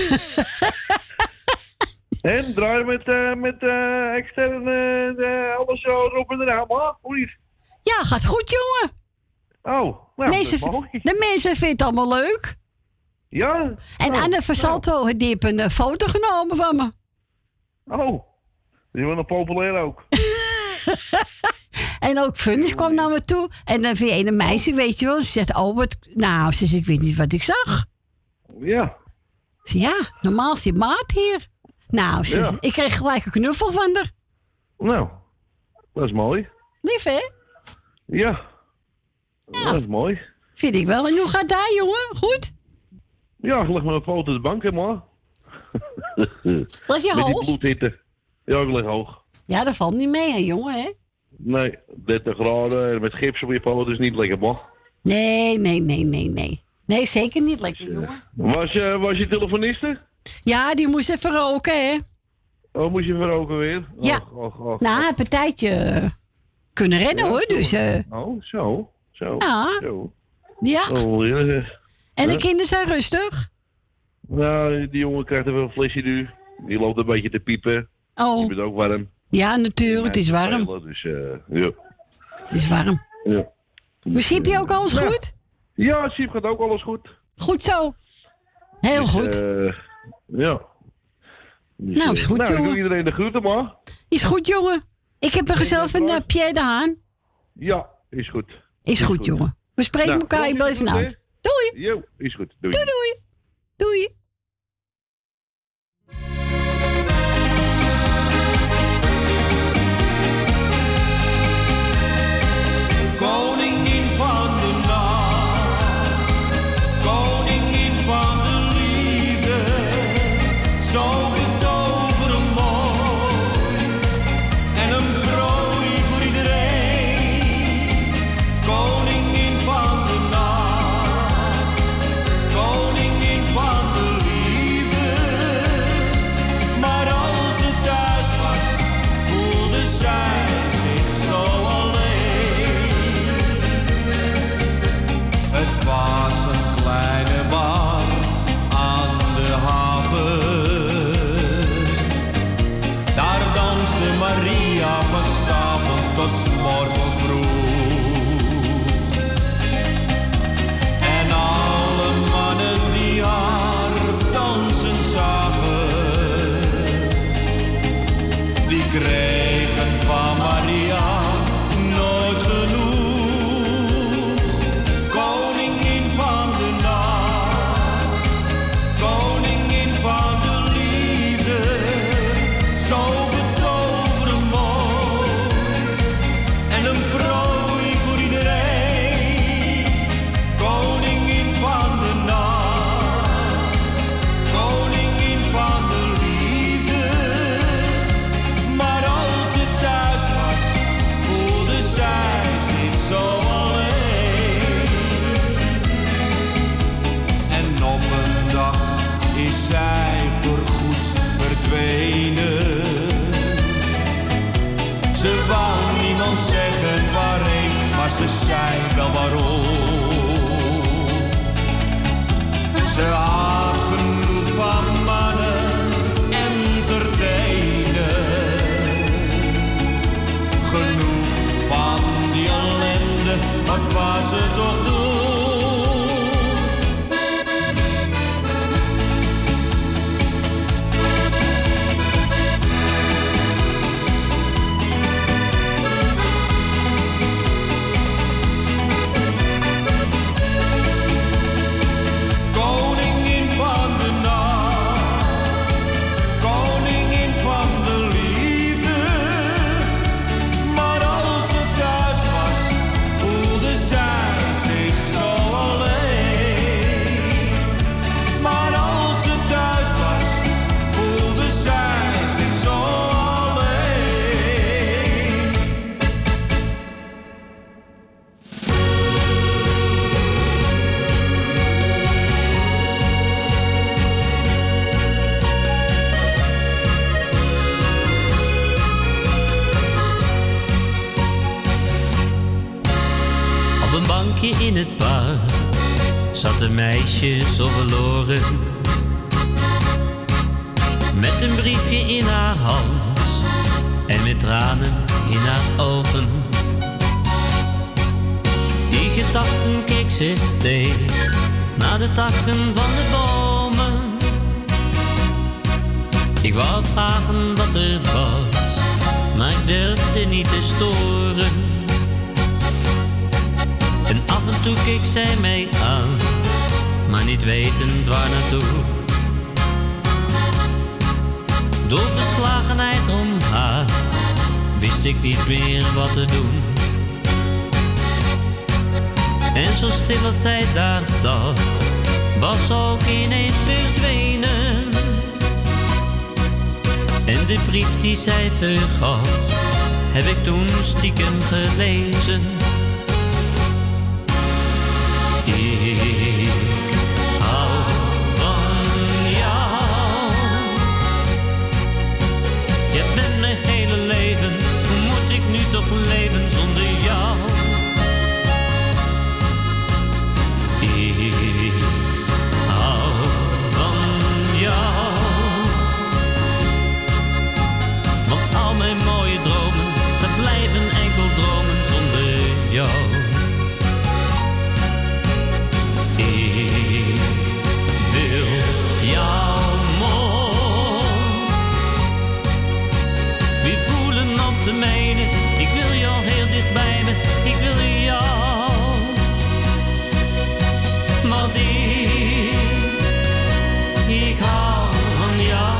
En draaien met, uh, met uh, externe uh, alles zo erop en eraan, maar hoe niet? Ja, gaat goed, jongen. Oh, nou, mensen, dat is mooi. de mensen vinden het allemaal leuk. Ja. En oh, Anne Versalto, nou. die heeft een uh, foto genomen van me. Oh, die was nog populair ook. En ook Funnis kwam naar me toe. En dan weer een meisje, weet je wel. Ze zegt, Albert, nou, ze zegt, ik weet niet wat ik zag. Ja. Ze, ja, normaal zit Maat hier. Nou, ze, Ja. ik kreeg gelijk een knuffel van haar. Nou, dat is mooi. Lief, hè? Ja. Dat is mooi. Vind ik wel. En hoe gaat daar, jongen? Goed? Ja, ik leg mijn poot op de bank, hè, maar. Was je Met die hoog? bloedhitte. Ja, ik lig hoog. Ja, dat valt niet mee, hè, jongen, hè? Nee, dertig graden en met gips op je poot is niet lekker, man. Nee, nee, nee, nee, nee. Nee, zeker niet lekker, jongen. Was je, was je telefoniste? Ja, die moest even roken, hè? Oh, moest je verroken weer? Ja. Och, och, och. Nou, een partijtje eh, kunnen redden, Ja, hoor. zo. Dus, eh, Oh, zo. Zo. Ja. Zo. ja. Oh, ja, zeg. En de Ja. kinderen zijn rustig. Nou, die jongen krijgt even een flesje nu. Die loopt een beetje te piepen. Oh. Je bent ook warm. Ja, natuurlijk. Het is warm. Spelen, Dus, eh, ja. Het is warm. Ja. Maar Siep je ook alles Ja. goed? Ja, Siep gaat ook alles goed. Goed zo. Heel Dus, goed. eh, ja. Dus, Nou, is eh, goed, nou, ik jongen. doe iedereen de groeten, maar. Is goed, jongen. Ik heb er gezellig een uh, Pierre de Haan. Ja, is goed. Is goed, jongen. We spreken Nou, elkaar. Ik groetjes, blijf vanuit. Doei. Jo, is goed. Doei. Doei, doei. Doei. Koningin van de nacht, koningin van de liefde, zo betoverend mooi en een prooi voor iedereen. Koningin van de nacht, koningin van de liefde, maar als ze thuis was, voelde zij zich zo alleen. Het was een kleine bar aan de haven. Daar danste Maria van 's avonds tot 's morgens vroeg. En alle mannen die haar dansen zagen, die kregen van Maria nooit genoeg. Koningin van de nacht, koningin van de liefde, zo betoverend mooi en een prooi voor iedereen. Koningin van de nacht, koningin van de liefde, maar als ze thuis was, voelde zij zich zo alleen. En op een dag is zij voorgoed verdwenen. Ze wou niemand zeggen waarheen, maar ze zei wel waarom. Ze had genoeg van mannen en entertainen. Genoeg van die ellende, wat was het toch doen? Koningin van de nacht, koningin van de liefde, maar als ze thuis was, voelde zij zich zo alleen. Maar als ze thuis was, voelde zij zich zo alleen. Op een bankje in het park zat een meisje zo verloren. Met een briefje in haar hand en met tranen in haar ogen. Die gedachten keek ze steeds naar de takken van de bomen. Ik wou vragen wat er was, maar ik durfde niet te storen. keek zij mij aan, maar niet wetend waar naartoe. Door verslagenheid om haar wist ik niet meer wat te doen. En zo stil als zij daar zat, was ook ineens verdwenen. En de brief die zij vergat, heb ik toen stiekem gelezen. Ik hou van jou. Je bent mijn hele leven, hoe moet ik nu toch leven zonder jou? Ik hou van jou. Want al mijn mooie dromen, dat blijven enkel dromen zonder jou. Ik wil jou mooi. We voelen op de mijne. Ik wil jou heel dicht bij me. Ik wil jou. Want ik, ik hou van jou.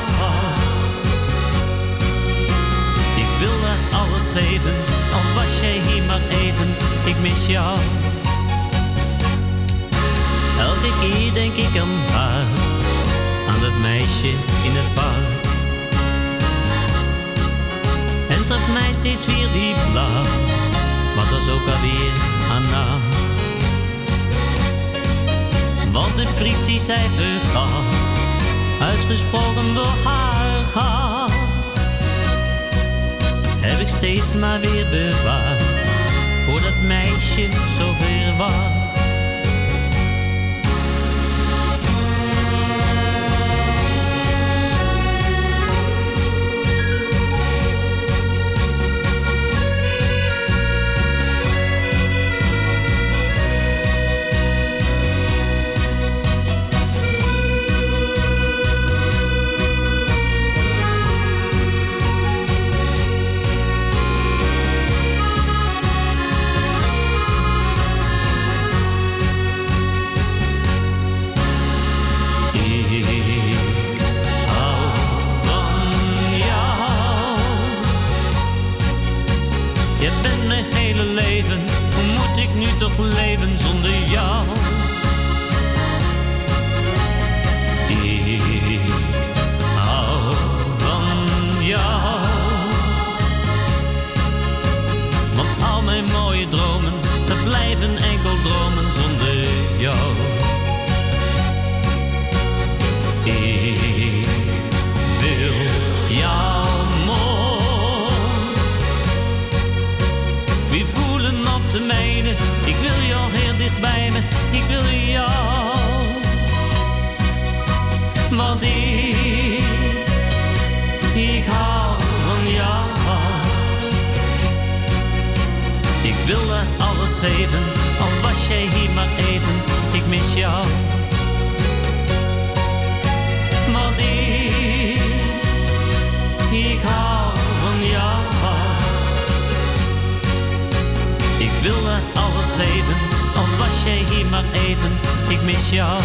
Ik wil echt alles geven, al was jij hier maar even. Ik mis jou. Elke keer denk ik aan haar, aan dat meisje in het park. En treft mij steeds weer die blauw, wat was ook alweer haar naam. Want de brief die zij vergat, uitgesproken door haar hart, heb ik steeds maar weer bewaard, voor dat meisje zo ver was. Hoe moet ik nu toch leven zonder jou? Ik hou van jou. Want al mijn mooie dromen, dat blijven enkel dromen zonder jou. Ik wil jou mooi. We voelen op de mijne. Ik wil jou heel dicht bij me. Ik wil jou. Want ik, ik hou van jou. Ik wil echt alles geven, al was jij hier maar even. Ik mis jou. Want ik, ik hou van jou. Ik wil echt alles geven, al was jij hier maar even. Ik mis jou.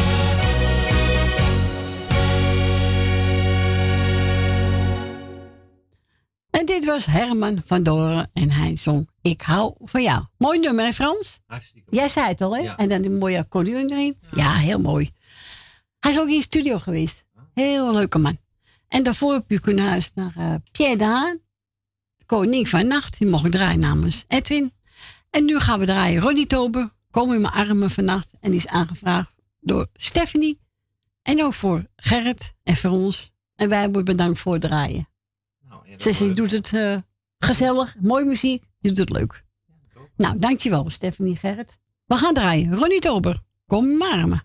En dit was Herman van Doren en hij zong Ik hou van jou. Mooi nummer, hè Frans? Hartstikke. Jij zei het al, hè? Ja. En dan een mooie accordeon erin. Ja. Ja, heel mooi. Hij is ook in de studio geweest. Heel leuke man. En daarvoor heb je kunnen luisteren naar uh, Pierre de Haan. Koning van Nacht. Die mocht draaien namens Edwin. En nu gaan we draaien Ronnie Tober. Kom in mijn armen vannacht. En die is aangevraagd door Stephanie. En ook voor Gerrit en voor ons. En wij worden bedankt voor het draaien. Nou, Ze doet het uh, gezellig. Mooie muziek. Die doet het leuk. Ja, nou, dankjewel Stephanie, Gerrit. We gaan draaien. Ronnie Tober. Kom in mijn armen.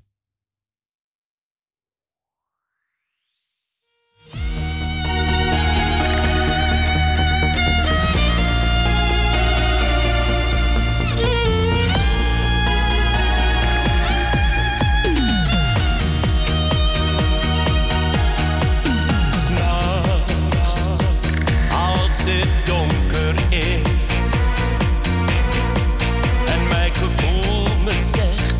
Het donker is en mijn gevoel me zegt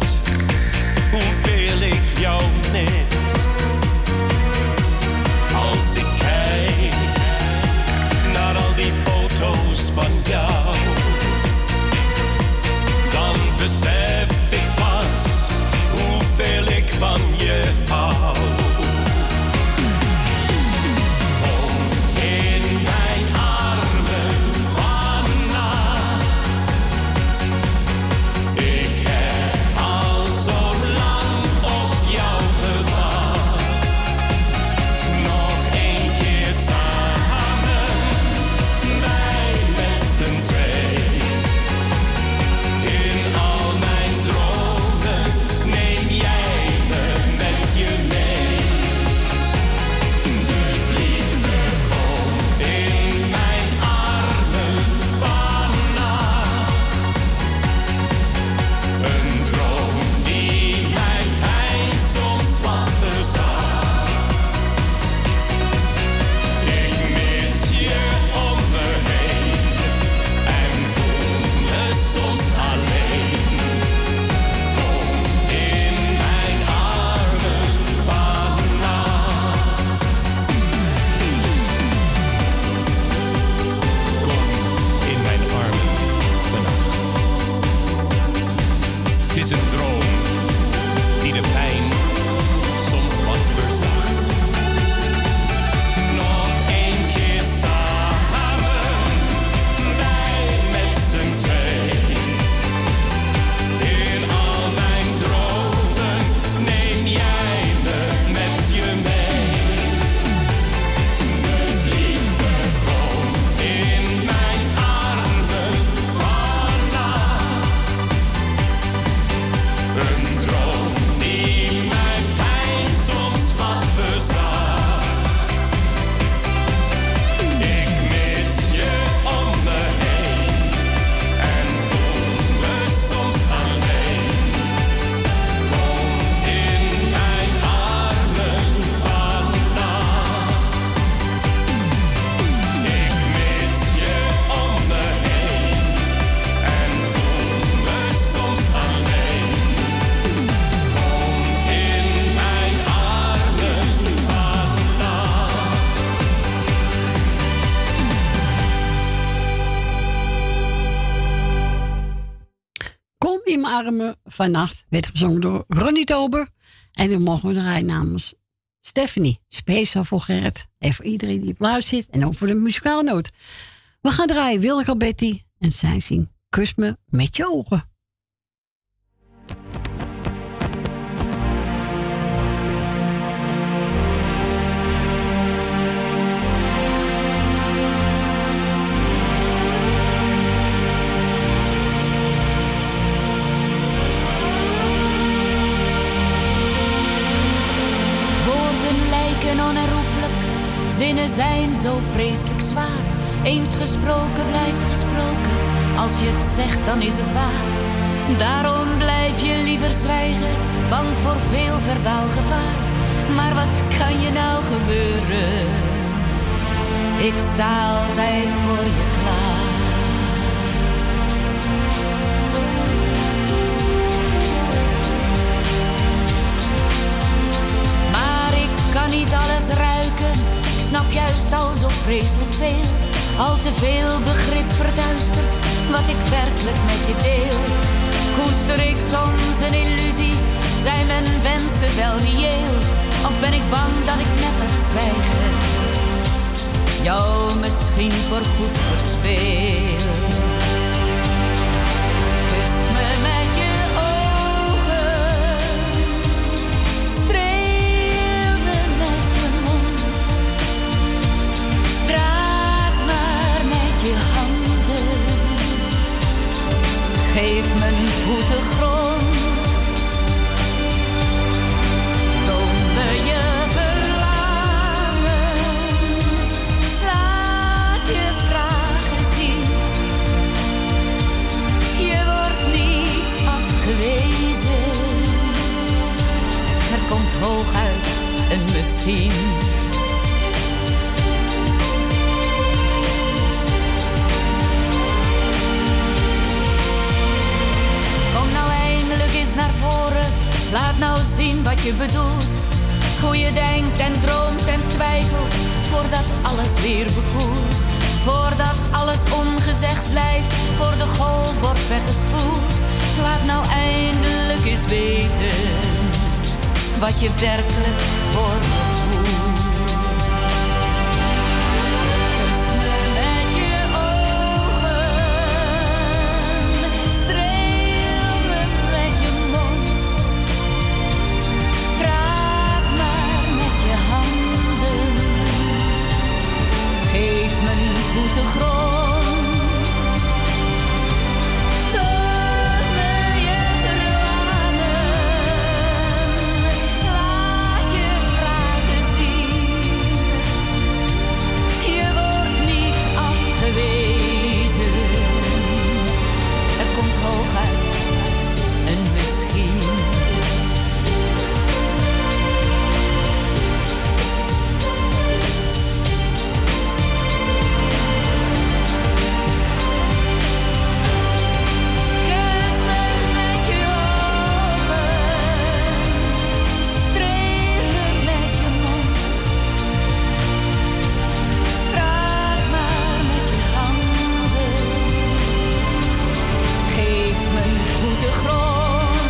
Het is een droom die de pijn soms wat verzacht. Nog één keer samen, wij met z'n twee. In al mijn dromen neem jij me met je mee. Dus liefste kom in mijn armen vannacht. Een droom die mijn pijn soms wat verzacht. Ik mis je om me heen en voel me soms alleen. Kom in mijn armen vannacht. Ik mis je om me heen en voel me soms alleen. Kom in mijn armen vannacht. Kom in mijn armen vannacht werd gezongen door Ronnie Tober. En dan mogen we draaien namens Stephanie. Speciaal voor Gerrit. En voor iedereen die op luistert zit. En ook voor de muzikale noot. We gaan draaien Willeke Betty. En zij zingt Kus me met je ogen. Woorden lijken onherroepelijk, zinnen zijn zo vreselijk zwaar. Eens gesproken blijft gesproken, als je het zegt dan is het waar. Daarom blijf je liever zwijgen, bang voor veel verbaal gevaar. Maar wat kan je nou gebeuren? Ik sta altijd voor je klaar. Maar ik kan niet alles ruiken, ik snap juist al zo vreselijk veel. Al te veel begrip verduistert wat ik werkelijk met je deel. Koester ik soms een illusie, zijn mijn wensen wel reëel? Of ben ik bang dat ik met dat zwijgen jou misschien voorgoed verspeel? Kus me met je ogen, streel me met je mond, praat maar met je handen, geef mijn voeten grond. Toon me je verlangen, laat je vragen zien. Je wordt niet afgewezen, er komt hooguit een misschien. Kom nou eindelijk eens naar voren, laat nou zien wat je bedoelt. Hoe je denkt en droomt en twijfelt, voordat alles weer bekoelt. Voordat alles ongezegd blijft, voor de golf wordt weggespoeld. Laat nou eindelijk eens weten wat je werkelijk voor me voelt. Kus me met je ogen, streel me met je mond, praat maar met je handen, geef mijn voeten grond. Toon me je verlangen, laat je vragen zien. Je wordt niet afgewezen, er komt hooguit een misschien. Kus me met je ogen, streel me met je mond, praat maar met je handen, geef mijn voeten grond.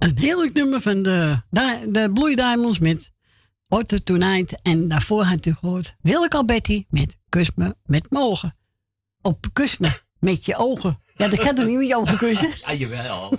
Een heerlijk nummer van de, de Blue Diamonds met Otto Tonight. En daarvoor had u gehoord Willeke Alberti met Kus me met mijn ogen. Op kus me met je ogen. Ja, dat kan toch niet met je ogen kussen? Ja, jawel.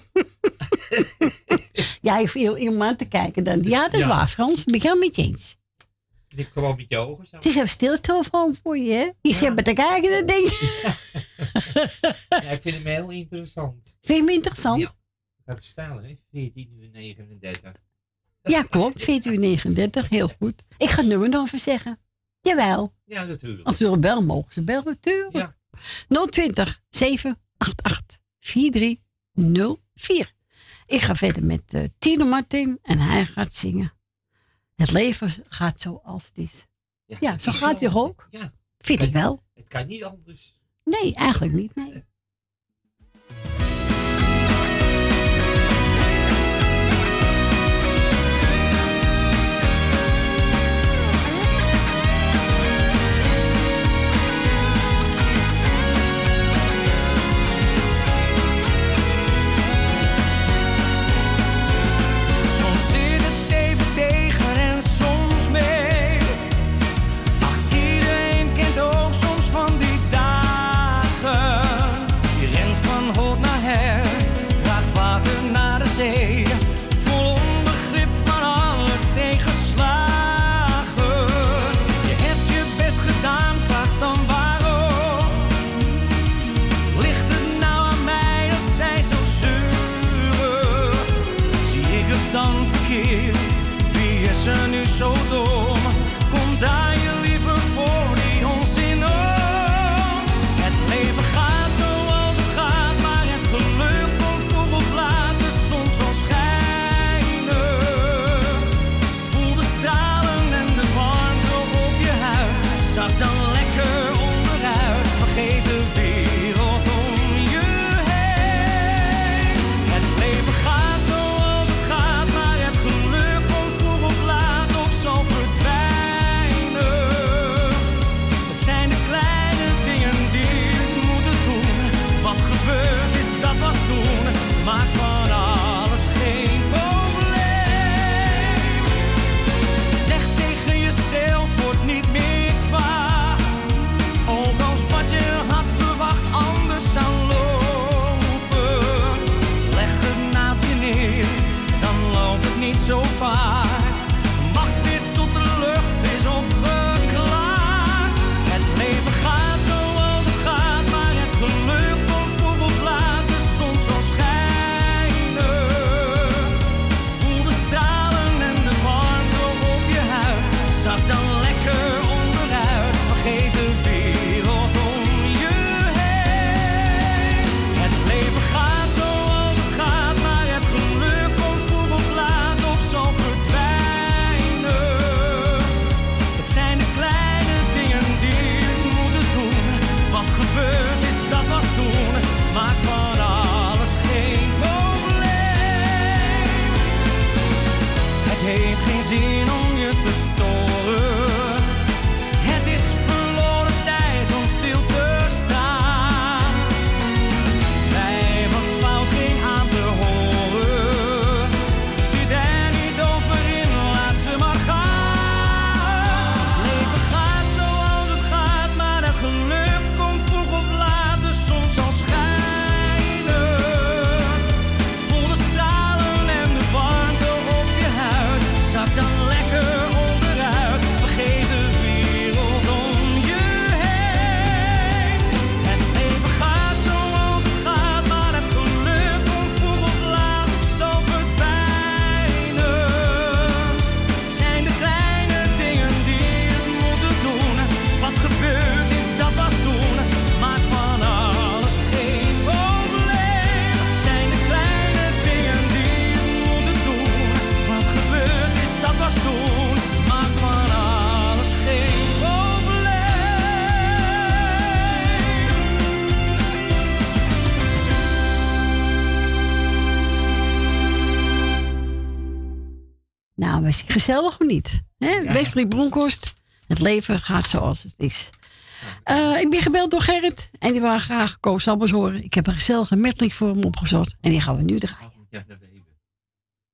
Ja, je viel iemand te kijken dan. Ja, dat is Ja. waar, Frans. Dat ben ik helemaal met je eens. Ik kom op met je ogen zo. Het is even stil telefoon voor je, hè? Je zit maar te kijken, dat ding. Ja, ik vind hem heel interessant. Vind je hem interessant? Ja. Gaat staan, hè? veertien uur negenendertig. Ja, klopt. veertien uur negenendertig. Heel goed. Ik ga het nummer nog even zeggen. Jawel. Ja, natuurlijk. Als ze willen bellen, mogen ze bellen, natuurlijk. Ja. nul twintig, zeven acht acht, vier drie nul vier. Ik ga verder met uh, Tino Martin en hij gaat zingen. Het leven gaat zoals het is. Ja, ja zo gaat het ook. Ja. Vind ik wel. Het kan niet anders. Nee, eigenlijk niet. Nee. Vol onbegrip van alle tegenslagen. Je hebt je best gedaan, vraag dan waarom. Ligt het nou aan mij dat zij zo zeuren? Zie ik het dan verkeerd? Wie is er nu zo dom? Kom daar je liever voor die onzin om. Het leven gaat zoals het gaat, maar het geluk komt vroeg of laat. De zon zal schijnen. Voel de stralen en de warmte op je huid. Zak dan lekker onderuit. Vergeet de wereld om je heen. Het leven gaat zoals het gaat, maar het geluk komt vroeg of laat of zal verdwijnen. Het zijn de kleine dingen die je moeten doen. Wat gebeurd is, dat was toen. Maak van alles geen probleem. Zeg tegen jezelf, word niet meer kwaad. Ook als wat je had verwacht anders zou lopen. Leg het naast je neer, dan loopt het niet zo vaak. Wacht weer tot de lucht is opgeklaard. Het leven gaat zoals het gaat, maar het geluk komt vroeg of laat. De zon zal schijnen. Voel de stralen en de warmte op je huid. Zak dan lekker onderuit. Vergeet de wereld om je heen. Het leven gaat zoals het gaat, maar het geluk komt vroeg of laat of zal verdwijnen. Het zijn de kleine dingen die je moeten doen. Wat gebeurd is, dat was toen. Maak van alles geen probleem. Het heeft geen zin om je te storen. Het is verloren tijd om stil te staan. Wij hebben fout geen aan te horen. Zit er niet over in, laat ze maar gaan. Het leven gaat zoals het gaat, maar het geluk komt vroeg of laat. De zon zal schijnen. Voel de stralen en de warmte op je huid. Zak dan lekker onderuit. Vergeet de wereld om je heen. Het leven gaat zoals het gaat, maar het geluk komt vroeg of laat of zal verdwijnen. Het zijn de kleine dingen die je moeten doen. Wat gebeurd is, dat was toen. Maak van alles geen probleem. Het zijn de kleine dingen die je moeten doen. Wat gebeurd is, dat was toen. Maak van alles geen probleem. Nou, was gezellig of niet? Hè? Wesley Bronkhorst. Het leven gaat zoals het is. Uh, ik ben gebeld door Gerrit. En die wou graag Koos Albers horen. Ik heb een gezellige medley voor hem opgezocht. En die gaan we nu draaien. Ja, dat weet ik.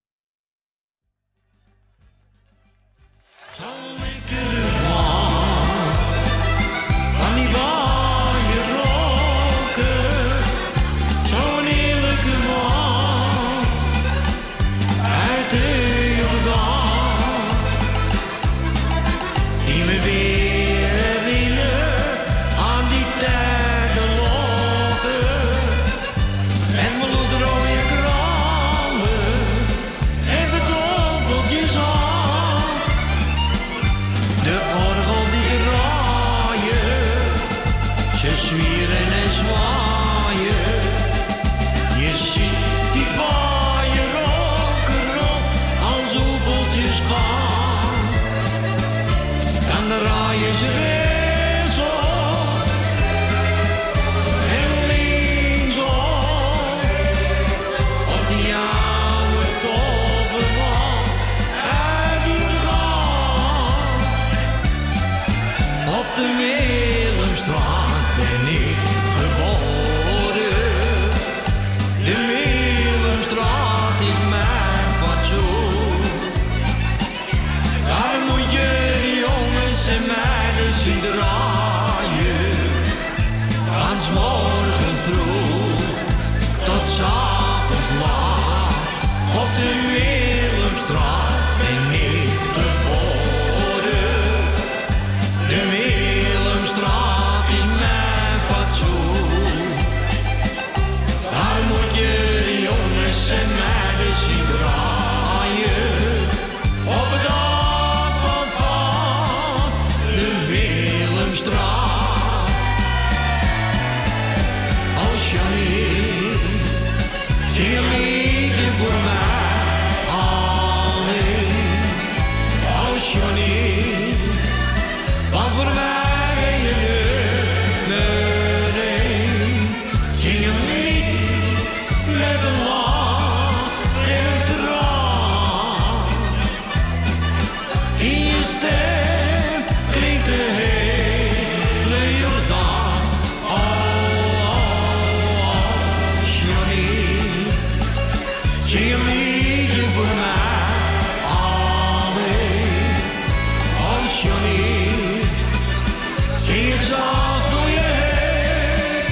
Zing een liedje voor mij. Alleen, als Johnny. Zing het zacht door je heen.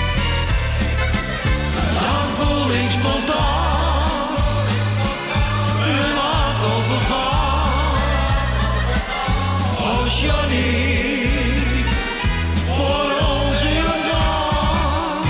Dan voel ik spontaan mijn hart opgaan. Als Johnny. Voor onze Jordaan.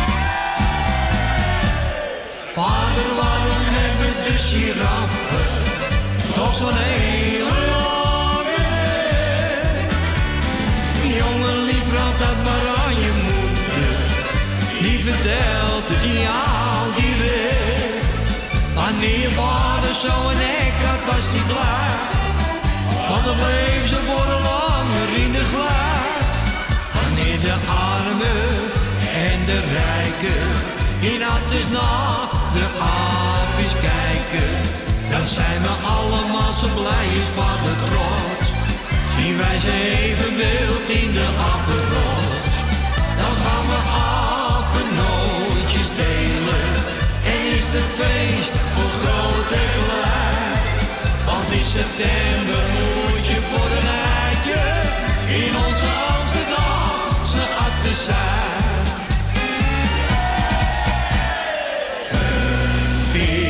Vader, waarom hebben de giraffen toch zo'n hele lange nek? Jongen, lief, raad dat maar aan je moeder. Die vertelt het jou direct. Wanneer je vader zo'n nek had, was hij blij. Want dan bleef ze worden langer in de glij. Wanneer de armen en de rijken in atjes naar de aapjes kijken, dan zijn we allemaal zo blij is van de trots. Zien wij ze even wild in de appenros, dan gaan we apennootjes delen. En is het feest voor groot en klein. Want in september moet je voor een eitje in onze Amsterdamse atten zijn. Een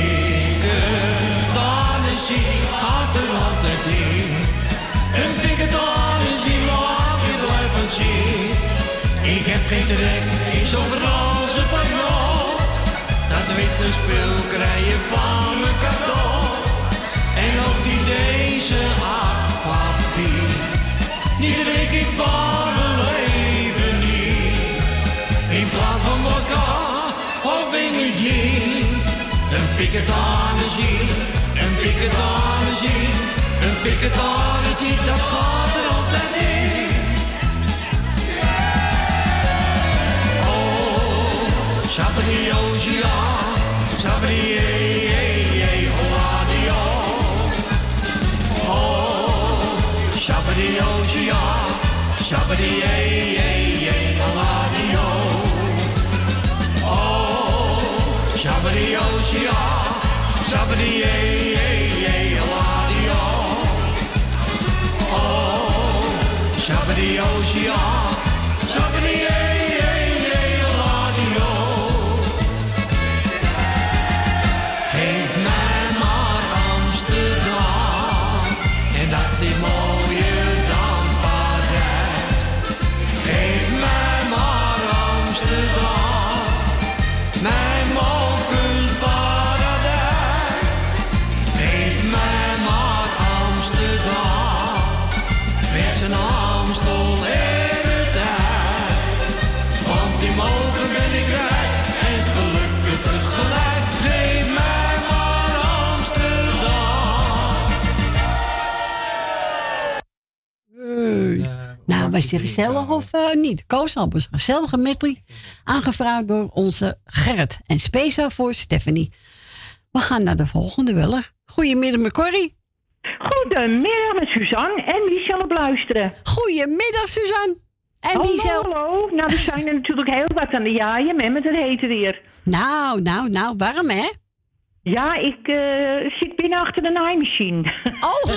piketanessie gaat er altijd in. Een piketanessie laat je blijven zien. Ik heb geen trek in zo'n Franse pagnon. Dat witte spul krijg je van mijn cadeau. En ook die deze aquavit, die drink ik van mijn leven niet. In plaats van vodka of in mijn gin. Een piketanessie, een piketanessie, een piketanessie, dat gaat er altijd in. Oh, Sabriosia, Sabrie, Holladio. Oh, Sabriosia, Sabrie, Holladio. Oh, Sabriosia, Sabrie, Holladio. Oh, Sabriosia, Sabrie, Holladio. Geef mij maar Amsterdam, en dat is mooier dan Parijs. Geef mij maar Amsterdam, mijn molkensparadijs. Geef mij maar Amsterdam, met zijn Amstel en het tijd. Want die mogen ben ik rijk en gelukkig tegelijk. Geef mij maar Amsterdam. Hey. Nou, was je gezellig of uh, niet? Koos Albers, gezellige medley. Aangevraagd door onze Gerrit. En speciaal voor Stephanie. We gaan naar de volgende weller. Goedemiddag met Corrie. Goedemiddag met Suzanne en Michel op luisteren. Goedemiddag Suzanne. En hallo, Michel. Hallo, nou we zijn er natuurlijk heel wat aan de jaaien hè, met het hete weer. Nou, nou, nou, warm hè? Ja, ik uh, zit binnen achter de naaimachine. Oh!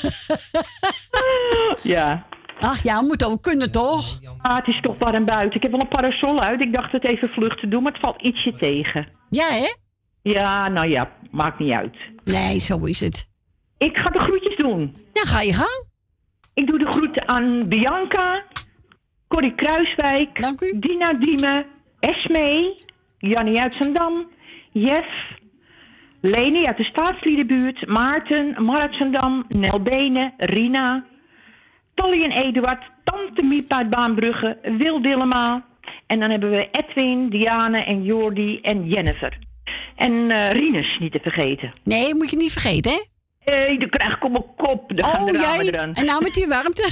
Ja. Ach ja, moet ook kunnen toch? Ah, het is toch warm buiten. Ik heb wel een parasol uit. Ik dacht het even vlug te doen, maar het valt ietsje tegen. Ja hè? Ja, nou ja, maakt niet uit. Nee, zo is het. Ik ga de groetjes doen. Ja, ga je gang. Ik doe de groeten aan Bianca, Corrie Kruiswijk, dank u. Dina Diemen, Esmee, Jannie uit Zandam, Jef, Leni uit de Staatsliedenbuurt, Maarten, Mar uit Zandam, Nel Benen, Rina, Tolly en Eduard, Tante Miep uit Baanbrugge, Wil Dillema. En dan hebben we Edwin, Diane en Jordi en Jennifer. En uh, Rinus niet te vergeten. Nee, moet je niet vergeten, hè? Nee, dan krijg ik op mijn kop. Dan gaan oh, de jij? eraan. En nou met die warmte.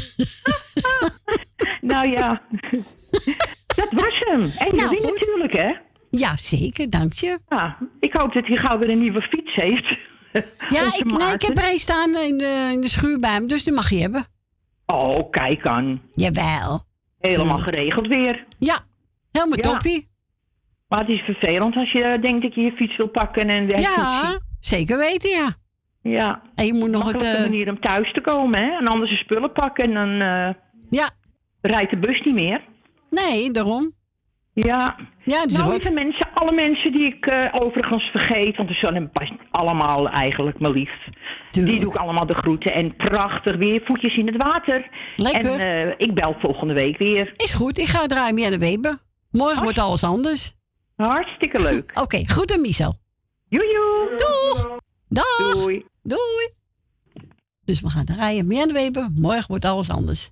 Nou ja, dat was hem. En nou, jullie natuurlijk, hè? Ja, zeker, dank je. Ja, ik hoop dat hij gauw weer een nieuwe fiets heeft. Ja, ik, nee, ik heb er een staan in de, in de schuur bij hem, dus die mag je hebben. Oh, kijk aan. Jawel. Helemaal geregeld weer. Ja, helemaal ja. toppie. Maar het is vervelend als je uh, denkt dat je je fiets wil pakken en weg Ja, zeker weten, ja. Ja. En je moet nog het... Een Uh... manier om thuis te komen, hè. En anders je spullen pakken en dan uh, ja. rijdt de bus niet meer. Nee, daarom. Ja. Ja, dat is nou, goed. lieve mensen, alle mensen die ik uh, overigens vergeet, want er zijn allemaal eigenlijk mijn lief. Die doe ik allemaal de groeten. En prachtig weer, voetjes in het water. Lekker. En uh, ik bel volgende week weer. Is goed, ik ga draaien met de Weber. Morgen Hartst... wordt alles anders. Hartstikke leuk. Oké, okay, goed en Michel. Joejoe. Doeg. Dag. Doei. Doei. Dus we gaan draaien met de Weber. Morgen wordt alles anders.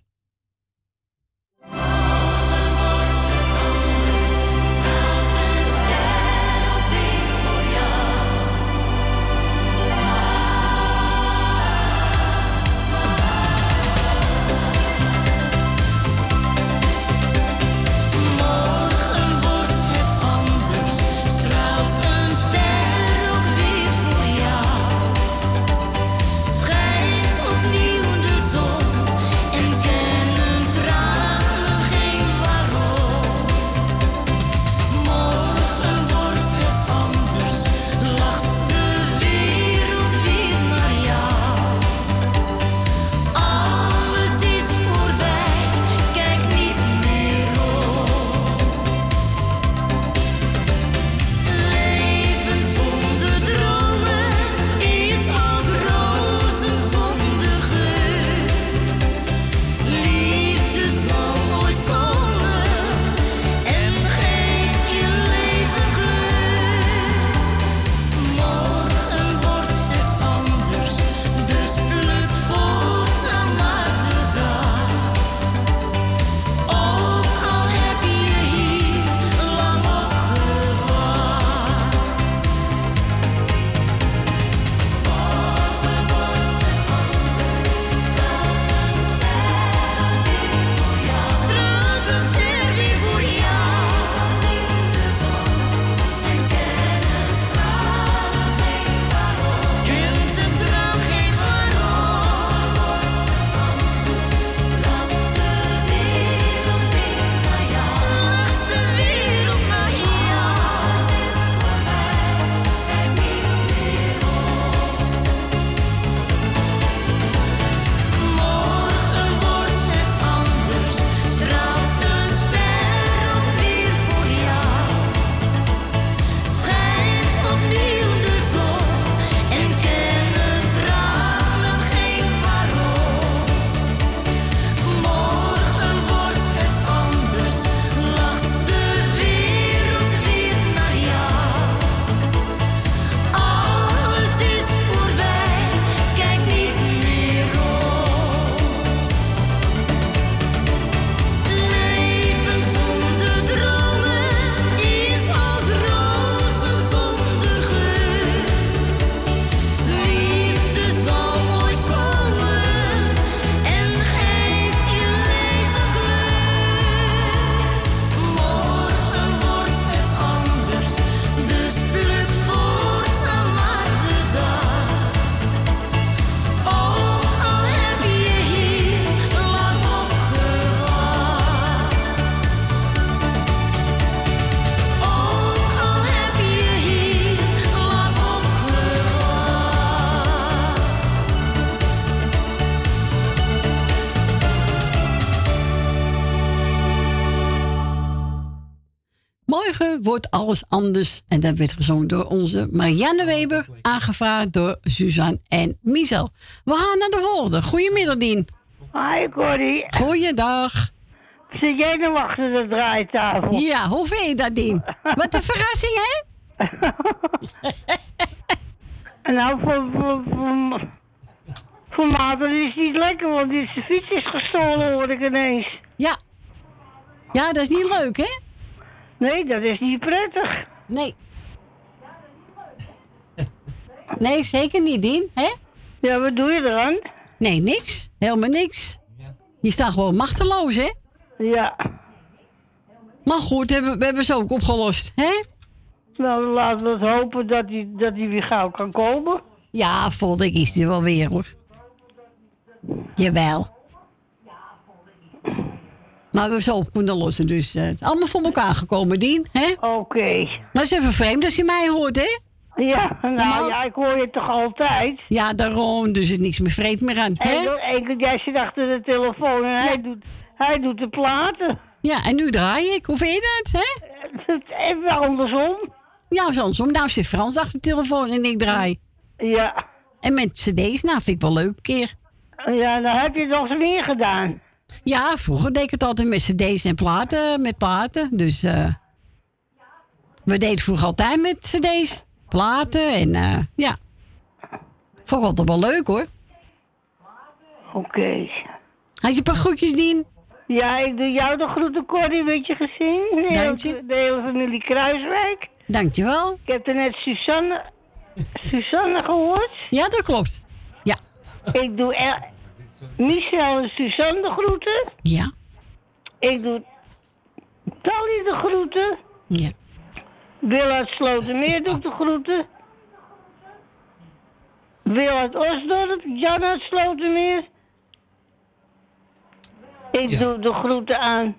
Morgen wordt alles anders. En dat werd gezongen door onze Marianne Weber. Aangevraagd door Suzanne en Michel. We gaan naar de volgende. Goedemiddag, Dien. Hoi, Corrie. Goeiedag. Zit jij nog achter de draaitafel? Ja, hoe vind je dat, Dien? Wat een verrassing, hè? Nou, voor, voor, voor, voor Maarten is het niet lekker, want die zijn fiets is gestolen, hoor ik ineens. Ja. Ja, dat is niet leuk, hè? Nee, dat is niet prettig. Nee. Nee, zeker niet, Dien, hè? Ja, wat doe je eraan? Nee, niks. Helemaal niks. Je staat gewoon machteloos, hè? Ja. Maar goed, we hebben ze ook opgelost, hè? Nou, laten we het hopen dat hij dat hij weer gauw kan komen. Ja, volgende keer is hij wel weer, hoor. Jawel. Maar we zo kunnen lossen, dus uh, het is allemaal voor elkaar gekomen, Dien. Oké. Okay. Maar het is even vreemd als je mij hoort, hè? Ja, nou Normaal... ja, ik hoor je toch altijd? Ja, daarom, dus het niks meer vreemd meer aan, hè? En, en jij zit achter de telefoon en ja. hij, doet, hij doet de platen. Ja, en nu draai ik. Hoe vind je dat, hè? Even andersom. Ja, andersom. Nou zit Frans achter de telefoon en ik draai. Ja. En met cd's, nou, vind ik wel leuk een keer. Ja, dan heb je het nog eens meer gedaan. Ja, vroeger deed ik het altijd met cd's en platen, met platen. Dus uh, we deden vroeger altijd met cd's, platen en uh, ja. Vond ik altijd wel leuk, hoor. Oké. Okay. Had je een paar groetjes, Dien? Ja, ik doe jou de groeten, Corrie, weet je gezien. Dank je. De hele familie Kruiswijk. Dankjewel. Ik heb er net Suzanne, Suzanne gehoord. Ja, dat klopt. Ja. Ik doe er, Michel en Suzanne de groeten. Ja. Ik doe Tally de groeten. Ja. Wil uit Slotermeer doe ik de groeten. Wil uit Osdorp, Jan uit Slotermeer. Ik ja. doe de groeten aan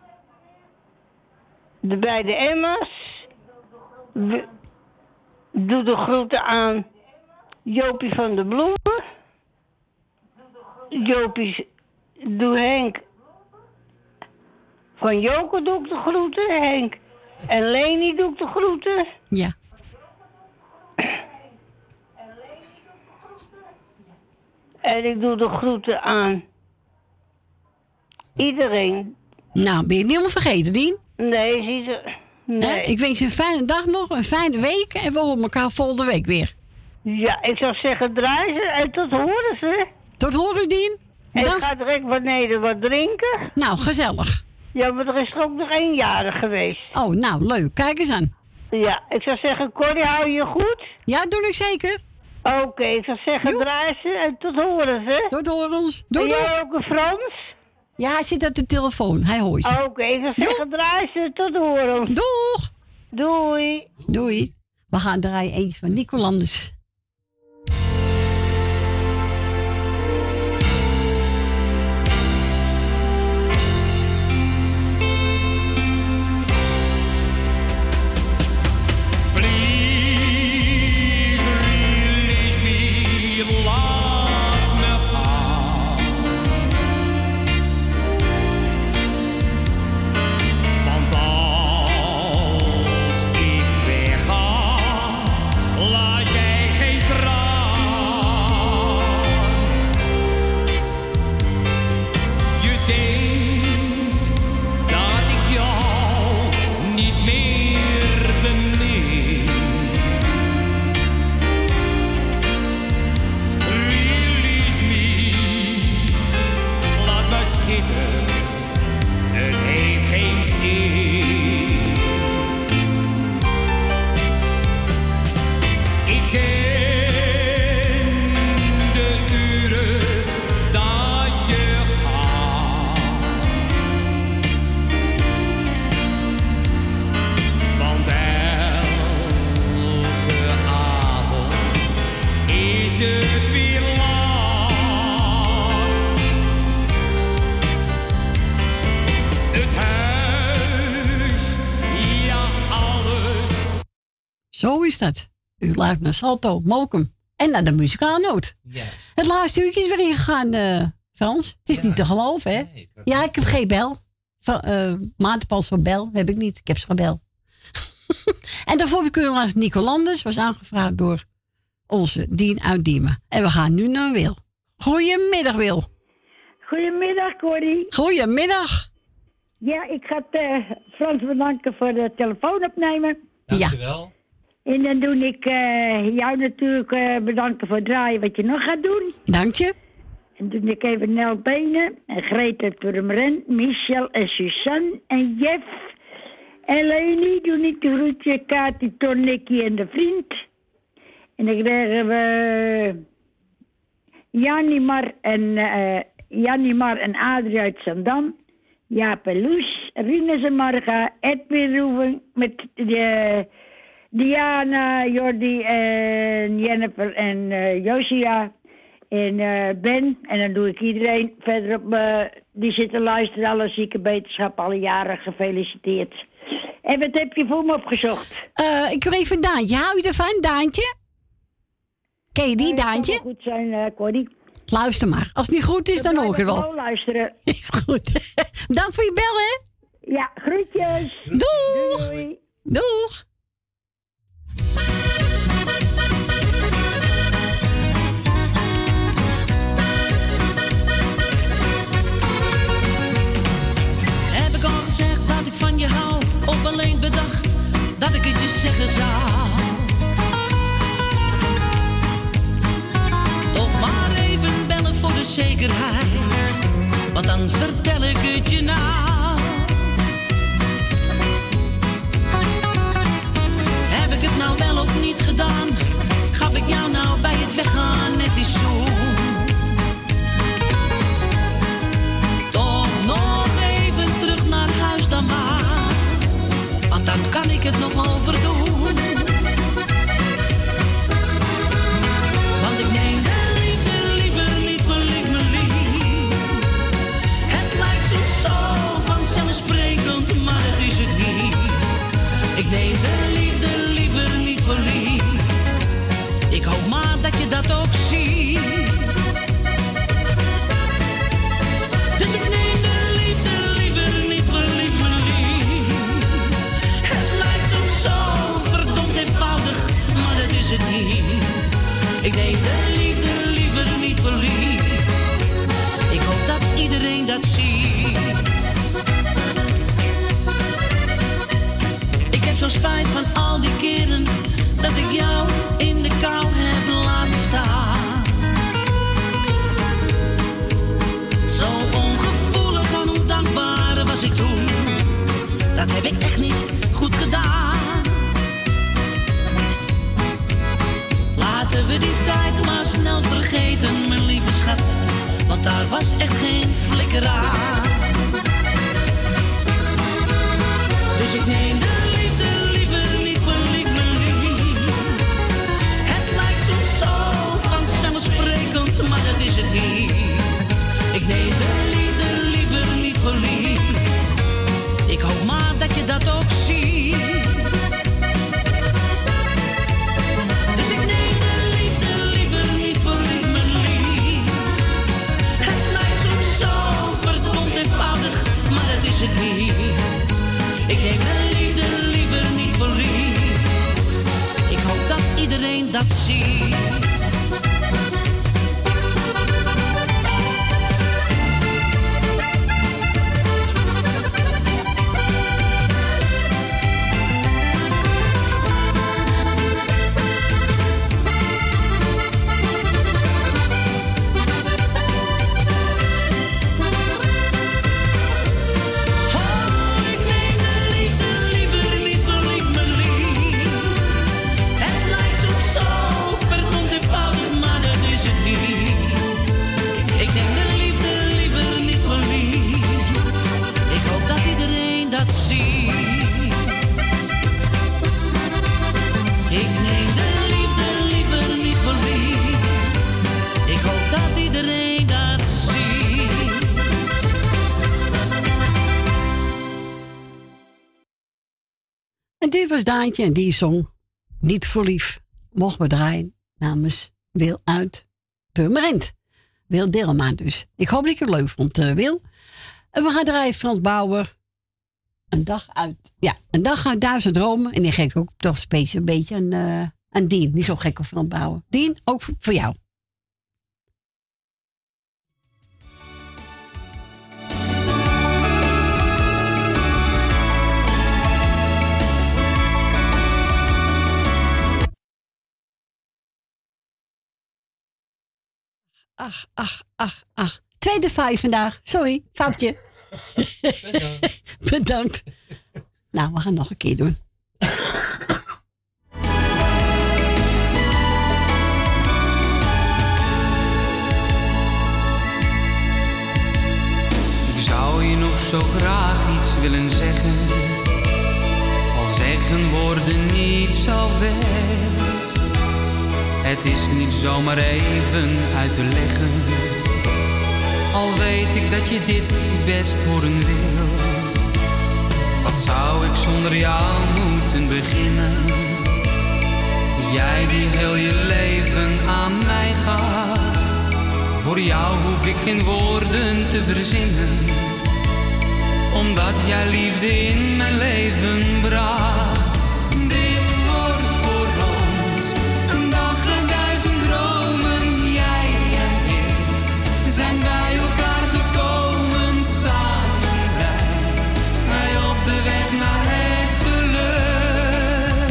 de beide Emma's. We, doe de groeten aan Jopie van de Bloemen. Jopie, doe Henk van Joker doe ik de groeten. Henk en Leni doe ik de groeten. Ja. En ik doe de groeten aan iedereen. Nou, ben je het niet helemaal vergeten, Dien? Nee, zie je. Nee. Eh, ik wens je een fijne dag nog, een fijne week en we horen elkaar volgende week weer. Ja, ik zou zeggen draaien ze en tot horen ze. Tot horen, Dien. En ik ga direct beneden wat drinken. Nou, gezellig. Ja, maar er is er ook nog één jarig geweest. Oh, nou, leuk. Kijk eens aan. Ja, ik zou zeggen, Corrie, hou je goed? Ja, doe ik zeker. Oké, okay, ik zou zeggen, draai ze en tot horen ze. Tot horens. Doei, en jij ook een Frans? Ja, hij zit op de telefoon. Hij hoort je. Oké, okay, ik zou zeggen, draai ze tot horen. Doeg. Doei. Doei. We gaan draaien eentje van Nico Landers. Zo is dat. U luistert naar Salto, Mokum en naar de muzikale noot. Ja. Het laatste uurtje is weer ingegaan, uh, Frans. Het is ja. niet te geloven, hè? Nee, ik ja, ik heb geen bel. Van, uh, maandpas van bel heb ik niet. Ik heb zo'n bel. En daarvoor heb ik u als Nico Landers was aangevraagd door onze Dien uit Diemen. En we gaan nu naar Wil. Goedemiddag, Wil. Goedemiddag, Corrie. Goedemiddag. Ja, ik ga uh, Frans bedanken voor de telefoon opnemen. Dankjewel. Ja. En dan doe ik uh, jou natuurlijk uh, bedanken voor het draaien wat je nog gaat doen. Dank je. En doe ik even Nel Benen en Greta Turmeren, Michel en Suzanne en Jeff en Leni. Doe ik de groetje, Kati, Ton, Nicky en de vriend. En dan krijgen we Janimar en, uh, Janimar en Adrie uit Zandam. Jaap en Loes, Rinus en Marga, Edwin Roeven met de... Diana, Jordi en Jennifer en uh, Josia. En uh, Ben, en dan doe ik iedereen verder op uh, die zit te luisteren, alle zieke beterschap, alle jaren gefeliciteerd. En wat heb je voor me opgezocht? Uh, ik wil even een Daantje. Hou je ervan, Daantje? Ken je die, uh, Daantje? Dat kan wel goed zijn, uh, Connie. Luister maar. Als het niet goed is, dan, dan hoor je wel. luisteren. Is goed. Dank voor je bel, hè? Ja, groetjes. Doeg. Doei. Doeg. Heb ik al gezegd dat ik van je hou? Of alleen bedacht dat ik het je zeggen zou? Toch maar even bellen voor de zekerheid, want dan vertel ik het je nou. Heb ik het nou wel of niet gedaan? Gaf ik jou nou bij het weggaan net die zoen? Toch nog even terug naar huis dan maar, want dan kan ik het nog overdoen. Want ik neem de liefde liever niet, verlief me lief. Het lijkt soms zo vanzelfsprekend, maar het is het niet. Ik neem de liefde liever niet verlief. Ik hoop maar dat je dat ook ziet. Dus ik neem de liefde liever niet verlief me lief. Het lijkt soms zo verdomd eenvoudig, maar dat is het niet. Ik neem de liefde liever niet verliefd. Ik hoop dat iedereen dat ziet. Ik heb zo spijt van al die keren dat ik jou in de kou heb laten staan. Zo ongevoelig en ondankbaar was ik toen. Dat heb ik echt niet goed gedaan. Laten we die tijd maar snel vergeten, mijn lieve schat, want daar was echt geen flikker aan. Dus ik neem de liefde liever niet verliefd, mijn lief. Het lijkt soms zo vanzelfsprekend, maar dat is het niet. Ik neem de liefde liever niet verliefd. Ik hoop maar dat je dat ook ziet. Is het niet. Ik neem mijn liefde liever niet verliefd. Ik hoop dat iedereen dat ziet. Dit was Daantje en die zong Niet voor lief. Mocht we draaien namens Wil uit Purmerend. Wil Dilma dus. Ik hoop dat je het leuk vond, uh, Wil. En we gaan draaien Frans Bauer. Een dag uit. Ja, een dag uit Duizend Dromen. En die geef ook toch speciaal een beetje aan, uh, aan Dien. Niet zo gek op Frans Bauer. Dien, ook voor, voor jou. Ach, ach, ach, ach. Tweede vijf vandaag. Sorry, foutje. Bedankt. Bedankt. Nou, we gaan nog een keer doen. Ik zou je nog zo graag iets willen zeggen. Al zeggen woorden niet zo ver. Het is niet zomaar even uit te leggen. Al weet ik dat je dit best horen wil. Wat zou ik zonder jou moeten beginnen? Jij die heel je leven aan mij gaf. Voor jou hoef ik geen woorden te verzinnen. Omdat jij liefde in mijn leven bracht. Dit wordt voor ons een dag en duizend dromen. Jij en ik zijn bij elkaar gekomen. Samen zijn wij op de weg naar het geluk.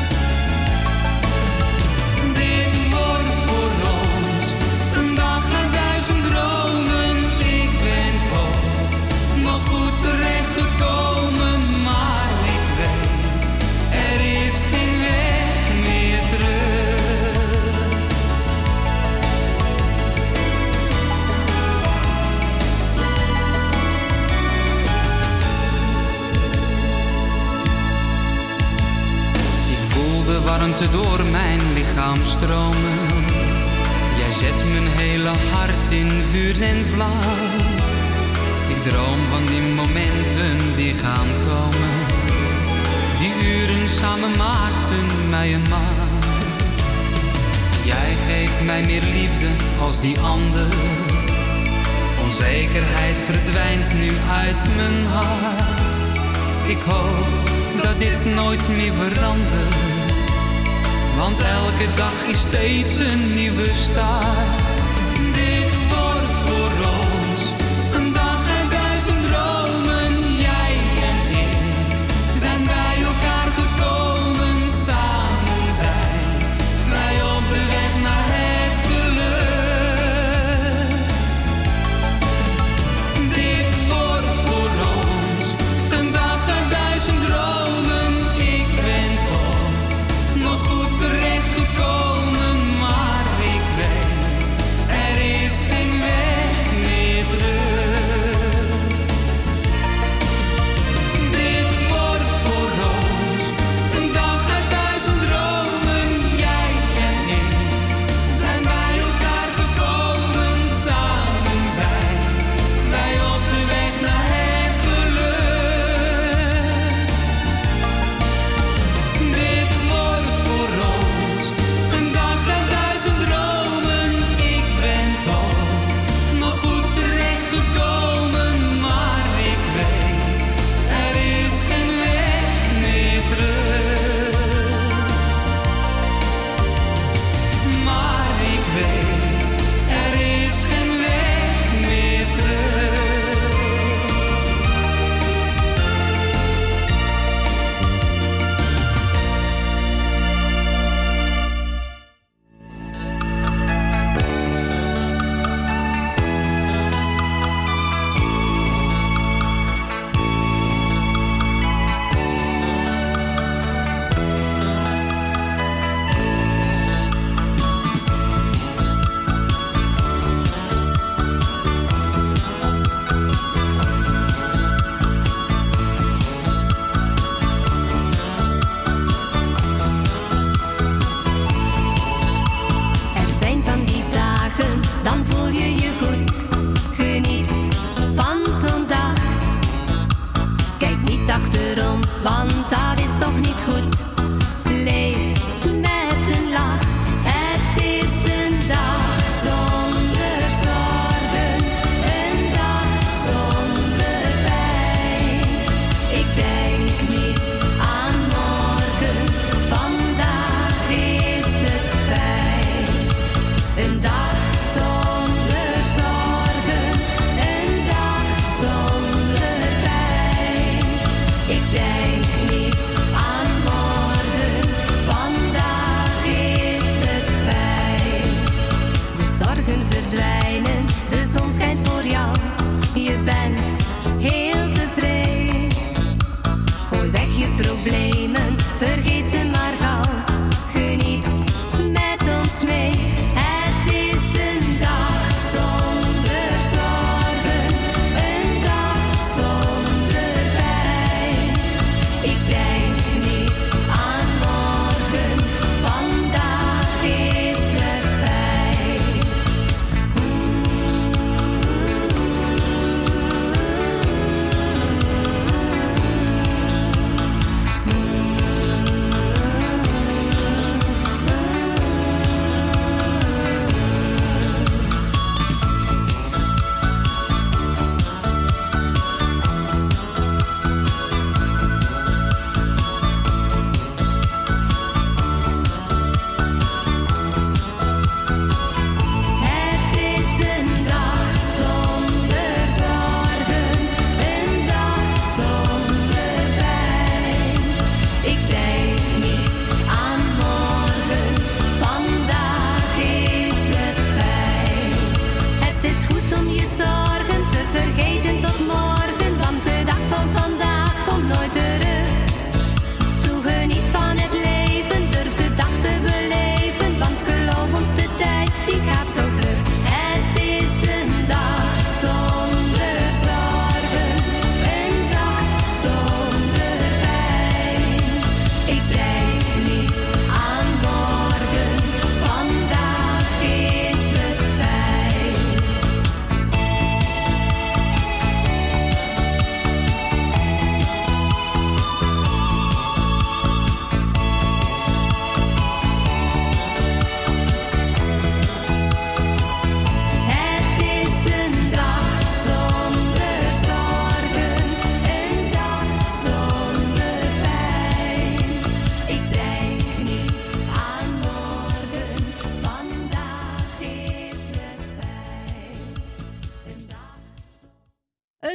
Dit wordt voor ons een dag en duizend dromen. Ik ben toch nog goed terechtgekomen, maar ik weet, er is geen weg meer terug. Ik voel de warmte door mijn lichaam stromen. Jij zet mijn hele hart in vuur en vlam. Ik droom van die momenten die gaan komen. Die uren samen maakten mij een man. Jij geeft mij meer liefde als die ander. Onzekerheid verdwijnt nu uit mijn hart. Ik hoop dat dit nooit meer verandert. Want elke dag is steeds een nieuwe start. Dit wordt voor ons een dag en duizend dromen. Jij en ik zijn bij elkaar gekomen. Samen zijn wij op de weg naar het geluk. Dit wordt voor ons een dag en duizend dromen. Ik ben toch nog goed terechtgekomen, maar ik weet,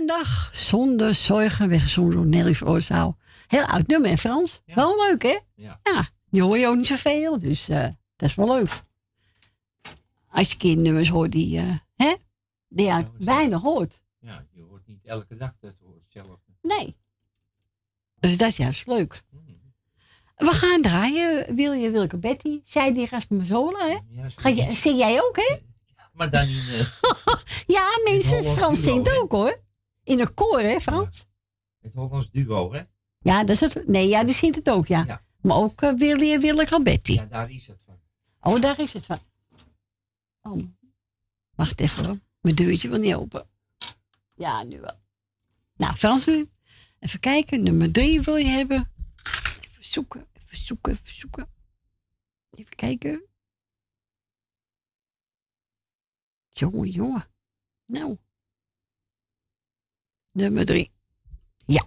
dag zonder zorgen werd gezongen door Nelly Vrozaal. Heel oud nummer, hè Frans? Ja. Wel leuk, hè? Ja. Ja, die hoor je ook niet zoveel, dus uh, dat is wel leuk. Als je kindnummers hoort die, uh, hè? Die je ja, weinig hoort. Ja, je hoort niet elke dag dat hoort zelf. Nee. Dus dat is juist leuk. We gaan draaien. Wil je Wilke Betty? Zij die gaat me zolen, hè? Ja, Ga je, zing jij ook, hè? Ja, maar dan in... Uh, ja, mensen, Frans duo, zingt hè? Ook, hoor. In een koor, hè, Frans? Ja. Het Hollands duo, hè? Ja, dat is het. Nee, ja, die zingt het ook, ja. ja. Maar ook uh, wil je Wilke Betty? Ja, daar is het van. Oh, daar is het van. Oh. Wacht even, hoor. Mijn deurtje wil niet open. Ja, nu wel. Nou, Frans nu. Even kijken. Nummer drie wil je hebben. Even zoeken. Even zoeken. Even zoeken. Even kijken. Jongen, jongen. Nou. Nummer drie. Ja.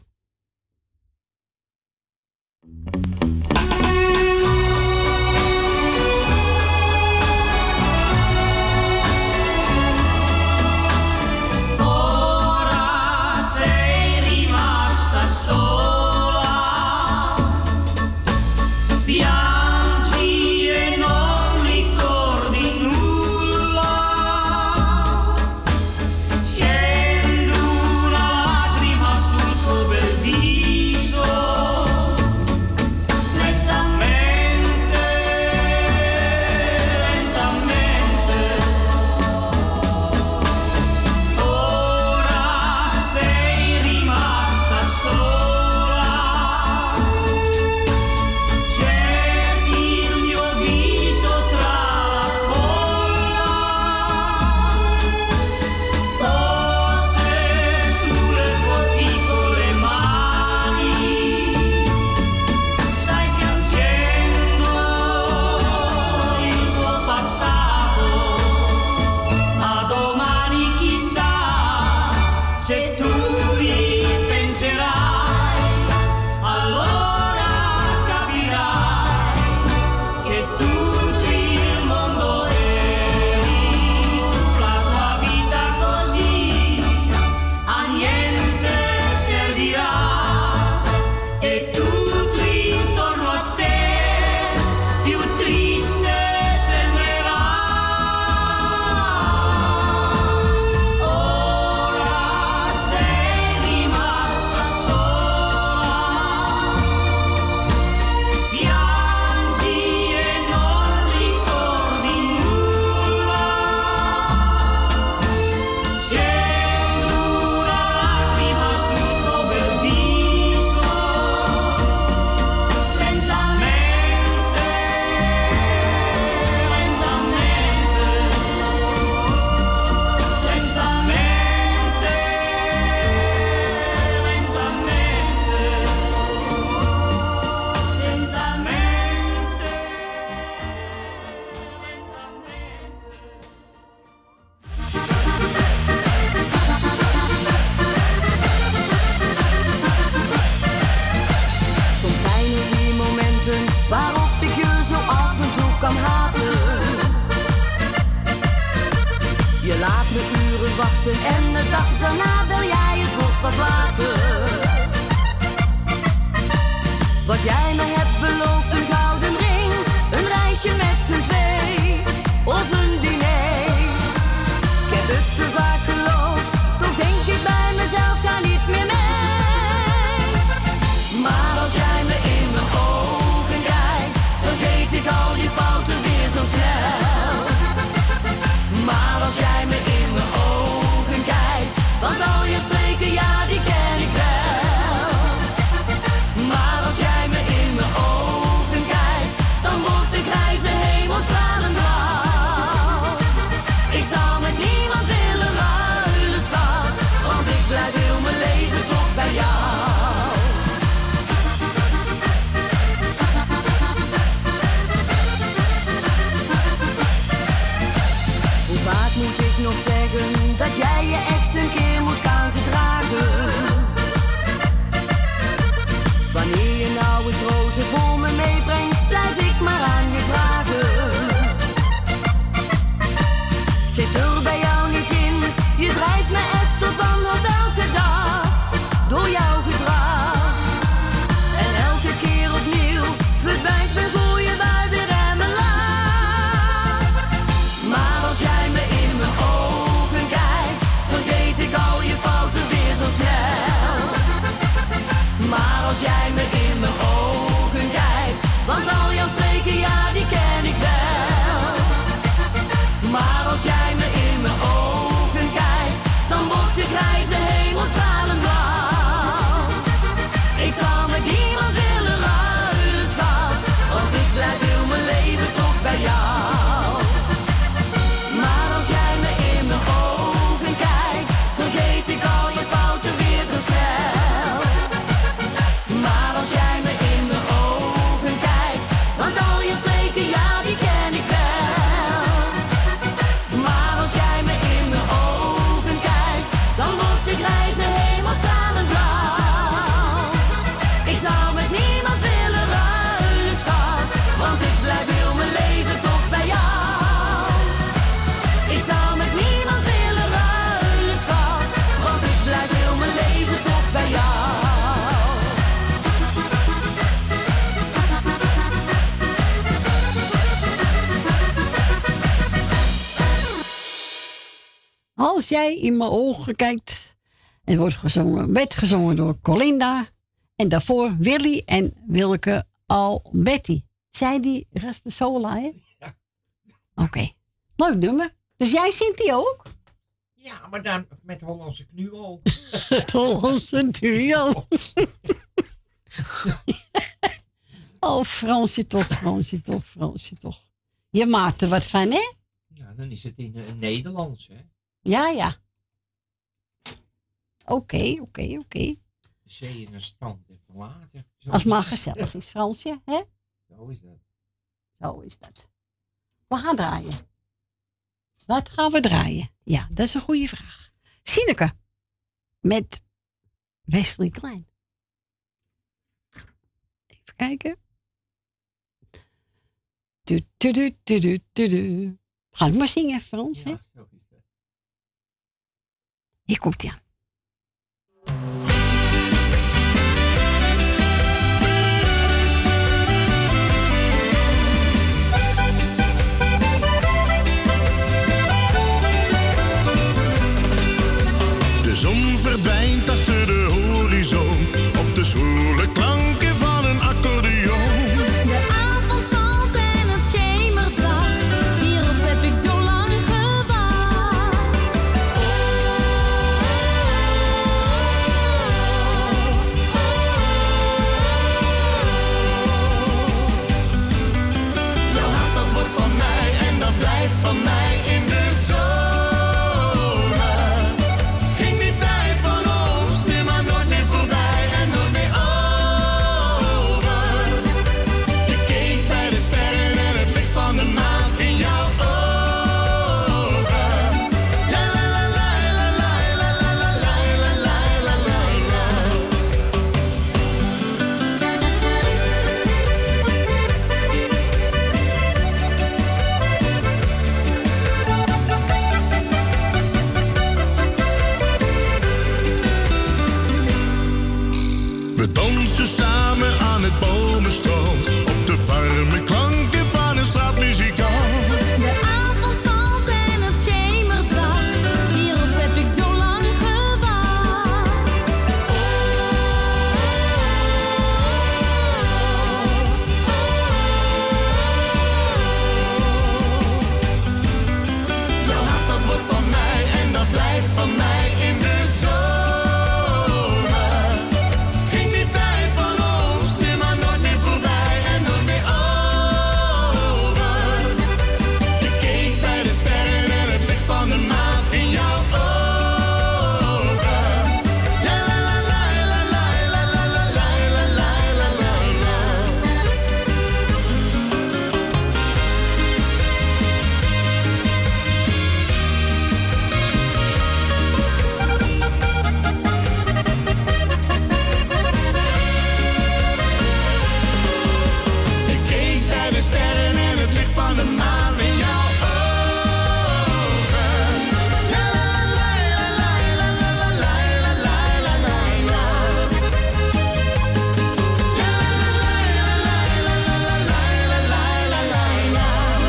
En de dag daarna wil jij het woord wat later. Wat jij mij hebt beloofd, een gouden ring, een reisje met z'n twee, of een diner. Ik heb het te vaak geloofd, toch denk ik bij mezelf, ga niet meer mee. Maar als jij me in mijn ogen kijkt, vergeet ik al die fouten weer zo snel. Maar als jij me in mijn ogen kijkt, want al je streken, ja, die ken ik wel. Maar als jij me in mijn Als jij in mijn ogen kijkt. En wordt gezongen, werd gezongen door Colinda. En daarvoor Willy en Wilke Alberti. Zij die Resta Sola, hè? Ja. Oké. Okay. Leuk nummer. Dus jij zingt die ook? Ja, maar dan met Hollandse knuol. Het Hollandse knuol. Oh, Fransje toch, Fransje toch, Fransje toch. Je maakt er wat van, hè? Ja, dan is het in uh, Nederlands, hè? Ja, ja. Oké, okay, oké, okay, oké. Okay. De zee en een strand even later. Zo Als het maar gezellig is, Fransje, hè? Zo is dat. Zo is dat. We gaan draaien. Wat gaan we draaien? Ja, dat is een goede vraag. Sineke. Met Wesley Klein. Even kijken. Du, du, du, du, du, du, du. Ga het maar zingen, Frans, hè? Ja, zo is dat. Hier komt hij aan. De zon verdwijnt achter de horizon op de zwoele klanken van een accordeon. De avond valt en het schemert zacht. Hierop heb ik zo lang gewacht. Jouw hart dat wordt van mij en dat blijft van mij in de zomer. Ging die tijd van ons nu maar nooit meer voorbij en nooit meer over. Ik keek bij de sterren en het licht van de maan in jouw ogen. La la la la la la la la la la la la la. We dansen samen aan het bomenstrand op de warme klanken van een straatmuzikant. De avond valt en het schemert zacht. Hierop heb ik zo lang gewacht. Jouw hart dat wordt van mij en dat blijft van mij in de zomer. Ging die tijd van ons nu maar nooit meer voorbij en nooit meer over. Ik keek bij de sterren en het licht van de maan in jouw ogen. La la la la la la la la la la la la la la. Ik keek bij de sterren en het licht van de maan in jouw ogen. La la la la la la la la la la la la la. La la la la la la la la la la.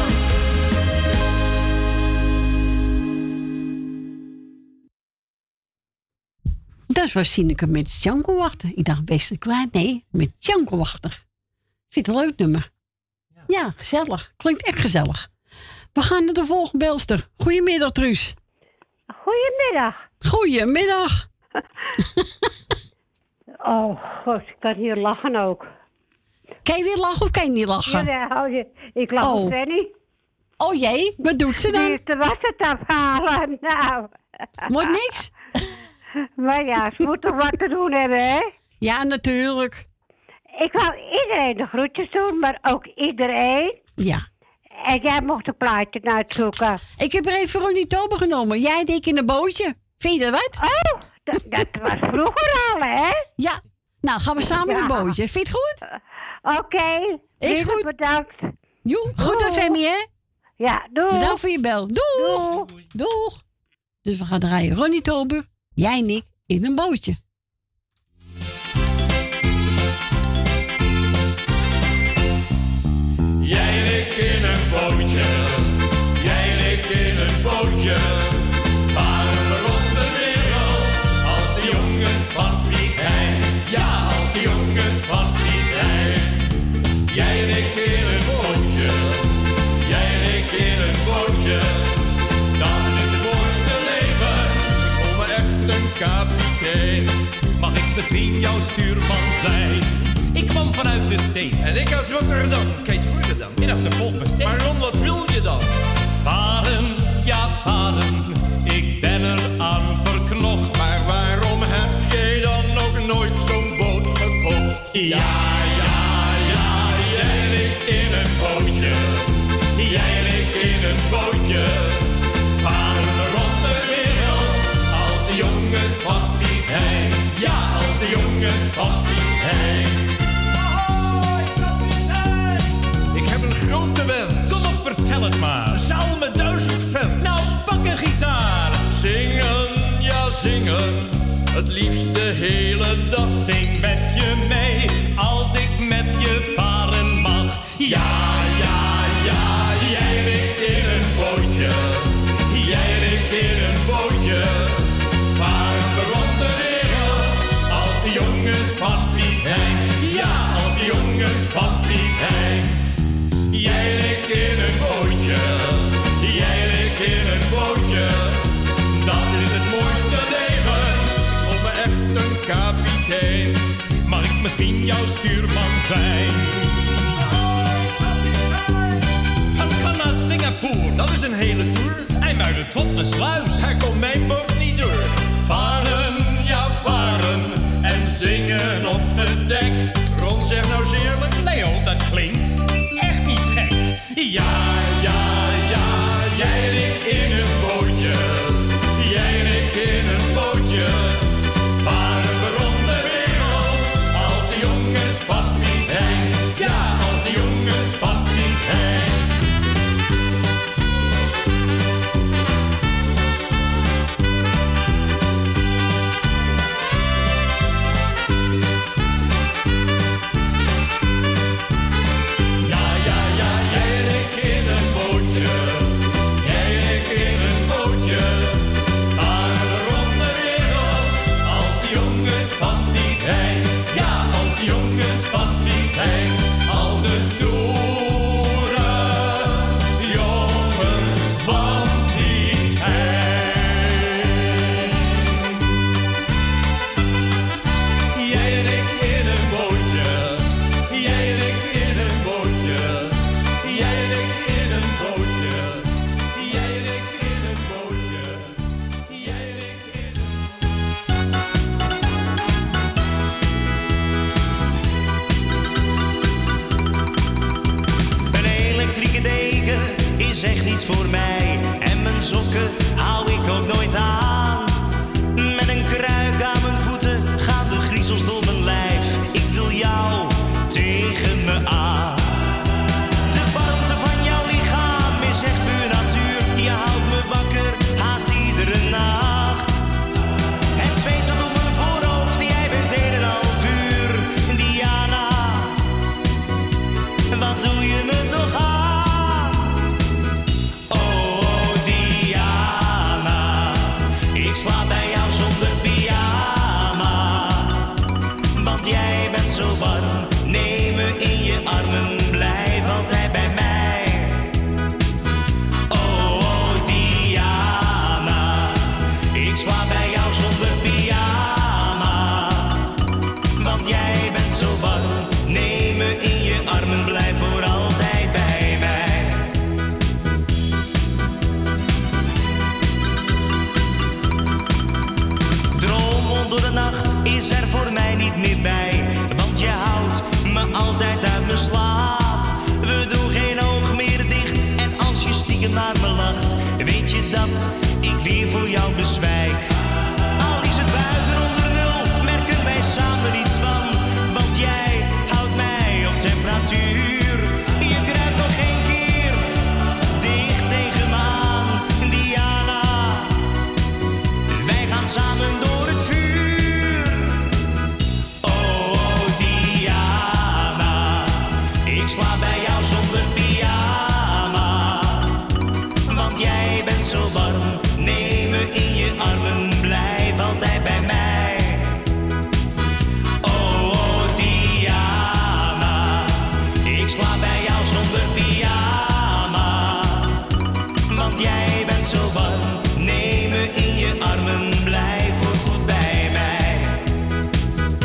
Dat was Sineke met Django Wachter. Ik dacht best klaar. Nee, met Django Wachter. Vind je het een leuk nummer? Ja. Ja, gezellig. Klinkt echt gezellig. We gaan naar de volgende belster. Goedemiddag, Truus. Goedemiddag. Goedemiddag. Oh, god, ik kan hier lachen ook. Kan je weer lachen of kan je niet lachen? Ja, ik lach Oh. op Fanny. Oh jee, wat doet ze dan? Die is de was het afhalen, nou. Wordt niks? Maar ja, ze moet toch wat te doen hebben, hè? Ja, natuurlijk. Ik wou iedereen de groetjes doen, maar ook iedereen. Ja. En jij mocht een plaatje uitzoeken. Ik heb er even Ronnie Tober genomen. Jij dik in een bootje. Vind je dat wat? Oh, dat, dat was vroeger al, hè? Ja. Nou, gaan we samen in Ja. een bootje. Vind je het goed? Oké. Okay. Is goed. Bedankt. Joe, goed aan Femi, hè? Ja, doei. Bedankt voor je bel. Doeg. Doeg. Doeg. Dus we gaan draaien Ronnie Tober, jij en ik in een bootje. Jij en ik in een bootje, jij en ik in een bootje, varen misschien jouw stuurman zijn. Ik kwam vanuit de States. En ik uit Rotterdam. Kijk, hoe je dan? Middag de volk me steeds. Maar Ron, wat wil je dan? Varen, ja varen, ik ben er aan verknocht. Maar waarom heb jij dan nog nooit zo'n boot gekocht? Ja, ja, ja, jij en ik in een bootje. Jij en ik in een bootje. Varen we rond de wereld als de jongens van Piet Hein. Ja, als de jongens van Piet Hein. Ik heb een grote wens. Kom op, vertel het maar. Een zaal met duizend fans. Nou, pak een gitaar. Zingen, ja zingen, het liefst de hele dag. Zing met je mee, als ik met je varen mag. Ja, ja, ja, jij en ik in een bootje. Jij en ik in een bootje. Varen we rond de wereld, als de jongens van Piet Hein. Ja, als de jongens van Piet Hein. Jij en ik in een bootje. Jij en ik in een bootje. Dat is het mooiste leven. Ik voel me echt een kapitein. Mag ik misschien jouw stuurman zijn? Van Cannes naar Singapore, dat is een hele tour. En buiten tot de sluis. Daar komt mijn boot niet door. Varen, ja varen, en zingen op het dek. Ron, zeg nou eens eerlijk. Leo, dat klinkt echt niet gek. Ja, ja, ja, jij en ik in een bootje. Jij en ik in een bootje. Varen we rond de wereld, als de jongens van Piet Hein. Ja, als de jongens van Piet Hein. Als de stoere jongens van Piet Hein. Jij en ik in een bootje. Jij en ik in een bootje. Jij en ik in een bootje. Jij en ik in een bootje. Jij en ik in een Elektrieke deken is echt niet voor mij. En mijn sokken hou ik ook nooit aan. Met een kruik aan mijn voeten gaan de griezels door mijn lijf. Ik wil jou tegen me aan. De warmte van jouw lichaam is echt puur natuur. Je houdt me wakker haast iedere nacht. Het zweet zat op mijn voorhoofd, jij bent een en al vuur. Diana, wat doe je me toch aan? Oh Diana, ik slaap bij jou zonder pyjama. Want jij bent zo warm, neem me in je armen, blijf altijd bij mij. Oh Diana, ik slaap bij jou zonder pyjama. Want jij bent zo warm, neem me in je armen, blijf voor altijd bij mij. Droom onder de nacht is er voor mij niet meer bij. Want je houdt me altijd uit mijn slaap. We doen geen oog meer dicht. En als je stiekem naar me lacht, weet je dat ik weer voor jou bezwijk. Al is het buiten onder nul, merken wij samen niets van. Want jij houdt mij op temperatuur. Je kruipt nog geen keer dicht tegen me aan, Diana. Wij gaan samen door het vuur. Oh Diana, ik slaap bij jou zonder pyjama. Want jij bent zo warm, neem me in je armen, blijf altijd bij mij. Oh Diana, ik slaap bij jou zonder pyjama. Want jij bent zo warm, neem me in je armen, blijf voorgoed bij mij.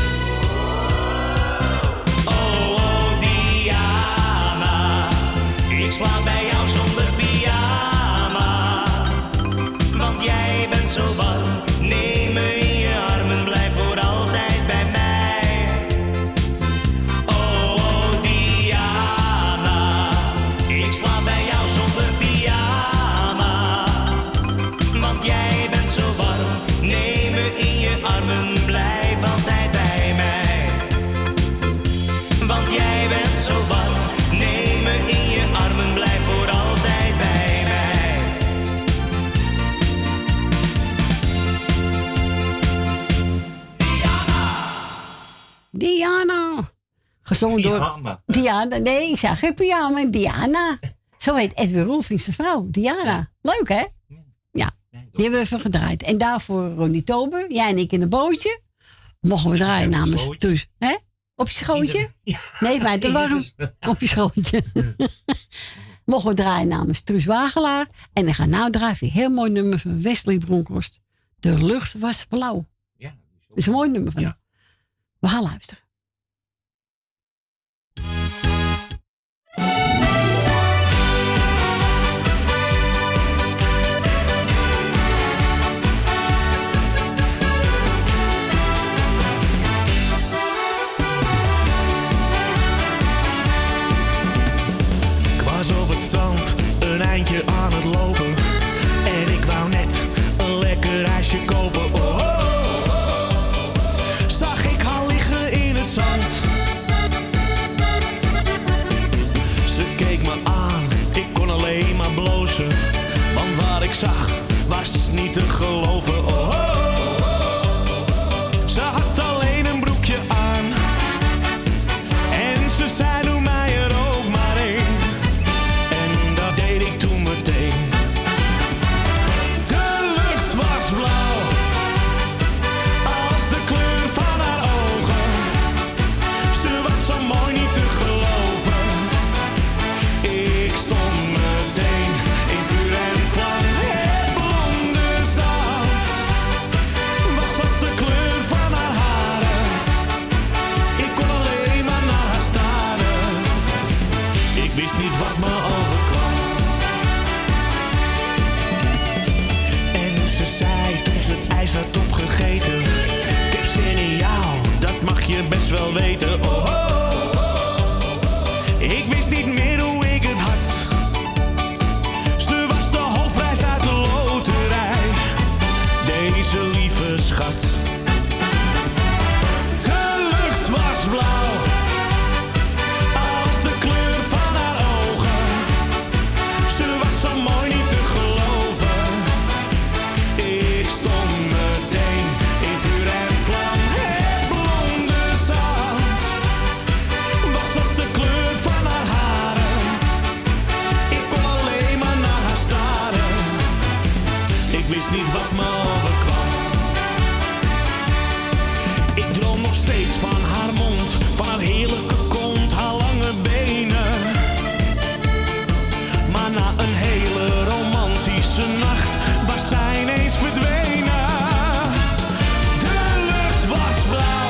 slaap bij jou zonder pyjama. Want jij bent zo warm, neem me in je armen, blijf voor altijd bij mij. Oh, oh, Diana, ik slaap bij jou zonder pyjama. Want jij bent zo warm, neem me in je armen, blijf altijd bij mij. Want jij bent zo warm, neem me in je armen, blijf voor altijd bij mij. Diana. Gezongen door... Pyjama. Diana. Nee, ik zeg geen pyjama. Diana. Zo heet Edwin Roelvink zijn vrouw. Diana. Leuk, hè? Ja. Die hebben we even gedraaid. En daarvoor Ronnie Tober. Jij en ik in een bootje. Mogen we draaien namens Truus. Hè? Op je schootje? Nee, bij te warm. Op je schootje. Mogen we draaien namens Truus Wagelaar. En dan gaan nou draaien een heel mooi nummer van Wesley Bronkhorst. De lucht was blauw. Ja. Dat is een mooi nummer van hem. We gaan luisteren. Ik was op het strand, een eindje aan het lopen. En ik wou net een lekker ijsje kopen. Oh, oh. Zag ik haar liggen in het zand. Ze keek me aan, ik kon alleen maar blozen. Want wat ik zag, was niet te geloven. Oh, oh. Ze had alleen een broekje aan. En ze zei, doe mij er ook maar één. En dat deed ik toen meteen. De lucht was blauw, als de kleur van haar ogen. Ze was zo mooi niet te geloven. Ik stond meteen in vuur en vlam. Het blonde zand was als de kleur van haar haren. Ik kon alleen maar naar haar staren. Ik wist niet wat me overkwam. En ze zei toen ze het ijs had opgegeten: ik heb zin in jou, dat mag je best wel weten. Oh, oh. Ik wist niet meer hoe ik het had. Ze was de hoofdprijs uit de loterij, deze lieve schat. De lucht was blauw, als de kleur van haar ogen. Ze was zo mooi niet te geloven. Ik stond meteen in vuur en vlam. Het blonde zand was als de kleur van haar haren. Ik kon alleen maar naar haar staren. Ik wist niet wat me overkwam. Ik droom nog steeds van haar mond, van haar heerlijke kont, haar lange benen. Maar na een hele romantische nacht was zij ineens verdwenen. De lucht was blauw,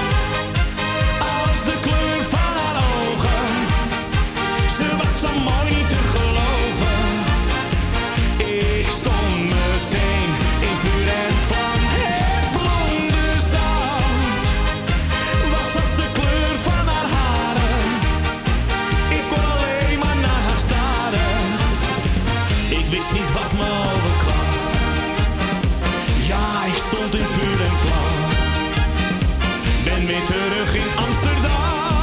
als de kleur van haar ogen. Ze was zo mooi niet te geloven. Ik stond meteen in vuur en vlam. Het blonde zand was als de kleur van haar haren. Ik kon alleen maar naar haar staren. Ik wist niet wat me overkwam. Ja, ik stond in vuur en vlam. Ben weer terug in Amsterdam.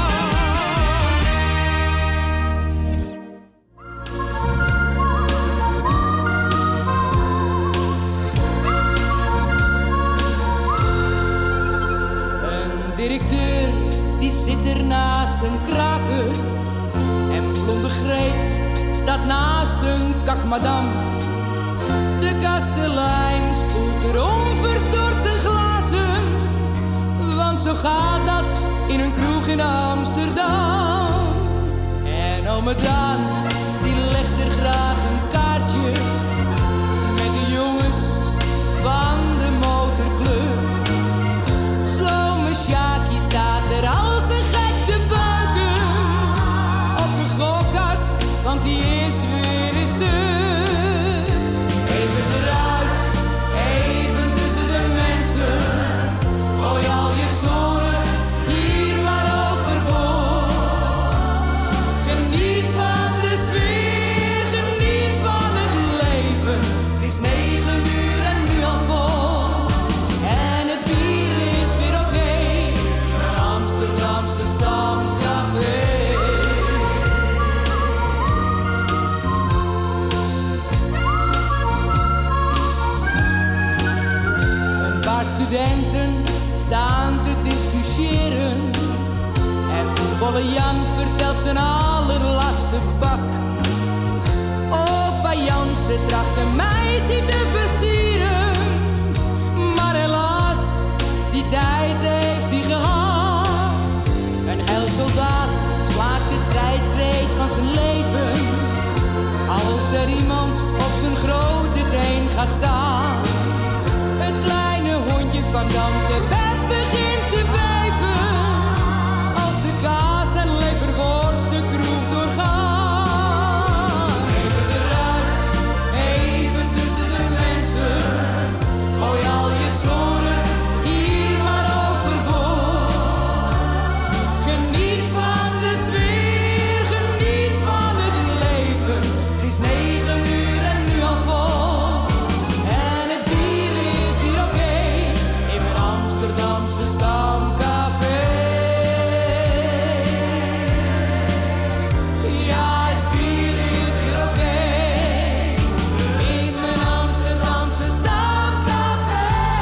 Een directeur die zit er naast een kraker. En blonde Greet staat naast een kakmadam. De kastelein spoelt er onverstoord zijn glazen. Want zo gaat dat in een kroeg in Amsterdam. En ome Daan, die legt er graag een kaartje met de jongens van de motorclub. Slome Sjaakie staat er als een gek te buiken op de gokkast, want die studenten staan te discussiëren. En Bolle Jan vertelt zijn allerlaatste bak. Opa Jansen tracht een meisje te versieren. Maar helaas, die tijd heeft hij gehad. Een heilsoldaat slaakt de strijdkreet van zijn leven. Als er iemand op zijn grote teen gaat staan. Het kleine hondje van Dante Web begint te beven. Als de kaas en leverworst de kroeg doorgaan. Even eruit, even tussen de mensen. Gooi al je sores hier maar overboord. Geniet van de sfeer, geniet van het leven. Het is negen uur en nu al vol. En het bier is hier oké, in mijn Amsterdamse stamcafé. Ja, het bier is hier oké, in mijn Amsterdamse stamcafé.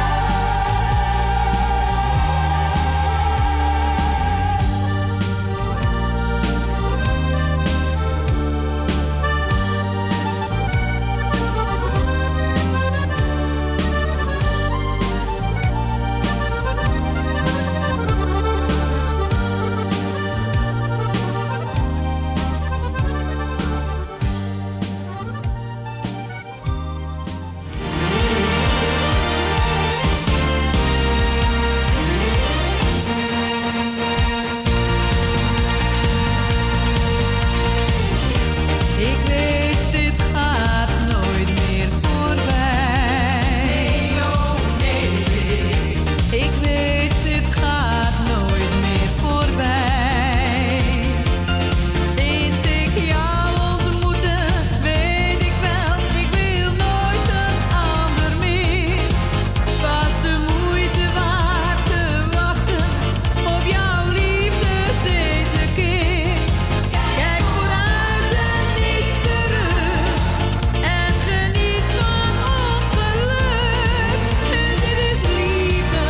Ik weet, dit gaat nooit meer voorbij. Nee, oh nee, nee. Ik weet, dit gaat nooit meer voorbij. Sinds ik jou ontmoette, weet ik wel, ik wil nooit een ander meer. Het was de moeite waard te wachten op jouw liefde deze keer. Kijk vooruit en niet terug en geniet van ons geluk. En dit is liefde,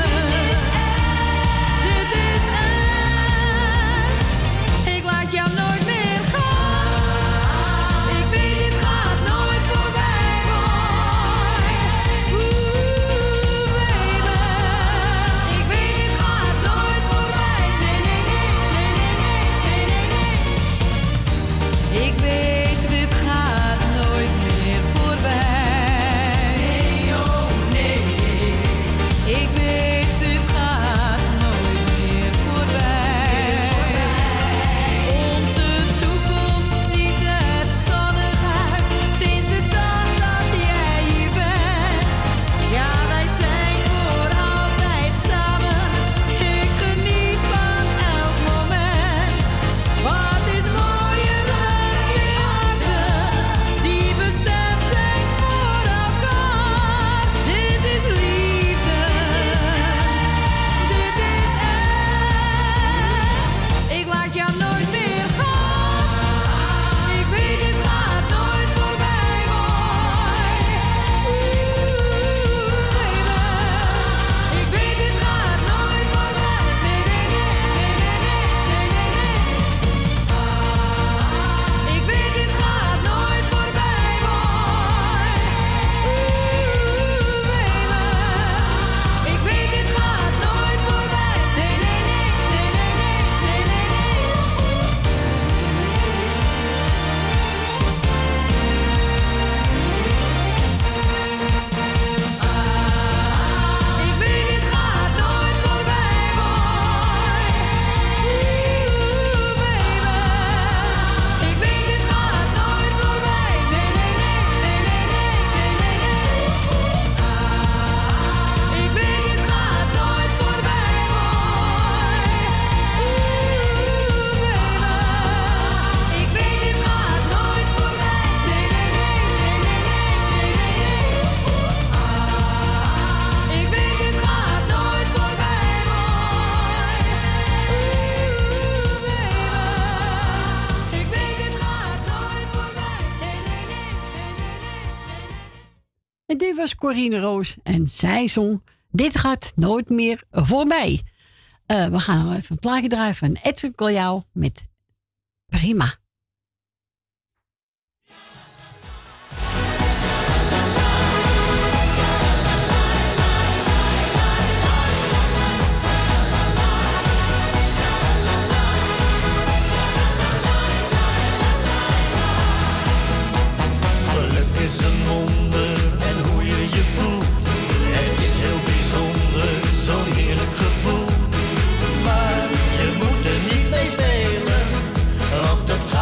dit is echt. Ik laat jou nooit meer gaan. Ik weet dit gaat nooit voorbij, boy. Oeh, baby. Ik weet dit gaat nooit voorbij. Nee, nee, nee, nee, nee, nee, nee, nee. Ik weet dit gaat nooit meer voorbij. Nee, oh nee. Ik weet dit gaat nooit meer voorbij. Onze toekomst ziet er schattig uit sinds de dag dat jij hier bent. Ja, wij zijn voor altijd samen. Ik geniet van elk moment. Wat is mooier dan twee harten die bestemd zijn voor elkaar. Dit is liefde, dit is echt. Ik laat jou nooit meer gaan. Ik weet dit gaat nooit voorbij, boy. Oeh, baby. Ik weet dit gaat nooit voorbij. Nee, nee, nee, nee, nee, nee, nee, nee. Ik weet dit gaat nooit voorbij, boy. Oeh, baby. Ik weet dit gaat nooit voorbij. Nee, nee, nee, nee, nee, nee, nee, nee, Ik weet dit gaat nooit voorbij, boy. Oeh, baby. Ik weet dit gaat nooit voorbij. Nee, nee, nee, nee, nee, nee, nee, nee. Ik weet dit gaat nooit voorbij, boy. Oeh, baby. Ik weet dit gaat nooit voorbij. Nee, nee, nee, nee, nee, nee, nee, nee. Ik weet dit gaat nooit voorbij, boy. Oeh, baby. Ik weet dit gaat nooit voorbij. Nee, nee, nee, nee, nee, nee. En dit was Corine Roos en zij zong dit gaat nooit meer voorbij. Uh, we gaan nog even een plaatje draaien van Edwin Koljauw met Prima. Is een wonder en hoe je je voelt. Het is heel bijzonder, zo'n heerlijk gevoel. Maar je moet er niet mee delen, want het gaat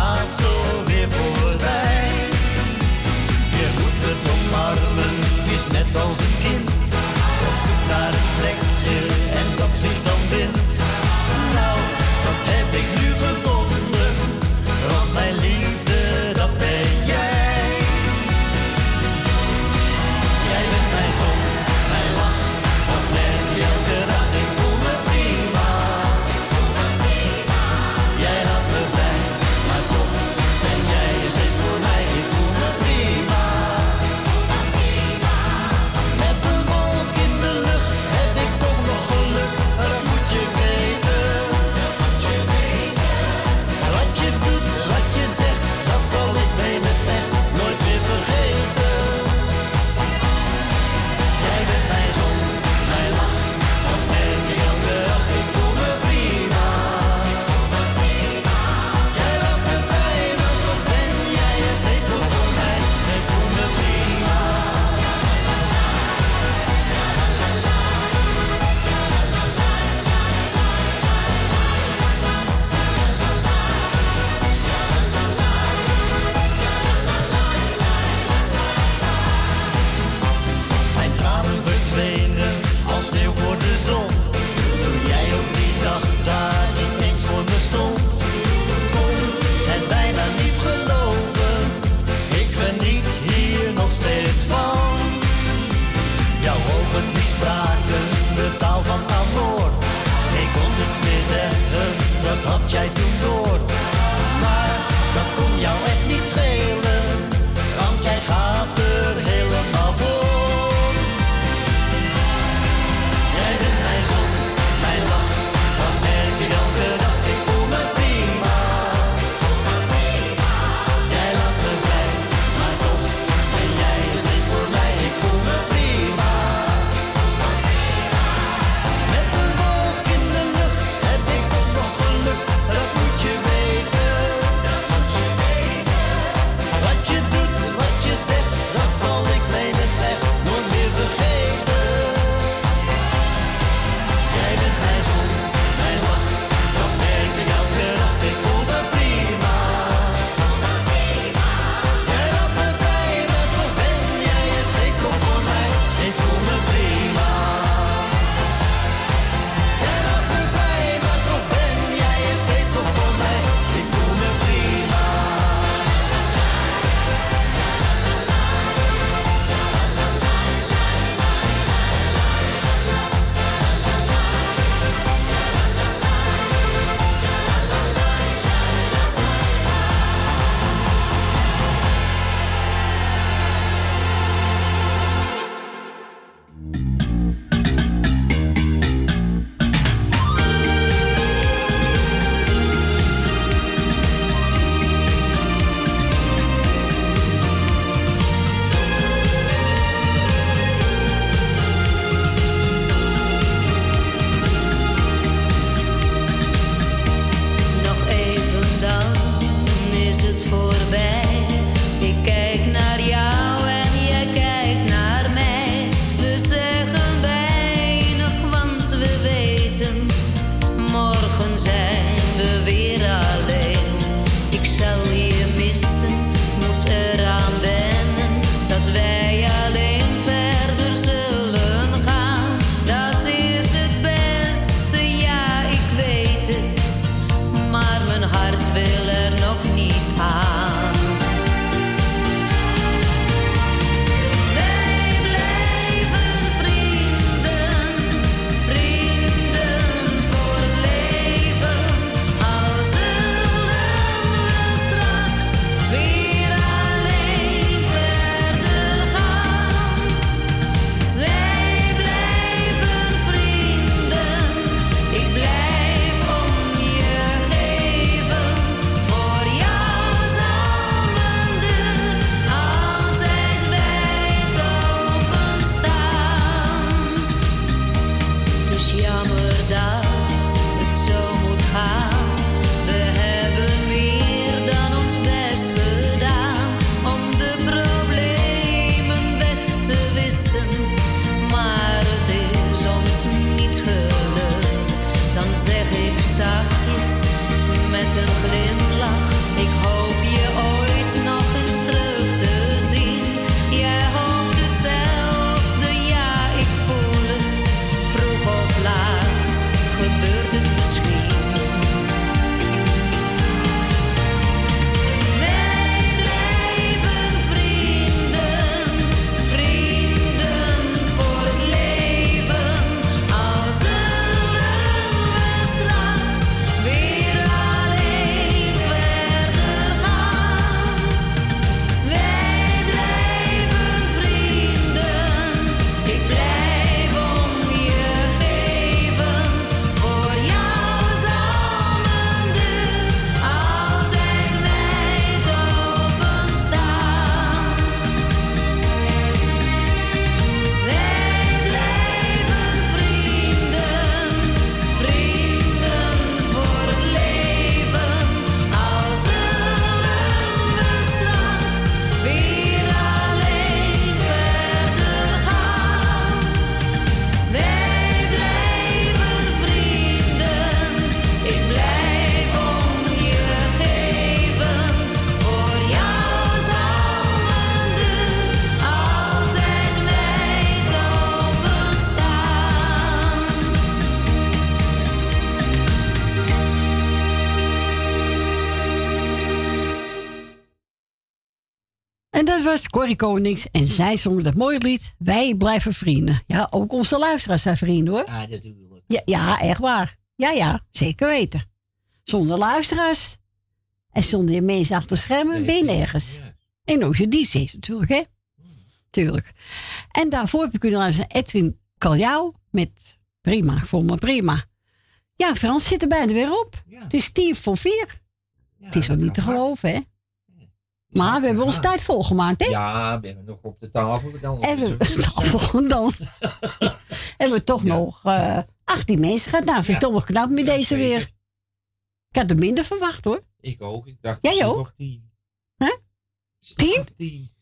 En dat was Corrie Konings. En zij zongen dat mooie lied. Wij blijven vrienden. Ja, ook onze luisteraars zijn vrienden hoor. Ja, natuurlijk. Ja, ja, echt waar. Ja, ja, zeker weten. Zonder luisteraars en zonder je mensen achter schermen ben je nergens. Ja. En ook je D J's natuurlijk, hè? Tuurlijk. En daarvoor heb ik kunnen luisteren naar Edwin Kaljouw met Prima, ik vond me prima. Ja, Frans zit er bijna weer op. Ja. Het is tien voor vier. Ja, het is nog dat niet te gaat hard. geloven, hè? Maar we hebben onze tijd volgemaakt, hè? Ja, we hebben nog op de tafel gedanst. En we hebben tafel gedanst. En we toch nog uh, achttien mensen gehad. Nou, vind ik Ja. toch wel knap met Ja, deze zeker. weer. Ik had er minder verwacht, hoor. Ik ook. Ik dacht Jij misschien ook? nog tien. Hè? Tien? Tien.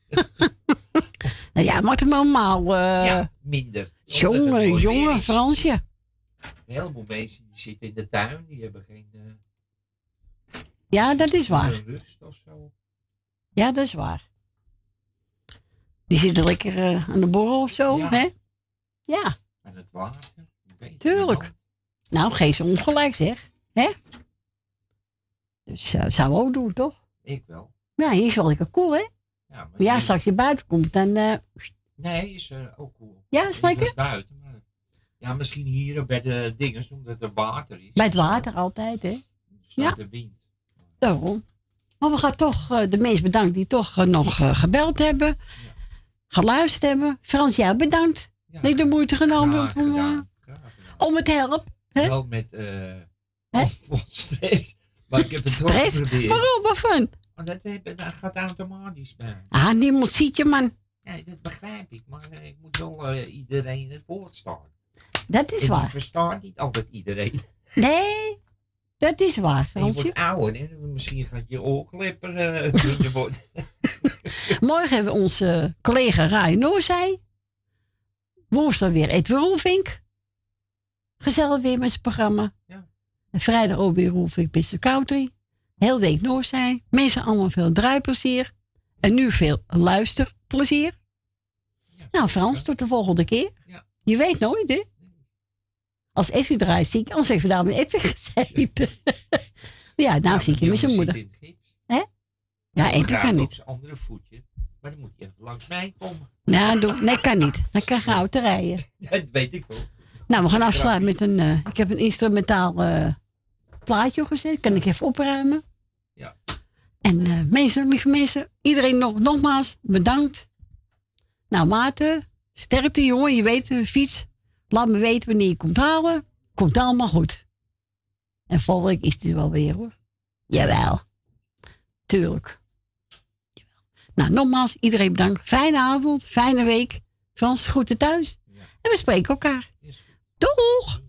Nou ja, maar het normaal. Uh, Ja, minder. Omdat het jongen, mooi weer jongen, is. Fransje. Een heleboel mensen die zitten in de tuin. Die hebben geen... eh, Ja, dat is waar. geen rust of zo. Ja, dat is waar. Die zitten lekker uh, aan de borrel of zo, Ja. hè? Ja, En het water. Beter tuurlijk. dan. Nou, geef ze ongelijk, zeg. Hè? Dus uh, zou we ook doen, toch? Ik wel. Ja, hier is wel lekker cool, hè? Ja, maar Maar ja, nee, straks je buiten komt, dan... uh, Nee, is eh, ook cool. Ja, is Ik lekker? was buiten, maar... Ja, misschien hier bij de dingen, omdat er water is. bij het water altijd, hè? Staat Ja. de wind. Daarom. Maar we gaan toch uh, de mensen bedanken die toch uh, nog uh, gebeld hebben. Geluisterd hebben. Frans, jij bedankt. Ja. Dat je de moeite genomen Graag hebt om, uh, gedaan. Graag gedaan. om het te helpen. Hè? Wel met eh vol stress. Maar ik heb het wel Stress? geprobeerd. Waarom? Waarvan? Want dat, heb- dat gaat automatisch bij. Ah, niemand ziet je, man. Ja, dat begrijp ik. Maar eh, ik moet wel eh, iedereen het woord staan. Dat is en waar. ik versta niet altijd iedereen. Nee, dat is waar, En je Fransje. wordt ouder. Hè? Misschien gaat je oorklepper eh in je wordt. Morgen hebben we onze collega Rai Noorzij. Woensdag weer Edwin Roelvink. Gezellig weer met zijn programma. Ja. En vrijdag ook weer Roelvink Beste Country. Heel week Noorzij. Mensen allemaal veel draaiplezier. En nu veel luisterplezier. Ja, Nou Frans, tot de volgende keer. Ja. Je weet nooit, hè? Als Edwin draait ziek, anders heeft vandaag met Edwin gezeten. Ja, nou zie ik je met zijn moeder. Hè? Ja, Edwin kan op niet. zijn andere voetje. Maar dan moet hij even langs mij komen. Nou, doe, nee, kan niet. Dan kan je auto rijden. Ja, dat weet ik wel. Nou, we gaan afsluiten met een... Uh, ik heb een instrumentaal uh, plaatje gezet. Kan ik even opruimen. Ja. En uh, mensen, lieve mensen, iedereen nog, nogmaals bedankt. Nou, Maarten, sterkte jongen, je weet, uh, fiets. Laat me weten wanneer je komt halen. Komt allemaal goed. En volgende week is het er wel weer, hoor. Jawel. Tuurlijk. Jawel. Nou, nogmaals, iedereen bedankt. Fijne avond, fijne week. Frans, groeten thuis. Ja. En we spreken elkaar. Doeg!